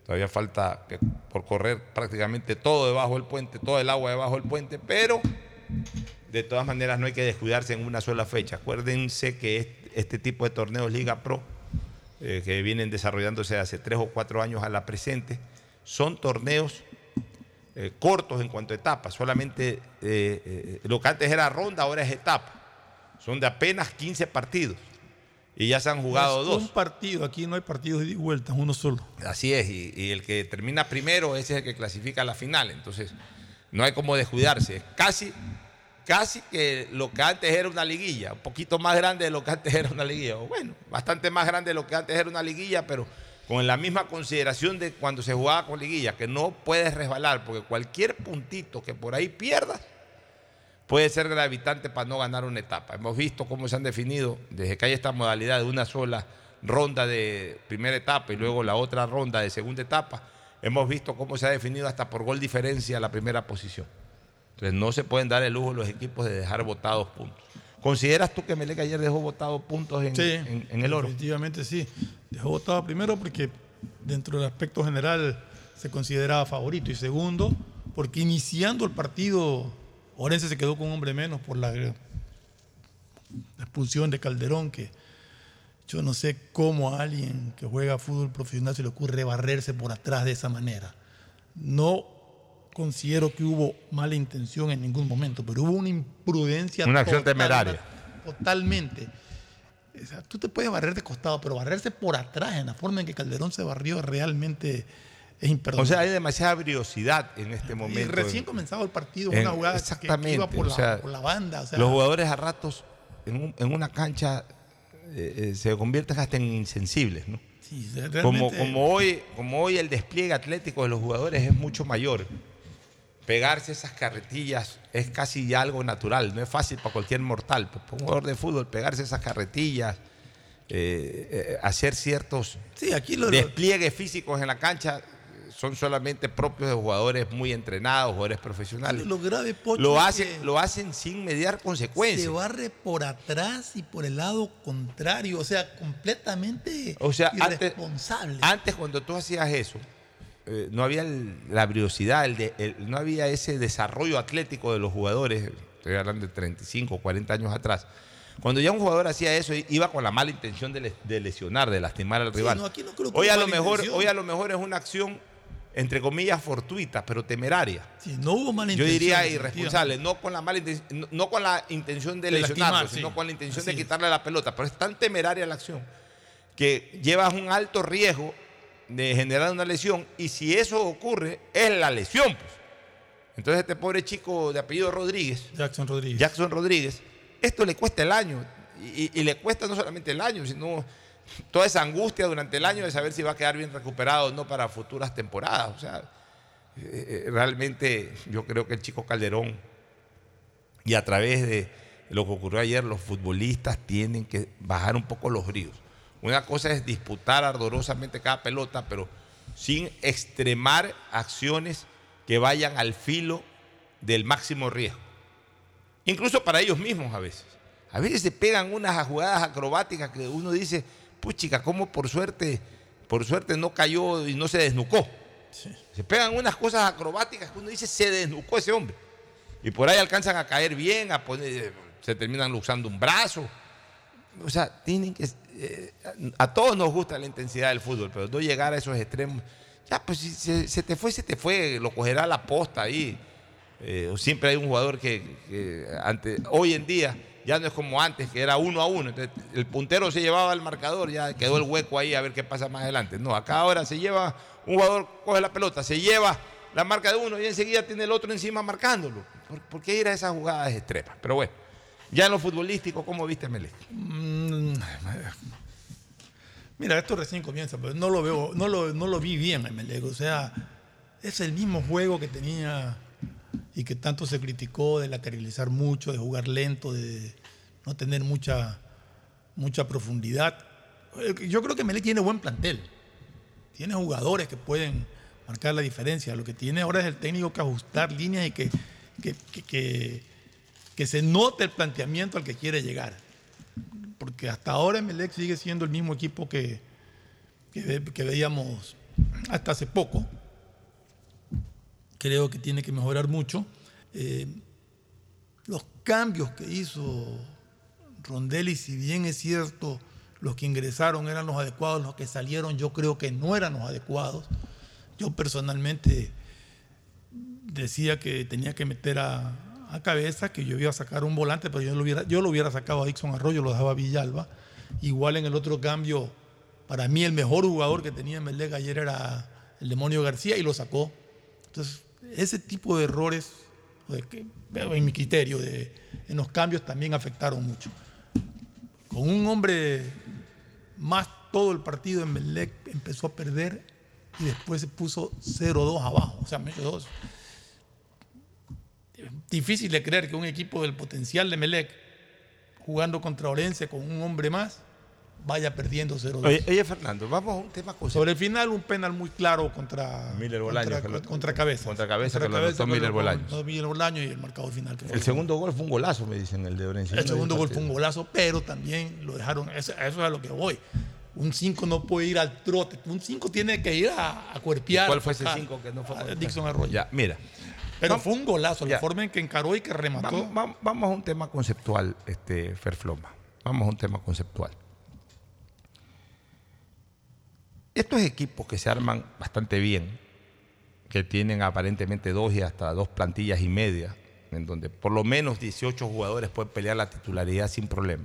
Todavía falta por correr prácticamente todo debajo del puente, todo el agua debajo del puente, pero de todas maneras no hay que descuidarse en una sola fecha. Acuérdense que este tipo de torneos Liga Pro, que vienen desarrollándose hace 3 o 4 años a la presente, son torneos cortos en cuanto a etapas. Solamente lo que antes era ronda, ahora es etapa. Son de apenas 15 partidos. Y ya se han jugado 2.
Un partido, aquí no hay partidos de ida y vuelta, uno solo.
Así es, y el que termina primero, ese es el que clasifica a la final. Entonces, no hay como descuidarse. Casi que lo que antes era una liguilla, un poquito más grande de lo que antes era una liguilla. Bueno, bastante más grande de lo que antes era una liguilla, pero con la misma consideración de cuando se jugaba con liguilla, que no puedes resbalar, porque cualquier puntito que por ahí pierdas puede ser gravitante para no ganar una etapa. Hemos visto cómo se han definido, desde que hay esta modalidad de una sola ronda de primera etapa y luego la otra ronda de segunda etapa, hemos visto cómo se ha definido hasta por gol diferencia la primera posición. Entonces no se pueden dar el lujo los equipos de dejar botados puntos. ¿Consideras tú que Emelec ayer dejó botados puntos en el oro?
Definitivamente sí. Dejó botado primero porque dentro del aspecto general se consideraba favorito, y segundo porque iniciando el partido Orense se quedó con un hombre menos por la expulsión de Calderón, que yo no sé cómo a alguien que juega fútbol profesional se le ocurre barrerse por atrás de esa manera. No considero que hubo mala intención en ningún momento, pero hubo una imprudencia.
Una acción temeraria.
Totalmente. O sea, tú te puedes barrer de costado, pero barrerse por atrás en la forma en que Calderón se barrió realmente es imperdonable.
O sea, hay demasiada briosidad en este momento.
Y recién comenzado el partido, una jugada que iba por la banda. O sea,
los jugadores a ratos en una cancha se convierten hasta en insensibles, ¿no?
Sí,
como hoy el despliegue atlético de los jugadores es mucho mayor. Pegarse esas carretillas es casi ya algo natural, no es fácil para cualquier mortal. Para un jugador de fútbol, pegarse esas carretillas, hacer ciertos despliegues físicos en la cancha son solamente propios de jugadores muy entrenados, jugadores profesionales.
Lo grave, Pocho,
lo hacen sin mediar consecuencias.
Se barre por atrás y por el lado contrario, o sea, completamente irresponsable.
Antes cuando tú hacías eso, no había la briosidad, no había ese desarrollo atlético de los jugadores. Estoy hablando de 35, 40 años atrás. Cuando ya un jugador hacía eso, iba con la mala intención de lesionar, de lastimar al rival.
No, aquí no creo que
hoy a lo mejor es una acción, entre comillas, fortuita, pero temeraria.
Sí, no hubo mala intención.
Yo diría irresponsable, no con la intención de lesionarlo, sino con la intención de quitarle la pelota. Pero es tan temeraria la acción que llevas un alto riesgo de generar una lesión, y si eso ocurre, es la lesión, pues. Entonces este pobre chico de apellido
Jackson
Rodríguez, esto le cuesta el año, y le cuesta no solamente el año, sino toda esa angustia durante el año de saber si va a quedar bien recuperado o no para futuras temporadas. O sea, realmente yo creo que el chico Calderón, y a través de lo que ocurrió ayer, los futbolistas tienen que bajar un poco los bríos. Una cosa es disputar ardorosamente cada pelota, pero sin extremar acciones que vayan al filo del máximo riesgo. Incluso para ellos mismos a veces. A veces se pegan unas jugadas acrobáticas que uno dice, puchica, ¿cómo por suerte no cayó y no se desnucó? Sí. Se pegan unas cosas acrobáticas que uno dice, se desnucó ese hombre. Y por ahí alcanzan a caer bien, se terminan luxando un brazo. O sea, tienen que... a todos nos gusta la intensidad del fútbol, pero no llegar a esos extremos. Ya, pues si se te fue, lo cogerá la posta ahí. Siempre hay un jugador que hoy en día ya no es como antes, que era 1-1. Entonces, el puntero se llevaba al marcador, ya quedó el hueco ahí a ver qué pasa más adelante. No, acá ahora se lleva, un jugador coge la pelota, se lleva la marca de uno y enseguida tiene el otro encima marcándolo. ¿Por qué ir a esas jugadas extremas? Pero bueno, ya en lo futbolístico, ¿cómo viste a Emelec?
Mira, esto recién comienza, pero no lo veo, no lo vi bien a Emelec. O sea, es el mismo juego que tenía y que tanto se criticó, de lateralizar mucho, de jugar lento, de no tener mucha profundidad. Yo creo que Emelec tiene buen plantel. Tiene jugadores que pueden marcar la diferencia. Lo que tiene ahora es el técnico que ajustar líneas y que se note el planteamiento al que quiere llegar. Porque hasta ahora Emelec sigue siendo el mismo equipo que veíamos hasta hace poco. Creo que tiene que mejorar mucho. Los cambios que hizo Rondelli, si bien es cierto, los que ingresaron eran los adecuados, los que salieron yo creo que no eran los adecuados. Yo personalmente decía que tenía que meter a Cabeza, que yo iba a sacar un volante, pero yo lo hubiera sacado a Dixon Arroyo, lo dejaba a Villalba. Igual en el otro cambio, para mí el mejor jugador que tenía Emelec ayer era el Demonio García y lo sacó. Entonces, ese tipo de errores, en mi criterio, en los cambios también afectaron mucho. Con un hombre más todo el partido, Emelec empezó a perder y después se puso 0-2 abajo, o sea, medio 2. Difícil de creer que un equipo del potencial de Emelec, jugando contra Orense con un hombre más, vaya perdiendo 0-2.
Oye, Fernando, vamos a un tema conceptual.
Sobre el final, un penal muy claro contra
Miller Bolaños,
contra Cabeza.
Contra Cabeza, que lo anotó Miller Bolaños.
Miller Bolaños y el marcador final.
El segundo gol fue un golazo, me dicen, el de Orense.
El segundo gol fue un golazo, pero también lo dejaron, eso es a lo que voy. Un 5 no puede ir al trote, un 5 tiene que ir a cuerpear.
¿Cuál fue ese 5 que no fue?
Dixon Arroyo.
Ya, mira.
Pero fue un golazo, la forma en que encaró y que remató.
Vamos a un tema conceptual, Ferfloma. Vamos a un tema conceptual. Estos equipos que se arman bastante bien, que tienen aparentemente 2 y hasta 2 plantillas y media, en donde por lo menos 18 jugadores pueden pelear la titularidad sin problema.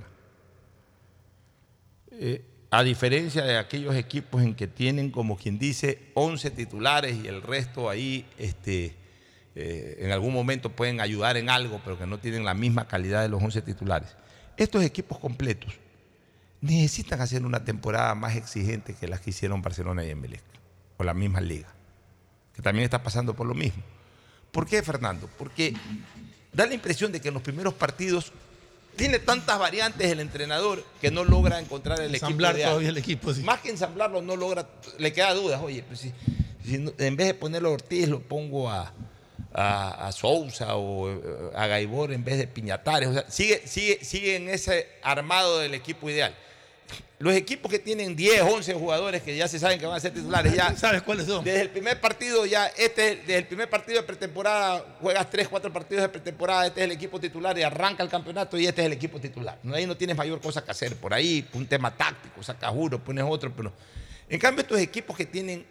A diferencia de aquellos equipos en que tienen, como quien dice, 11 titulares y el resto ahí en algún momento pueden ayudar en algo, pero que no tienen la misma calidad de los 11 titulares. Estos equipos completos necesitan hacer una temporada más exigente que las que hicieron Barcelona y Emelec, o la misma liga, que también está pasando por lo mismo. ¿Por qué, Fernando? Porque da la impresión de que en los primeros partidos tiene tantas variantes el entrenador que no logra encontrar el equipo ideal.
Todavía el equipo, sí.
Más que ensamblarlo, no logra, le queda dudas. Oye, pues si en vez de ponerlo a Ortiz, lo pongo a Sousa o a Gaibor en vez de Piñatares. O sea, sigue en ese armado del equipo ideal. Los equipos que tienen 10, 11 jugadores que ya se saben que van a ser titulares, ya
¿sabes cuáles son?
Desde el primer partido, desde el primer partido de pretemporada, juegas 3, 4 partidos de pretemporada, este es el equipo titular y arranca el campeonato y este es el equipo titular. Ahí no tienes mayor cosa que hacer. Por ahí, un tema táctico, sacas uno, pones otro, pero en cambio estos equipos que tienen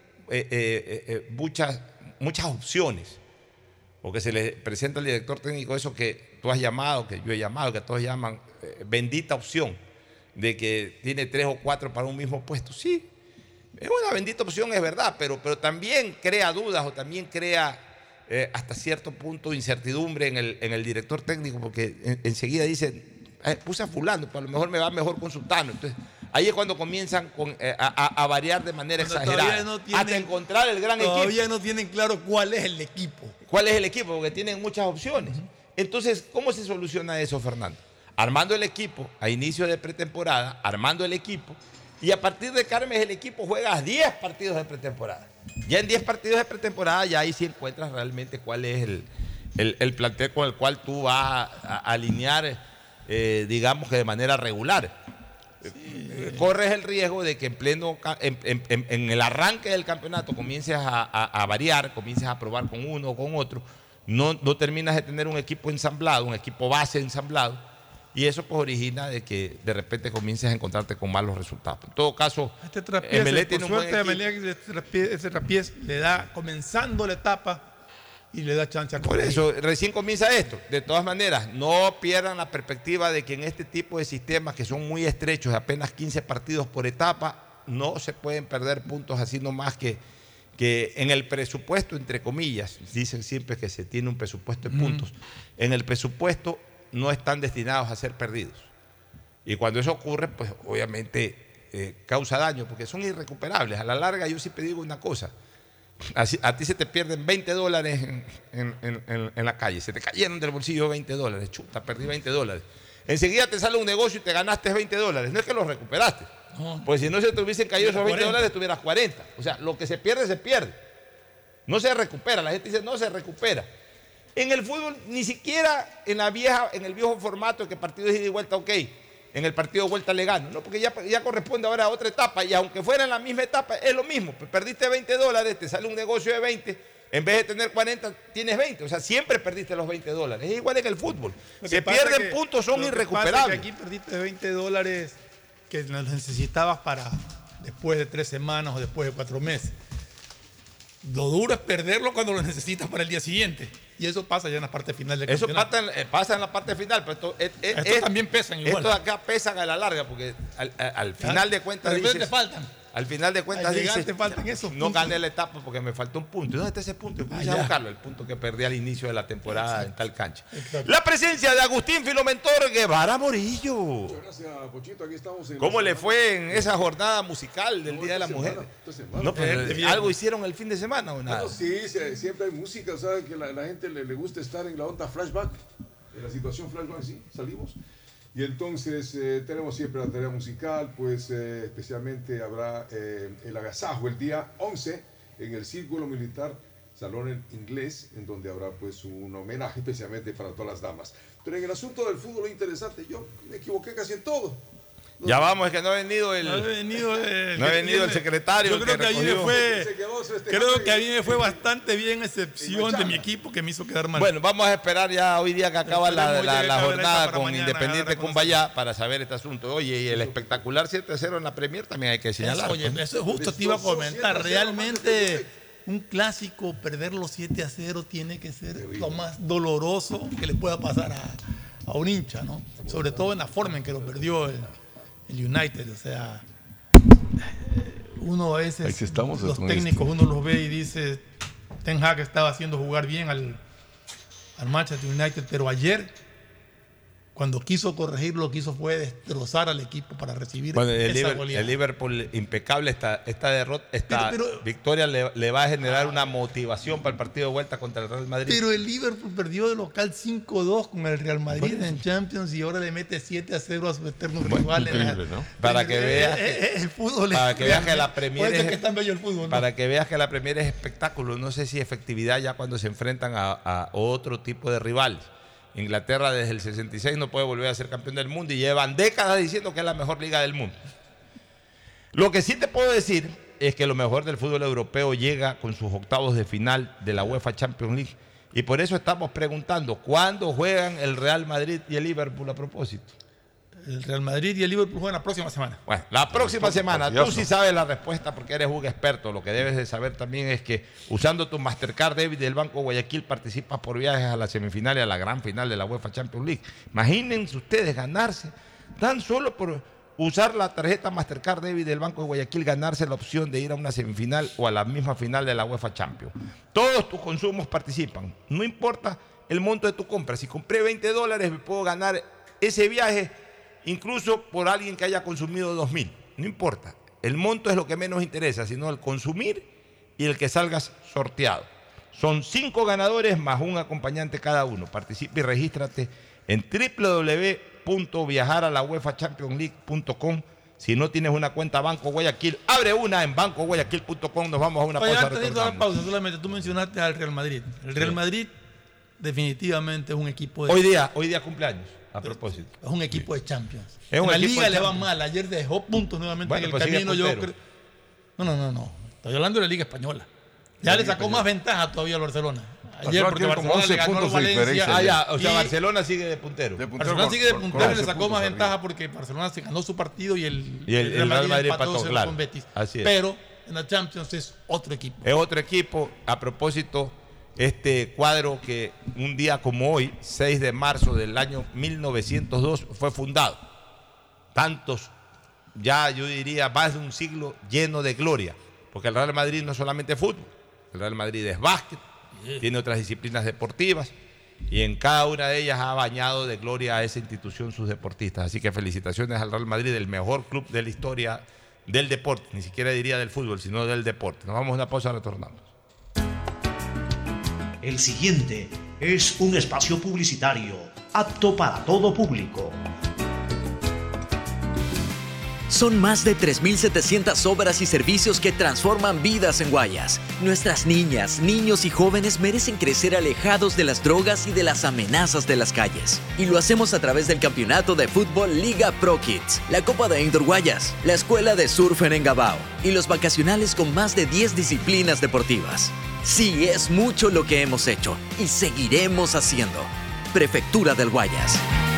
muchas opciones, o que se le presenta al director técnico eso que tú has llamado, que yo he llamado, que todos llaman bendita opción, de que tiene 3 o 4 para un mismo puesto. Sí, es una bendita opción, es verdad, pero también crea dudas o también crea hasta cierto punto incertidumbre en el director técnico, porque enseguida dice, puse a fulano, pues a lo mejor me va mejor con sultano. Entonces, ahí es cuando comienzan a variar de manera exagerada, hasta encontrar el gran equipo.
Todavía no tienen claro cuál es el equipo.
¿Cuál es el equipo? Porque tienen muchas opciones. Entonces, ¿cómo se soluciona eso, Fernando? Armando el equipo a inicio de pretemporada, armando el equipo, y a partir de que armes el equipo juegas 10 partidos de pretemporada. Ya en 10 partidos de pretemporada ya ahí sí encuentras realmente cuál es el plantel con el cual tú vas a alinear, digamos que de manera regular. Sí. Corres el riesgo de que en el arranque del campeonato comiences a variar, comiences a probar con uno o con otro, no terminas de tener un equipo ensamblado, un equipo base ensamblado. Y eso pues origina de que de repente comiences a encontrarte con malos resultados. En todo caso,
Emelec tiene un buen equipo. Ese traspiés le da, comenzando la etapa, y le da chance a
Por eso, recién comienza esto. De todas maneras, no pierdan la perspectiva de que en este tipo de sistemas que son muy estrechos, de apenas 15 partidos por etapa, no se pueden perder puntos así nomás que en el presupuesto, entre comillas, dicen siempre que se tiene un presupuesto de puntos. En el presupuesto no están destinados a ser perdidos. Y cuando eso ocurre, pues obviamente causa daño, porque son irrecuperables. A la larga, yo siempre digo una cosa: a ti se te pierden $20 en la calle, se te cayeron del bolsillo $20, chuta, perdí $20. Enseguida te sale un negocio y te ganaste $20. No es que los recuperaste, pues si no se te hubiesen caído esos $20, tuvieras 40. O sea, lo que se pierde, se pierde. No se recupera. La gente dice, no se recupera. En el fútbol, ni siquiera en el viejo formato de que partido es ida y vuelta, ok. en el partido de vuelta le gano. No, porque ya corresponde ahora a otra etapa, y aunque fuera en la misma etapa, es lo mismo. Pues perdiste $20, te sale un negocio de 20, en vez de tener 40, tienes 20. O sea, siempre perdiste los $20. Es igual en el fútbol. Se pierden puntos, son irrecuperables.
Aquí perdiste $20 que los necesitabas para después de 3 semanas o después de 4 meses. Lo duro es perderlo cuando lo necesitas para el día siguiente. Y eso pasa ya en la parte final del campeonato.
Eso pasa en la parte final, pero
estos también pesan igual.
Estos acá pesan a la larga, porque al final de cuentas
dices, te faltan.
Al final de cuentas dices,
te faltan esos
no gané la etapa porque me faltó un punto. ¿Y dónde está ese punto? Voy a buscarlo, el punto que perdí al inicio de la temporada en tal cancha.
Exacto.
La presencia de Agustín Filomentor Guevara Morillo.
Muchas gracias, Pochito. Aquí estamos.
¿Cómo le fue en esa jornada musical del Día de la Mujer? No, pero ¿algo hicieron el fin de semana o nada?
Bueno, sí, siempre hay música. ¿Sabe que la gente le gusta estar en la onda flashback? En la situación flashback, sí, salimos. Y entonces tenemos siempre la tarea musical, pues especialmente habrá el agasajo el día 11 en el Círculo Militar Salón Inglés, en donde habrá pues un homenaje especialmente para todas las damas. Pero en el asunto del fútbol es interesante, yo me equivoqué casi en todo.
Ya vamos, es que no ha venido el secretario.
Yo creo que a mí me fue bastante bien, excepción de mi equipo que me hizo quedar mal.
Bueno, vamos a esperar ya hoy día que acaba la jornada con mañana, Independiente Cumbayá para saber este asunto. Oye, y el espectacular 7-0 en la Premier también hay que señalar.
Oye, eso es justo, te iba a comentar. Realmente un clásico, perderlo 7-0 tiene que ser lo más doloroso que le pueda pasar a un hincha, ¿no? Sobre todo en la forma en que lo perdió el United, o sea, uno a veces, los técnicos, uno los ve y dice, Ten Hag estaba haciendo jugar bien al Manchester United, pero ayer, cuando quiso corregir, lo que hizo fue destrozar al equipo para recibir esa goleada.
El Liverpool impecable, esta victoria le va a generar una motivación para el partido de vuelta contra el Real Madrid.
Pero el Liverpool perdió de local 5-2 con el Real Madrid en Champions y ahora le mete 7-0 a su eterno rival.
¿No? Para que veas
el fútbol
que la Premier
es tan bello el fútbol, ¿no?
Para que veas que la Premier es espectáculo. No sé si efectividad ya cuando se enfrentan a otro tipo de rivales. Inglaterra desde el 66 no puede volver a ser campeón del mundo y llevan décadas diciendo que es la mejor liga del mundo. Lo que sí te puedo decir es que lo mejor del fútbol europeo llega con sus octavos de final de la UEFA Champions League, y por eso estamos preguntando ¿cuándo juegan el Real Madrid y el Liverpool a propósito?
El Real Madrid y el Liverpool juegan la próxima semana.
Bueno, la próxima semana. Tú sí sabes la respuesta porque eres un experto. Lo que debes de saber también es que usando tu Mastercard Debit del Banco Guayaquil participas por viajes a la semifinal y a la gran final de la UEFA Champions League. Imagínense ustedes ganarse, tan solo por usar la tarjeta Mastercard Debit del Banco de Guayaquil, ganarse la opción de ir a una semifinal o a la misma final de la UEFA Champions. Todos tus consumos participan. No importa el monto de tu compra. Si compré $20, me puedo ganar ese viaje incluso por alguien que haya consumido 2.000. No importa. El monto es lo que menos interesa, sino el consumir y el que salgas sorteado. Son 5 ganadores más un acompañante cada uno. Participa y regístrate en www.viajaralauefachampionsleague.com. Si no tienes una cuenta Banco Guayaquil, abre una en bancoguayaquil.com. Nos vamos a una pausa.
Antes de ir a la pausa, solamente tú mencionaste al Real Madrid. El Real Madrid definitivamente es un equipo de...
Hoy día cumpleaños. A propósito.
Es un equipo de Champions.
En
la Liga le va mal. Ayer dejó puntos nuevamente en el camino. Yo creo... No. Estoy hablando de la Liga Española. Ya le sacó más ventaja todavía al Barcelona. Ayer porque Barcelona le ganó al Valencia.
O sea, Barcelona sigue de puntero.
Barcelona sigue de puntero y le sacó más ventaja porque Barcelona se ganó su partido y el
Real Madrid empató
con Betis.
Así es.
Pero en la Champions es otro equipo.
Es otro equipo. A propósito, este cuadro que un día como hoy, 6 de marzo del año 1902, fue fundado. Tantos, ya yo diría más de un siglo lleno de gloria, porque el Real Madrid no es solamente fútbol, el Real Madrid es básquet, tiene otras disciplinas deportivas y en cada una de ellas ha bañado de gloria a esa institución sus deportistas. Así que felicitaciones al Real Madrid, el mejor club de la historia del deporte, ni siquiera diría del fútbol, sino del deporte. Nos vamos a una pausa, retornamos.
El siguiente es un espacio publicitario apto para todo público.
Son más de 3.700 obras y servicios que transforman vidas en Guayas. Nuestras niñas, niños y jóvenes merecen crecer alejados de las drogas y de las amenazas de las calles. Y lo hacemos a través del campeonato de fútbol Liga Pro Kids, la Copa de Indoor Guayas, la Escuela de Surf en Engabao y los vacacionales con más de 10 disciplinas deportivas. Sí, es mucho lo que hemos hecho y seguiremos haciendo. Prefectura del Guayas.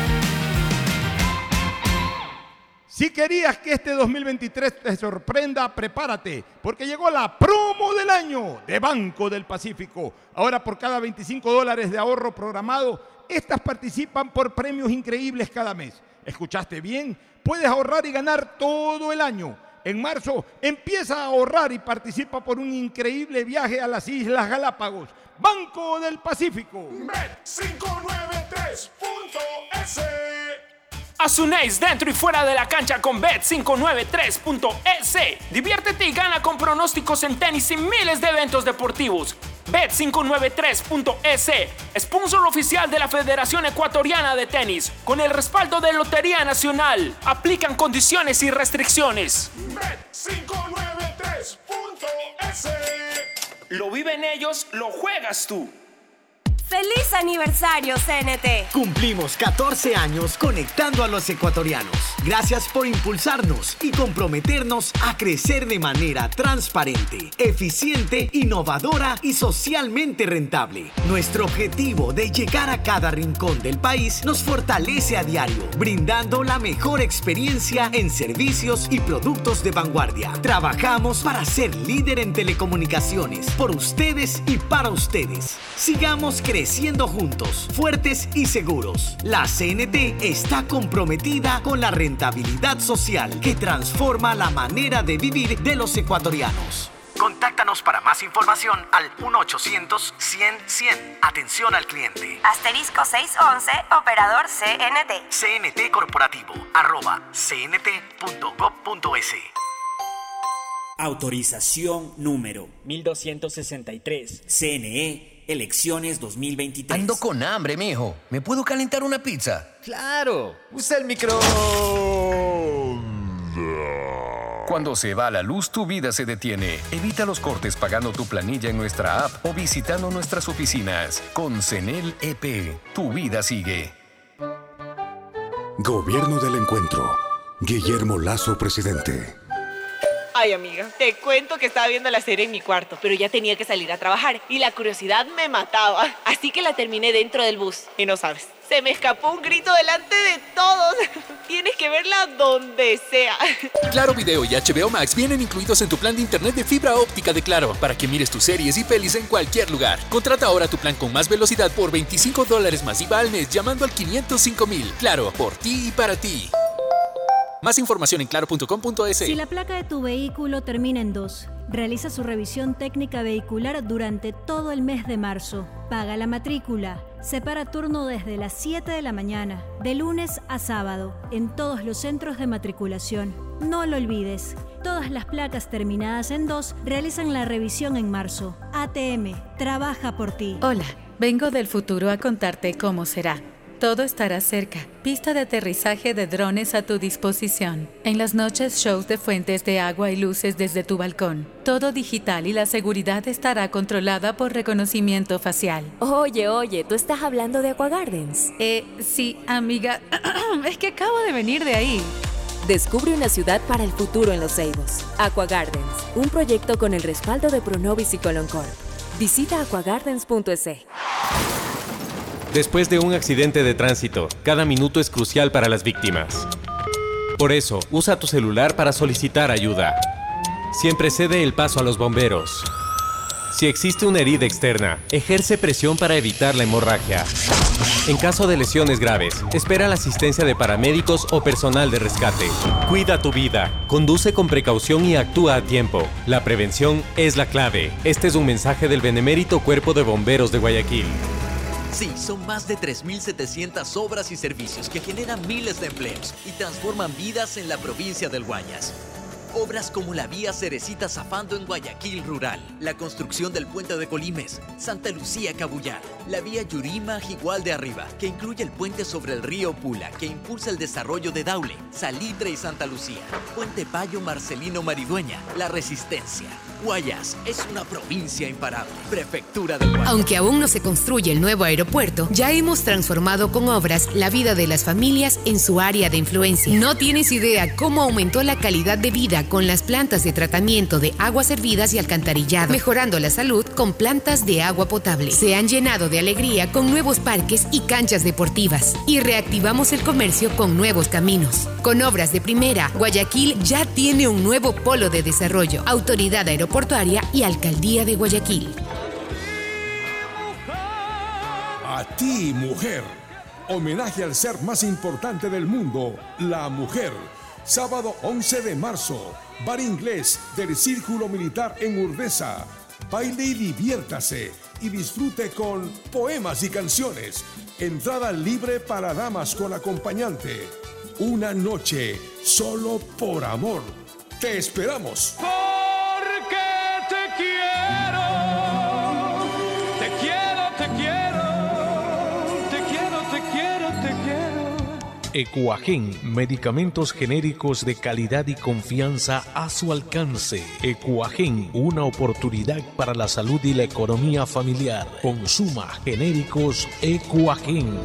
Si querías que este 2023 te sorprenda, prepárate, porque llegó la promo del año de Banco del Pacífico. Ahora por cada $25 de ahorro programado, estas participan por premios increíbles cada mes. ¿Escuchaste bien? Puedes ahorrar y ganar todo el año. En marzo, empieza a ahorrar y participa por un increíble viaje a las Islas Galápagos. Banco del Pacífico.
Bet593.es. Haz un ace dentro y fuera de la cancha con Bet593.es. Diviértete y gana con pronósticos en tenis y miles de eventos deportivos. Bet593.es, sponsor oficial de la Federación Ecuatoriana de Tenis, con el respaldo de Lotería Nacional. Aplican condiciones y restricciones. Bet593.es. Lo viven ellos, lo juegas tú.
¡Feliz aniversario, CNT!
Cumplimos 14 años conectando a los ecuatorianos. Gracias por impulsarnos y comprometernos a crecer de manera transparente, eficiente, innovadora y socialmente rentable. Nuestro objetivo de llegar a cada rincón del país nos fortalece a diario, brindando la mejor experiencia en servicios y productos de vanguardia. Trabajamos para ser líder en telecomunicaciones, por ustedes y para ustedes. Sigamos creciendo juntos, fuertes y seguros. La CNT está comprometida con la rentabilidad social que transforma la manera de vivir de los ecuatorianos.
Contáctanos para más información al 1-800-100-100. Atención al cliente.
Asterisco 611, operador CNT.
CNT Corporativo, @cnt.gov.es.
Autorización número 1263. CNE, elecciones 2023.
Ando con hambre, mijo. ¿Me puedo calentar una pizza?
Claro. Usa el micro.
Cuando se va la luz, tu vida se detiene. Evita los cortes pagando tu planilla en nuestra app o visitando nuestras oficinas. Con CENEL EP, tu vida sigue.
Gobierno del Encuentro. Guillermo Lasso, presidente.
Ay, amiga, te cuento que estaba viendo la serie en mi cuarto, pero ya tenía que salir a trabajar y la curiosidad me mataba. Así que la terminé dentro del bus. Y no sabes, se me escapó un grito delante de todos. Tienes que verla donde sea.
Claro Video y HBO Max vienen incluidos en tu plan de internet de fibra óptica de Claro, para que mires tus series y pelis en cualquier lugar. Contrata ahora tu plan con más velocidad por $25 más IVA al mes llamando al 505,000. Claro, por ti y para ti. Más información en claro.com.es.
Si la placa de tu vehículo termina en 2, realiza su revisión técnica vehicular durante todo el mes de marzo. Paga la matrícula. Separa turno desde las 7 de la mañana, de lunes a sábado, en todos los centros de matriculación. No lo olvides. Todas las placas terminadas en 2 realizan la revisión en marzo. ATM, trabaja por ti.
Hola, vengo del futuro a contarte cómo será. Todo estará cerca. Pista de aterrizaje de drones a tu disposición. En las noches, shows de fuentes de agua y luces desde tu balcón. Todo digital y la seguridad estará controlada por reconocimiento facial.
Oye, ¿tú estás hablando de Aqua Gardens?
Sí, amiga. Es que acabo de venir de ahí.
Descubre una ciudad para el futuro en Los Ceibos. Aqua Gardens, un proyecto con el respaldo de Pronovis y Coloncorp. Visita aquagardens.es.
Después de un accidente de tránsito, cada minuto es crucial para las víctimas. Por eso, usa tu celular para solicitar ayuda. Siempre cede el paso a los bomberos. Si existe una herida externa, ejerce presión para evitar la hemorragia. En caso de lesiones graves, espera la asistencia de paramédicos o personal de rescate. Cuida tu vida, conduce con precaución y actúa a tiempo. La prevención es la clave. Este es un mensaje del Benemérito Cuerpo de Bomberos de Guayaquil.
Sí, son más de 3.700 obras y servicios que generan miles de empleos y transforman vidas en la provincia del Guayas. Obras como la vía Cerecita Zafando en Guayaquil Rural, la construcción del puente de Colimes, Santa Lucía Cabullar, la vía Yurima Jigual de Arriba, que incluye el puente sobre el río Pula, que impulsa el desarrollo de Daule, Salitre y Santa Lucía, Puente Payo Marcelino Maridueña, La Resistencia. Guayas es una provincia imparable. Prefectura de Guayas.
Aunque aún no se construye el nuevo aeropuerto, ya hemos transformado con obras la vida de las familias en su área de influencia. No tienes idea cómo aumentó la calidad de vida con las plantas de tratamiento de aguas hervidas y alcantarillado, mejorando la salud con plantas de agua potable. Se han llenado de alegría con nuevos parques y canchas deportivas. Y reactivamos el comercio con nuevos caminos. Con obras de primera, Guayaquil ya tiene un nuevo polo de desarrollo, autoridad aeroportuaria y alcaldía de Guayaquil.
A ti, mujer. Homenaje al ser más importante del mundo, la mujer. Sábado 11 de marzo, Bar Inglés del Círculo Militar en Urdesa. Baile y diviértase y disfrute con poemas y canciones. Entrada libre para damas con acompañante. Una noche solo por amor. Te esperamos.
Porque te quiero, te quiero, te quiero, te quiero, te quiero, te quiero.
Ecuagen, medicamentos genéricos de calidad y confianza a su alcance. Ecuagen, una oportunidad para la salud y la economía familiar. Consuma genéricos Ecuagen.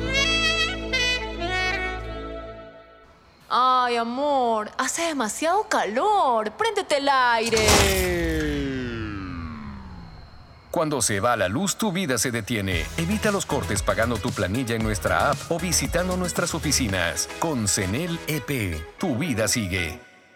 Ay, amor, hace demasiado calor. Préndete el aire.
Cuando se va la luz, tu vida se detiene. Evita los cortes pagando tu planilla en nuestra app o visitando nuestras oficinas. Con CENEL EP, tu vida sigue.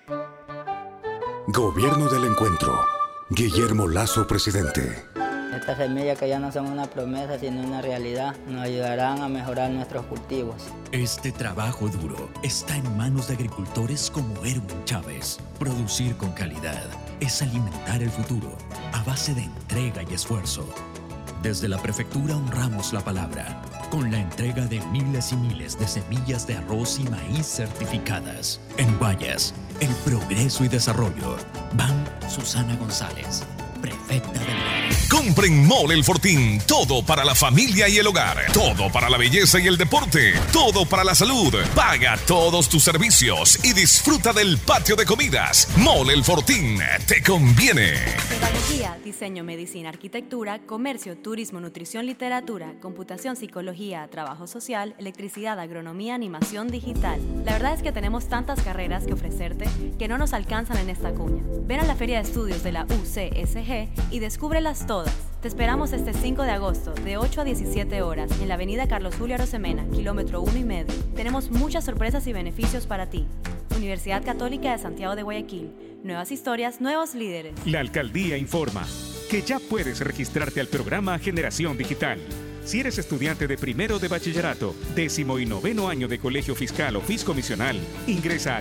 Gobierno del Encuentro. Guillermo Lasso, presidente.
Estas semillas que ya no son una promesa sino una realidad nos ayudarán a mejorar nuestros cultivos.
Este trabajo duro está en manos de agricultores como Erwin Chávez. Producir con calidad es alimentar el futuro a base de entrega y esfuerzo. Desde la prefectura honramos la palabra con la entrega de miles y miles de semillas de arroz y maíz certificadas. En Guayas, el progreso y desarrollo. Ban Susana González, prefecta del Guayas.
Compre en Mall El Fortín. Todo para la familia y el hogar. Todo para la belleza y el deporte. Todo para la salud. Paga todos tus servicios y disfruta del patio de comidas. Mall El Fortín. Te conviene.
Pedagogía, diseño, medicina, arquitectura, comercio, turismo, nutrición, literatura, computación, psicología, trabajo social, electricidad, agronomía, animación digital. La verdad es que tenemos tantas carreras que ofrecerte que no nos alcanzan en esta cuña. Ven a la Feria de Estudios de la UCSG y descúbrelas todas. Te esperamos este 5 de agosto, de 8 a 17 horas, en la avenida Carlos Julio Arosemena, kilómetro 1,5. Tenemos muchas sorpresas y beneficios para ti. Universidad Católica de Santiago de Guayaquil. Nuevas historias, nuevos líderes.
La Alcaldía informa que ya puedes registrarte al programa Generación Digital. Si eres estudiante de primero de bachillerato, 10º y 9º año de colegio fiscal o fiscomisional, ingresa a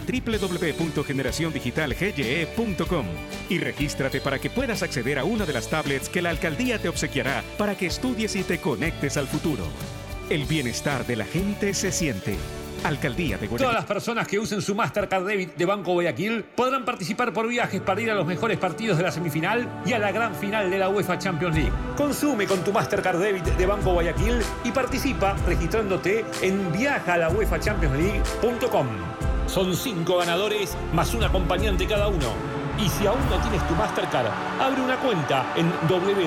www.generaciondigitalgye.com y regístrate para que puedas acceder a una de las tablets que la alcaldía te obsequiará para que estudies y te conectes al futuro. El bienestar de la gente se siente. Alcaldía de Guayaquil.
Todas las personas que usen su Mastercard Debit de Banco Guayaquil podrán participar por viajes para ir a los mejores partidos de la semifinal y a la gran final de la UEFA Champions League. Consume con tu Mastercard Debit de Banco Guayaquil y participa registrándote en viajalauefachampionsleague.com. Son 5 ganadores más un acompañante cada uno. Y si aún no tienes tu Mastercard, abre una cuenta en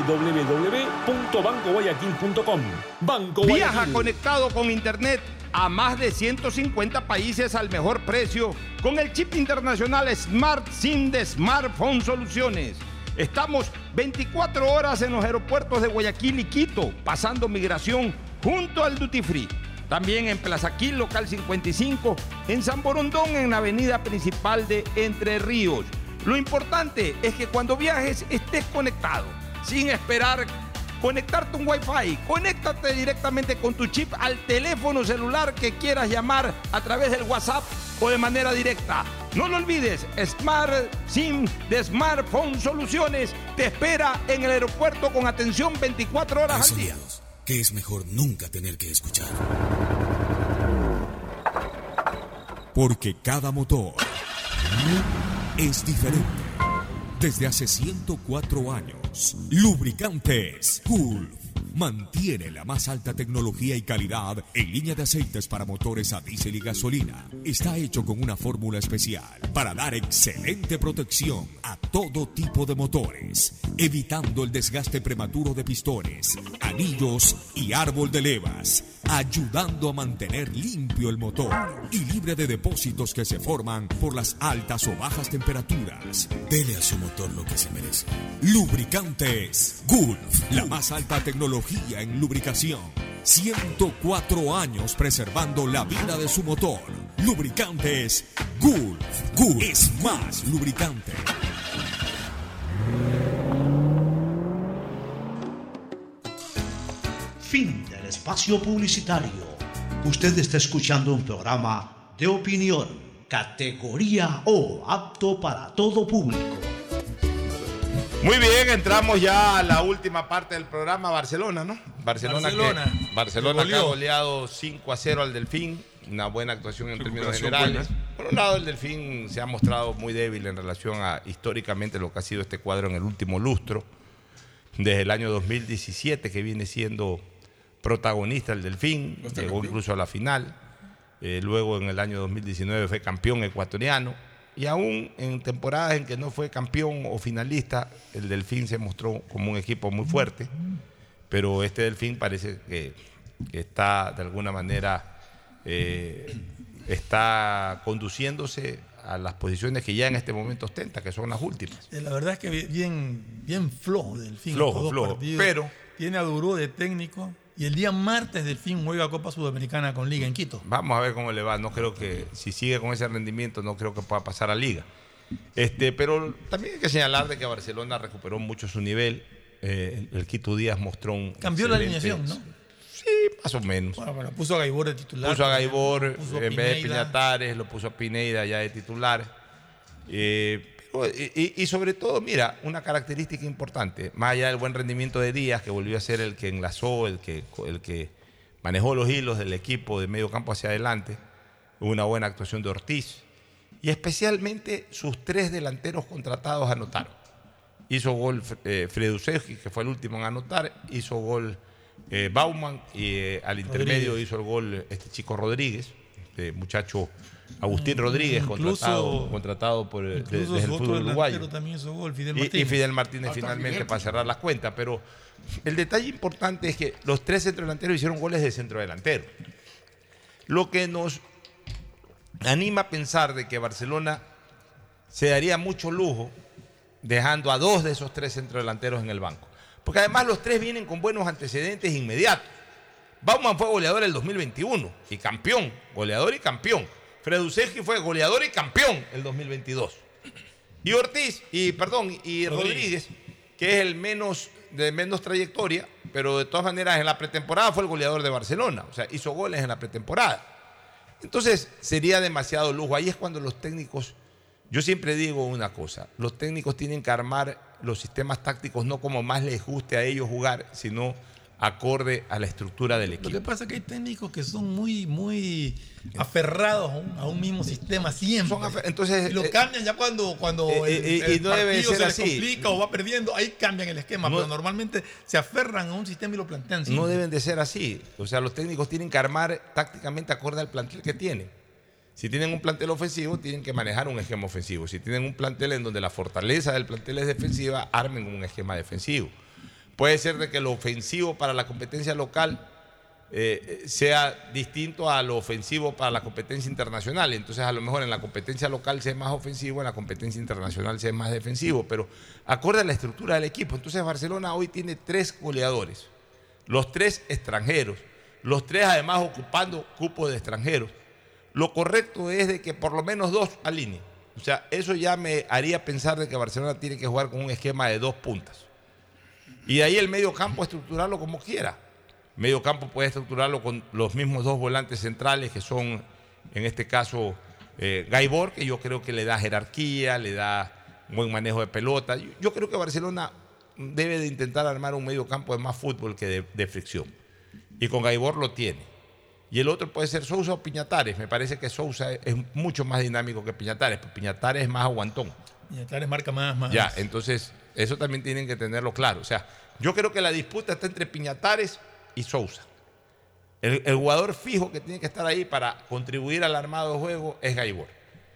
www.bancoguayaquil.com. Banco Guayaquil.
Viaja conectado con Internet a más de 150 países al mejor precio con el chip internacional Smart SIM de Smartphone Soluciones. Estamos 24 horas en los aeropuertos de Guayaquil y Quito, pasando migración junto al Duty Free. También en Plaza Quil, local 55, en San Borondón, en la avenida principal de Entre Ríos. Lo importante es que cuando viajes estés conectado, sin esperar conectarte un Wi-Fi. Conéctate directamente con tu chip al teléfono celular que quieras llamar a través del WhatsApp o de manera directa. No lo olvides, Smart SIM de Smartphone Soluciones te espera en el aeropuerto con atención 24 horas al día.
Que es mejor nunca tener que escuchar. Porque cada motor
es diferente. Desde hace 104 años, Lubricantes Gulf mantiene la más alta tecnología y calidad en línea de aceites para motores a diésel y gasolina. Está hecho con una fórmula especial para dar excelente protección a todo tipo de motores, evitando el desgaste prematuro de pistones, anillos y árbol de levas, ayudando a mantener limpio el motor y libre de depósitos que se forman por las altas o bajas temperaturas. Dele a su motor lo que se merece. Lubricantes Gulf, la más alta tecnología en lubricación. 104 años preservando la vida de su motor. Lubricantes Gulf. Gulf es más lubricante.
Fin del espacio publicitario. Usted está escuchando un programa de opinión, categoría O, apto para todo público.
Muy bien, entramos ya a la última parte del programa. Barcelona, ¿no? Barcelona que ha goleado 5-0 al Delfín. Una buena actuación en términos generales. Buena. Por un lado, el Delfín se ha mostrado muy débil en relación a históricamente lo que ha sido este cuadro en el último lustro. Desde el año 2017 que viene siendo protagonista el Delfín, llegó incluso a la final. Luego en el año 2019 fue campeón ecuatoriano. Y aún en temporadas en que no fue campeón o finalista, el Delfín se mostró como un equipo muy fuerte. Pero este Delfín parece que está de alguna manera está conduciéndose a las posiciones que ya en este momento ostenta, que son las últimas.
La verdad es que bien flojo Delfín.
Flojo, pero
tiene a Duró de técnico. Y el día martes Delfín juega Copa Sudamericana con Liga en Quito.
Vamos a ver cómo le va. No creo que, si sigue con ese rendimiento, no creo que pueda pasar a Liga. Pero también hay que señalar de que Barcelona recuperó mucho su nivel. El Quito Díaz mostró un...
Cambió la alineación, ¿no?
Sí, más o menos.
Bueno, puso a Gaibor de titular.
Puso a Gaibor en vez de Piñatares, lo puso a Pineda ya de titular. Y sobre todo, mira, una característica importante, más allá del buen rendimiento de Díaz, que volvió a ser el que enlazó, el que manejó los hilos del equipo de medio campo hacia adelante, una buena actuación de Ortiz, y especialmente sus 3 delanteros contratados anotaron. Hizo gol Fredusevski, que fue el último en anotar, hizo gol Bauman, y al intermedio hizo el gol este chico Rodríguez, este muchacho Agustín Rodríguez, contratado por desde el fútbol uruguayo.
También hizo gol,
y Fidel Martínez finalmente para cerrar las cuentas. Pero el detalle importante es que los 3 centrodelanteros hicieron goles de centrodelantero. Lo que nos anima a pensar de que Barcelona se daría mucho lujo dejando a 2 de esos 3 centrodelanteros en el banco. Porque además los 3 vienen con buenos antecedentes inmediatos. Bauman fue goleador el 2021 y campeón, goleador y campeón. Fredusevski fue goleador y campeón el 2022. Y Rodríguez, que es el de menos trayectoria, pero de todas maneras en la pretemporada fue el goleador de Barcelona. O sea, hizo goles en la pretemporada. Entonces sería demasiado lujo. Ahí es cuando los técnicos, yo siempre digo una cosa, los técnicos tienen que armar los sistemas tácticos no como más les guste a ellos jugar, sino acorde a la estructura del equipo.
Lo que pasa es que hay técnicos que son muy aferrados a un mismo sistema siempre.
Entonces,
y lo cambian ya cuando el
no debe
partido
ser
se les
así.
complica o va perdiendo, ahí cambian el esquema, pero normalmente se aferran a un sistema y lo plantean siempre.
No deben de ser así. O sea, los técnicos tienen que armar tácticamente acorde al plantel que tienen. Si tienen un plantel ofensivo, tienen que manejar un esquema ofensivo. Si tienen un plantel en donde la fortaleza del plantel es defensiva, armen un esquema defensivo. Puede ser de que lo ofensivo para la competencia local sea distinto a lo ofensivo para la competencia internacional. Entonces, a lo mejor en la competencia local sea más ofensivo, en la competencia internacional sea más defensivo, pero acorde a la estructura del equipo. Entonces, Barcelona hoy tiene 3 goleadores, los 3 extranjeros, los 3 además ocupando cupos de extranjeros. Lo correcto es de que por lo menos 2 alineen. O sea, eso ya me haría pensar de que Barcelona tiene que jugar con un esquema de 2 puntas. Y de ahí el medio campo estructurarlo como quiera. Medio campo puede estructurarlo con los mismos 2 volantes centrales que son, en este caso, Gaibor, que yo creo que le da jerarquía, le da un buen manejo de pelota. Yo creo que Barcelona debe de intentar armar un medio campo de más fútbol que de fricción. Y con Gaibor lo tiene. y el otro puede ser Sousa o Piñatares. Me parece que Sousa es mucho más dinámico que Piñatares, pero Piñatares es más aguantón.
Piñatares marca más.
Ya, entonces eso también tienen que tenerlo claro. O sea, yo creo que la disputa está entre Piñatares y Sousa. El jugador fijo que tiene que estar ahí para contribuir al armado de juego es Gaibor.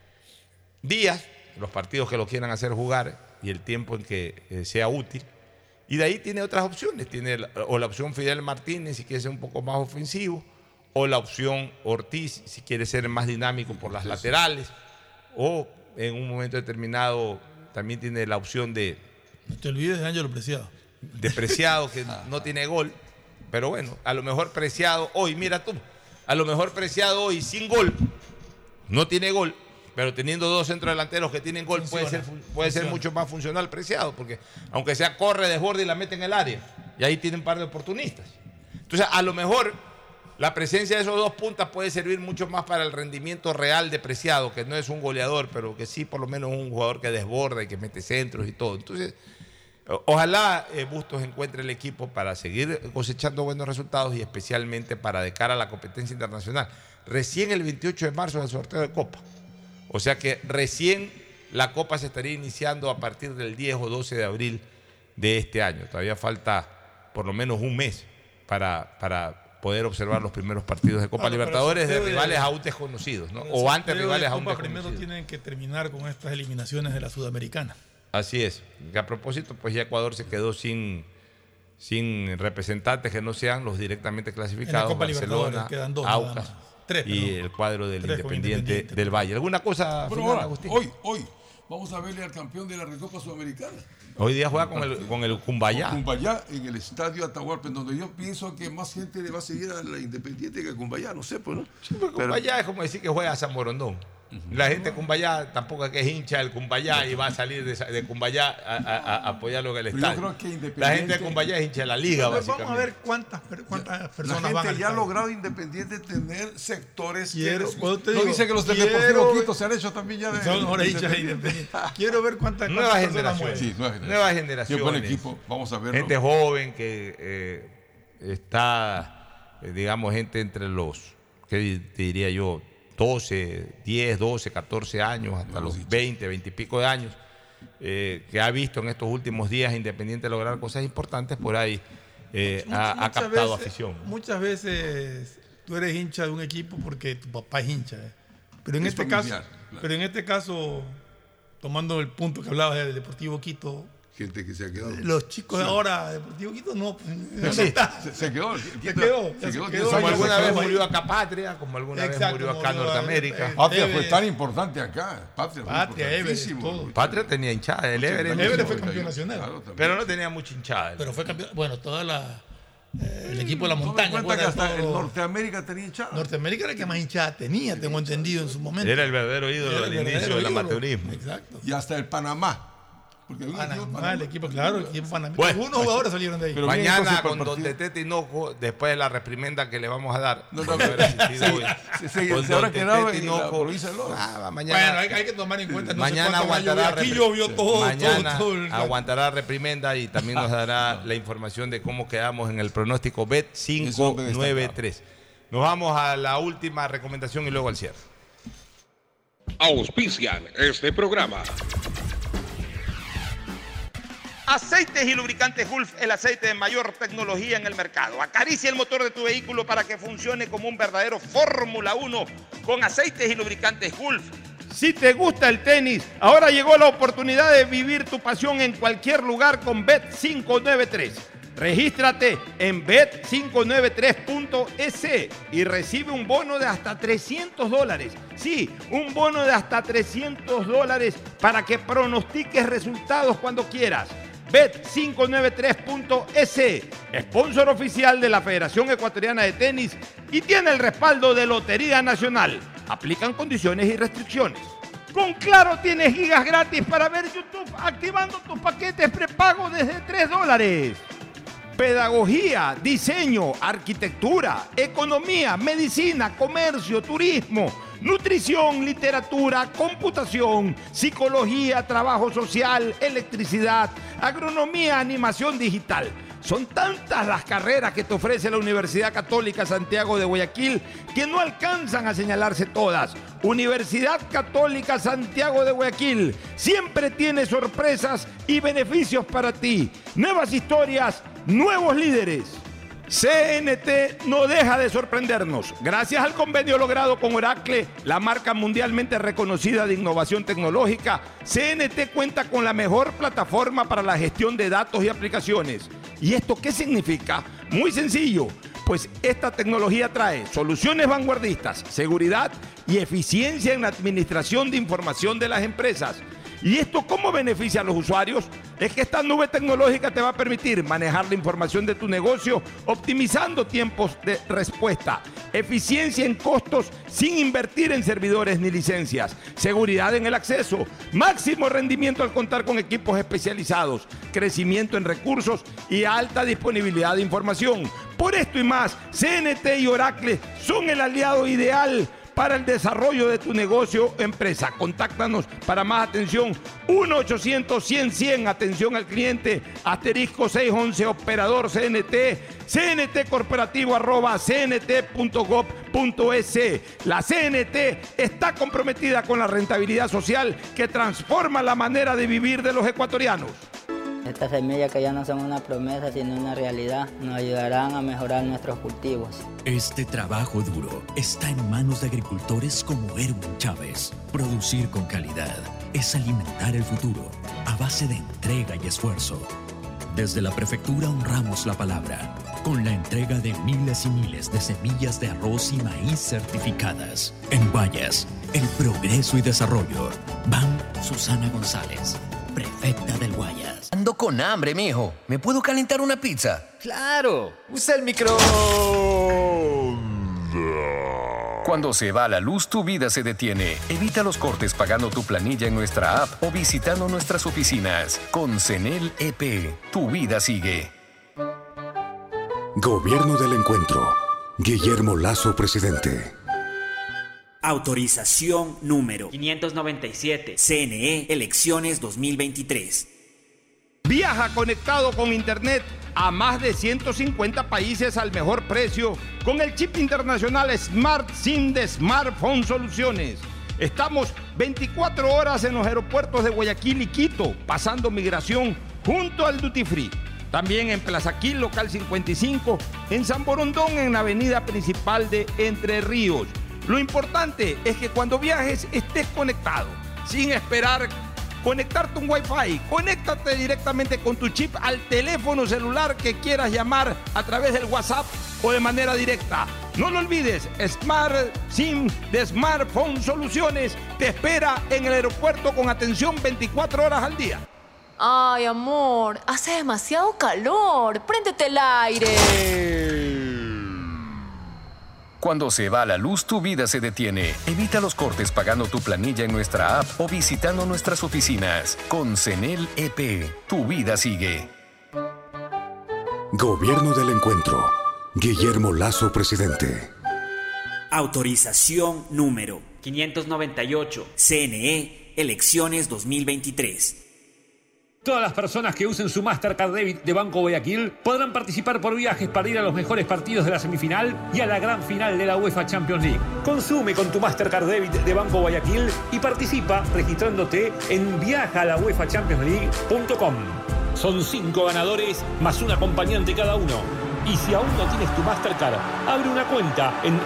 Díaz, los partidos que lo quieran hacer jugar y el tiempo en que sea útil. Y de ahí tiene otras opciones. Tiene o la opción Fidel Martínez si quiere ser un poco más ofensivo, o la opción Ortiz si quiere ser más dinámico por las laterales, o en un momento determinado también tiene la opción de...
No te olvides de Ángelo Preciado.
De Preciado, que no tiene gol. Pero bueno, a lo mejor Preciado hoy, mira tú, a lo mejor Preciado hoy sin gol, no tiene gol, pero teniendo dos centrodelanteros que tienen gol puede ser mucho más funcional Preciado, porque aunque sea corre, desborda y la mete en el área, y ahí tiene un par de oportunistas. Entonces, a lo mejor la presencia de esos dos puntas puede servir mucho más para el rendimiento real de Preciado, que no es un goleador, pero que sí por lo menos es un jugador que desborda y que mete centros y todo. Entonces, ojalá Bustos encuentre el equipo para seguir cosechando buenos resultados y especialmente para de cara a la competencia internacional. Recién el 28 de marzo es el sorteo de Copa. O sea que recién la Copa se estaría iniciando a partir del 10 o 12 de abril de este año. Todavía falta por lo menos un mes para poder observar los primeros partidos de Copa Libertadores de rivales aún desconocidos, ¿no? O ante rivales aún desconocidos.
Primero tienen que terminar con estas eliminaciones de la Sudamericana.
Así es. Que a propósito, pues ya Ecuador se quedó sin representantes que no sean los directamente clasificados. Barcelona,
quedan dos,
Aucas y el cuadro del Independiente del Valle. ¿Alguna cosa
final,
ahora,
Agustín? Hoy vamos a verle al campeón de la Recopa Sudamericana.
Hoy día juega con el Cumbayá.
Cumbayá en el estadio Atahualpa, en donde yo pienso que más gente le va a seguir a la Independiente que a Cumbayá, no sé, pues, ¿no?
Sí, pero Cumbayá es como decir que juega a San Borondón. La gente de Cumbayá tampoco es que es hincha del Cumbayá y va a salir de Cumbayá a apoyarlo en el estadio.
Yo creo que Independiente...
La gente de Cumbayá es hincha de la liga, básicamente.
Vamos a ver cuántas personas van
a... La gente ya ha logrado Independiente tener sectores que... No dice que los del Deportivo Quito se han hecho también ya de...
Son ahora hinchas de Independiente. Quiero ver cuántas
personas mueven.
Sí,
nuevas generaciones.
Qué buen equipo, vamos a verlo.
Gente joven que está, digamos, gente entre los, ¿qué te diría yo? 10, 12, 14 años, hasta los 20 y pico de años, que ha visto en estos últimos días Independiente lograr cosas importantes, por ahí ha captado afición.
Muchas veces tú eres hincha de un equipo porque tu papá es hincha. Pero en este caso, tomando el punto que hablabas del Deportivo Quito,
gente que se ha quedado.
Los chicos de ahora, Deportivo Quito, no.
Se quedó.
Como alguna vez murió acá Patria, como alguna vez murió acá Norteamérica.
Patria fue tan importante acá.
Patria, Everest, todo.
Patria tenía hinchada. El
Everest fue campeón nacional.
Claro,
pero no tenía mucha hinchada.
Pero fue campeón. Bueno, el equipo de la montaña.
¿Te cuenta que hasta el Norteamérica tenía hinchada?
Norteamérica era el que más hinchada tenía, tengo entendido en su momento.
Era el verdadero ídolo al inicio del amateurismo.
Exacto.
Y hasta el Panamá.
El equipo, claro, el equipo Panamá.
Bueno,
algunos jugadores salieron de ahí.
Pero mañana con Don Tete Tinoco, después de la reprimenda que le vamos a dar,
se habrá quedado en la provincia de Loros.
Mañana, bueno, hay que tomar en cuenta.
Mañana aguantará
aquí llovió todo.
Mañana aguantará reprimenda y también nos dará la información de cómo quedamos en el pronóstico Bet 593. Nos vamos a la última recomendación y luego al cierre.
Auspician este programa.
Aceites y lubricantes Gulf, el aceite de mayor tecnología en el mercado. Acaricia el motor de tu vehículo para que funcione como un verdadero Fórmula 1 con aceites y lubricantes Gulf. Si te gusta el tenis, ahora llegó la oportunidad de vivir tu pasión en cualquier lugar con Bet593. Regístrate en bet593.es y recibe un bono de hasta $300. Sí, un bono de hasta $300 para que pronostiques resultados cuando quieras. Bet593.es, sponsor oficial de la Federación Ecuatoriana de Tenis y tiene el respaldo de Lotería Nacional. Aplican condiciones y restricciones. Con Claro tienes gigas gratis para ver YouTube activando tus paquetes prepago desde $3. Pedagogía, diseño, arquitectura, economía, medicina, comercio, turismo, nutrición, literatura, computación, psicología, trabajo social, electricidad, agronomía, animación digital. Son tantas las carreras que te ofrece la Universidad Católica Santiago de Guayaquil que no alcanzan a señalarse todas. Universidad Católica Santiago de Guayaquil siempre tiene sorpresas y beneficios para ti. Nuevas historias, nuevos líderes. CNT no deja de sorprendernos. Gracias al convenio logrado con Oracle, la marca mundialmente reconocida de innovación tecnológica, CNT cuenta con la mejor plataforma para la gestión de datos y aplicaciones. ¿Y esto qué significa? Muy sencillo, pues esta tecnología trae soluciones vanguardistas, seguridad y eficiencia en la administración de información de las empresas. ¿Y esto cómo beneficia a los usuarios? Es que esta nube tecnológica te va a permitir manejar la información de tu negocio, optimizando tiempos de respuesta, eficiencia en costos sin invertir en servidores ni licencias, seguridad en el acceso, máximo rendimiento al contar con equipos especializados, crecimiento en recursos y alta disponibilidad de información. Por esto y más, CNT y Oracle son el aliado ideal para el desarrollo de tu negocio o empresa. Contáctanos para más atención 1-800-100-100, atención al cliente, asterisco 611, operador CNT, cntcorporativo@cnt.gov.es. La CNT está comprometida con la rentabilidad social que transforma la manera de vivir de los ecuatorianos.
Estas semillas que ya no son una promesa sino una realidad nos ayudarán a mejorar nuestros cultivos.
Este trabajo duro está en manos de agricultores como Erwin Chávez. Producir con calidad es alimentar el futuro a base de entrega y esfuerzo. Desde la prefectura honramos la palabra con la entrega de miles y miles de semillas de arroz y maíz certificadas. En Guayas, el progreso y desarrollo. Ban Susana González, prefecta del Guayas.
Ando con hambre, mijo. ¿Me puedo calentar una pizza?
¡Claro! ¡Usa el micro!
Cuando se va la luz, tu vida se detiene. Evita los cortes pagando tu planilla en nuestra app o visitando nuestras oficinas. Con CENEL EP, tu vida sigue.
Gobierno del Encuentro. Guillermo Lasso, presidente.
Autorización número 597. CNE Elecciones 2023.
Viaja conectado con Internet a más de 150 países al mejor precio con el chip internacional Smart SIM de Smartphone Soluciones. Estamos 24 horas en los aeropuertos de Guayaquil y Quito, pasando migración junto al Duty Free. También en Plaza Quil, local 55, en San Borondón, en la avenida principal de Entre Ríos. Lo importante es que cuando viajes estés conectado, sin esperar conectarte un Wi-Fi. Conéctate directamente con tu chip al teléfono celular que quieras llamar a través del WhatsApp o de manera directa. No lo olvides, Smart SIM de Smartphone Soluciones te espera en el aeropuerto con atención 24 horas al día.
Ay, amor, hace demasiado calor. Préndete el aire.
Cuando se va la luz, tu vida se detiene. Evita los cortes pagando tu planilla en nuestra app o visitando nuestras oficinas. Con CENEL EP, tu vida sigue.
Gobierno del Encuentro. Guillermo Lasso, presidente.
Autorización número 598. CNE Elecciones 2023.
Todas las personas que usen su Mastercard Debit de Banco Guayaquil podrán participar por viajes para ir a los mejores partidos de la semifinal y a la gran final de la UEFA Champions League. Consume con tu Mastercard Debit de Banco Guayaquil y participa registrándote en viajalauefachampionsleague.com. Son 5 ganadores más un acompañante cada uno. Y si aún no tienes tu Mastercard, abre una cuenta en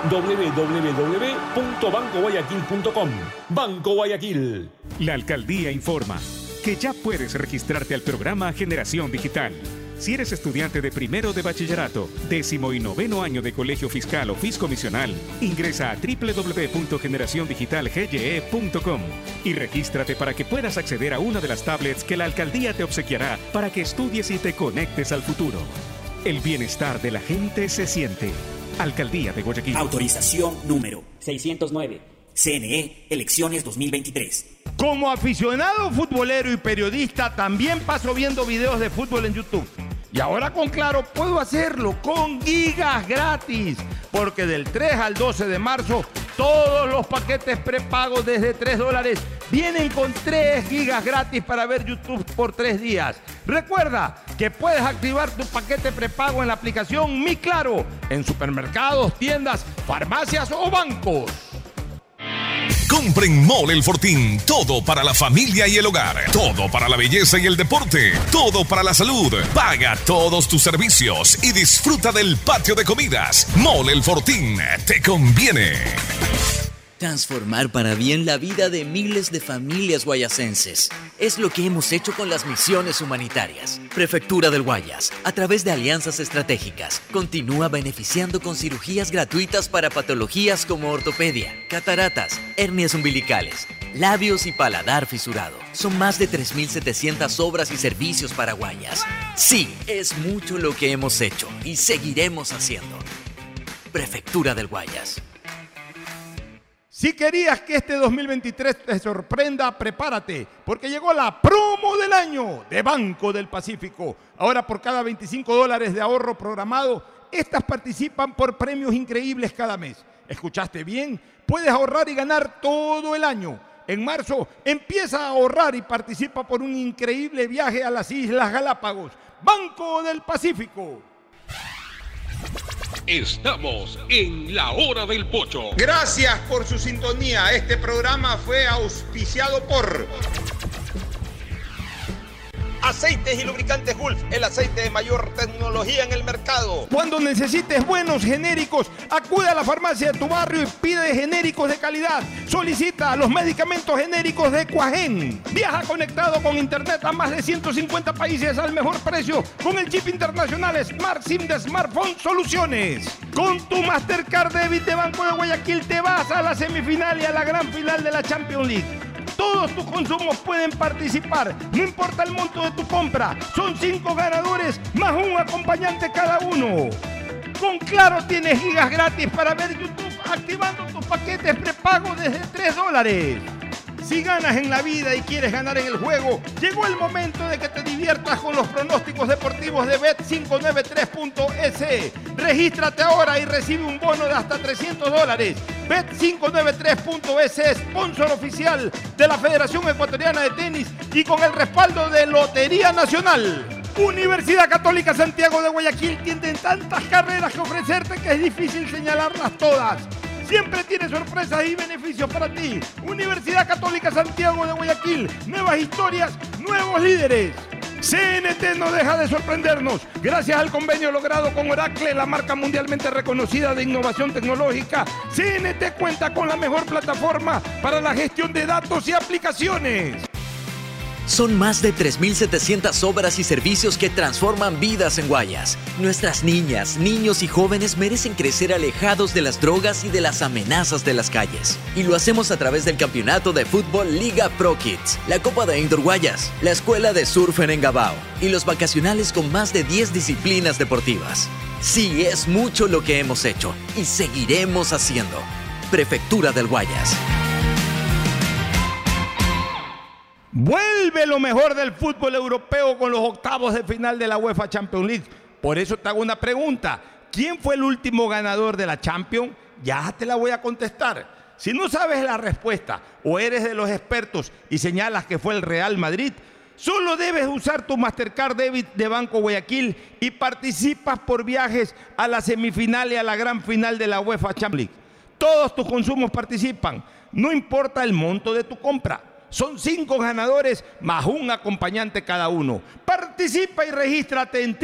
www.bancoguayaquil.com. Banco Guayaquil.
La alcaldía informa que ya puedes registrarte al programa Generación Digital. Si eres estudiante de primero de bachillerato, 10º y 9º año de colegio fiscal o fiscomisional, ingresa a www.generaciondigitalgye.com y regístrate para que puedas acceder a una de las tablets que la alcaldía te obsequiará para que estudies y te conectes al futuro. El bienestar de la gente se siente. Alcaldía de Guayaquil.
Autorización número 609. CNE Elecciones 2023.
Como aficionado futbolero y periodista, también paso viendo videos de fútbol en YouTube. Y ahora con Claro puedo hacerlo con gigas gratis, porque del 3 al 12 de marzo Todos los paquetes prepagos desde $3 vienen con 3 gigas gratis para ver YouTube por 3 días. Recuerda que puedes activar tu paquete prepago en la aplicación Mi Claro, en supermercados, tiendas, farmacias o bancos.
Compre en Mole El Fortín todo para la familia y el hogar, todo para la belleza y el deporte, todo para la salud. Paga todos tus servicios y disfruta del patio de comidas. Mole El Fortín, te conviene.
Transformar para bien la vida de miles de familias guayasenses. Es lo que hemos hecho con las misiones humanitarias. Prefectura del Guayas, a través de alianzas estratégicas, continúa beneficiando con cirugías gratuitas para patologías como ortopedia, cataratas, hernias umbilicales, labios y paladar fisurado. Son más de 3.700 obras y servicios para Guayas. Sí, es mucho lo que hemos hecho y seguiremos haciendo. Prefectura del Guayas.
Si querías que este 2023 te sorprenda, prepárate, porque llegó la promo del año de Banco del Pacífico. Ahora por cada $25 de ahorro programado, estas participan por premios increíbles cada mes. ¿Escuchaste bien? Puedes ahorrar y ganar todo el año. En marzo, empieza a ahorrar y participa por un increíble viaje a las Islas Galápagos. Banco del Pacífico.
Estamos en la hora del pocho.
Gracias por su sintonía. Este programa fue auspiciado por Aceites y Lubricantes Gulf, el aceite de mayor tecnología en el mercado. Cuando necesites buenos genéricos, acude a la farmacia de tu barrio y pide genéricos de calidad. Solicita los medicamentos genéricos de Cuajén. Viaja conectado con internet a más de 150 países al mejor precio con el chip internacional Smart SIM de Smartphone Soluciones. Con tu Mastercard Debit de Banco de Guayaquil te vas a la semifinal y a la gran final de la Champions League. Todos tus consumos pueden participar, no importa el monto de tu compra. Son 5 ganadores más un acompañante cada uno. Con Claro tienes gigas gratis para ver YouTube activando tus paquetes prepago desde $3. Si ganas en la vida y quieres ganar en el juego, llegó el momento de que te diviertas con los pronósticos deportivos de Bet593.es. Regístrate ahora y recibe un bono de hasta $300. Bet593.es, sponsor oficial de la Federación Ecuatoriana de Tenis y con el respaldo de Lotería Nacional. Universidad Católica Santiago de Guayaquil tiene tantas carreras que ofrecerte que es difícil señalarlas todas. Siempre tiene sorpresas y beneficios para ti. Universidad Católica Santiago de Guayaquil. Nuevas historias, nuevos líderes. CNT no deja de sorprendernos. Gracias al convenio logrado con Oracle, la marca mundialmente reconocida de innovación tecnológica, CNT cuenta con la mejor plataforma para la gestión de datos y aplicaciones.
Son más de 3.700 obras y servicios que transforman vidas en Guayas. Nuestras niñas, niños y jóvenes merecen crecer alejados de las drogas y de las amenazas de las calles. Y lo hacemos a través del campeonato de fútbol Liga Pro Kids, la Copa de Indoor Guayas, la escuela de surf en Engabao y los vacacionales con más de 10 disciplinas deportivas. Sí, es mucho lo que hemos hecho y seguiremos haciendo. Prefectura del Guayas.
Vuelve lo mejor del fútbol europeo con los octavos de final de la UEFA Champions League. Por eso te hago una pregunta. ¿Quién fue el último ganador de la Champions? Ya te la voy a contestar. Si no sabes la respuesta o eres de los expertos y señalas que fue el Real Madrid, solo debes usar tu Mastercard Debit de Banco Guayaquil y participas por viajes a la semifinal y a la gran final de la UEFA Champions League. Todos tus consumos participan, no importa el monto de tu compra. Son 5 ganadores más un acompañante cada uno. Participa y regístrate en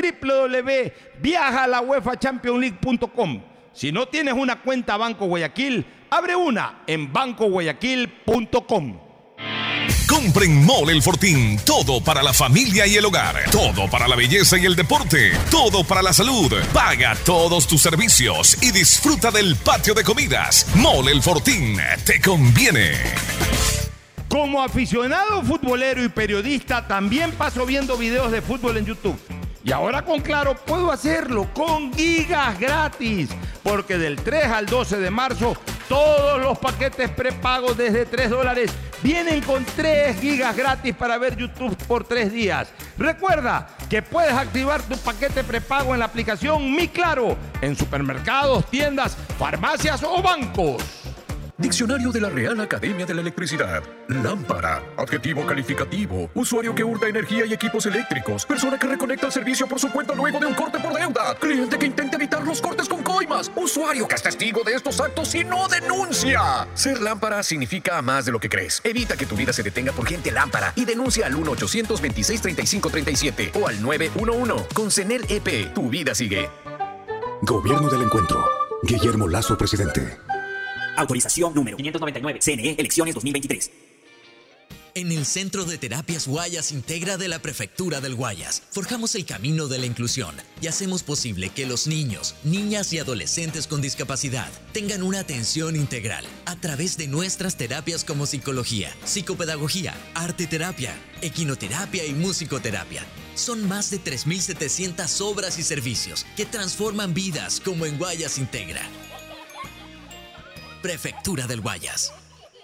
www.viajalauefachampionsleague.com. Si no tienes una cuenta Banco Guayaquil, abre una en bancoguayaquil.com.
Compre en Mole El Fortín todo para la familia y el hogar, todo para la belleza y el deporte, todo para la salud. Paga todos tus servicios y disfruta del patio de comidas. Mole El Fortín, te conviene.
Como aficionado futbolero y periodista, también paso viendo videos de fútbol en YouTube. Y ahora con Claro puedo hacerlo con gigas gratis, porque del 3 al 12 de marzo todos los paquetes prepagos desde $3 vienen con 3 gigas gratis para ver YouTube por 3 días. Recuerda que puedes activar tu paquete prepago en la aplicación Mi Claro, en supermercados, tiendas, farmacias o bancos.
Diccionario de la Real Academia de la Electricidad. Lámpara. Adjetivo calificativo. Usuario que hurta energía y equipos eléctricos. Persona que reconecta el servicio por su cuenta luego de un corte por deuda. Cliente que intenta evitar los cortes con coimas. Usuario que es testigo de estos actos y no denuncia. Ser lámpara significa más de lo que crees. Evita que tu vida se detenga por gente lámpara y denuncia al 1-826-3537 o al 911. Con CENEL EP, tu vida sigue.
Gobierno del Encuentro. Guillermo Lasso, presidente.
Autorización número 599. CNE, elecciones 2023.
En el Centro de Terapias Guayas Integra de la Prefectura del Guayas, forjamos el camino de la inclusión y hacemos posible que los niños, niñas y adolescentes con discapacidad tengan una atención integral a través de nuestras terapias como psicología, psicopedagogía, arteterapia, equinoterapia y musicoterapia. Son más de 3.700 obras y servicios que transforman vidas como en Guayas Integra. Prefectura del Guayas.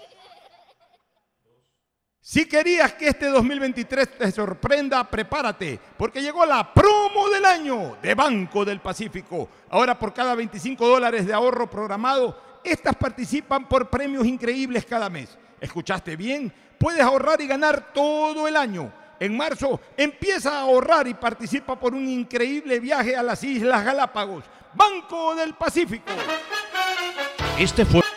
Si querías que este 2023 te sorprenda, prepárate, porque llegó la promo del año de Banco del Pacífico. Ahora por cada $25 de ahorro programado, estas participan por premios increíbles cada mes. ¿Escuchaste bien? Puedes ahorrar y ganar todo el año. En marzo, empieza a ahorrar y participa por un increíble viaje a las Islas Galápagos. Banco del Pacífico.
Este fue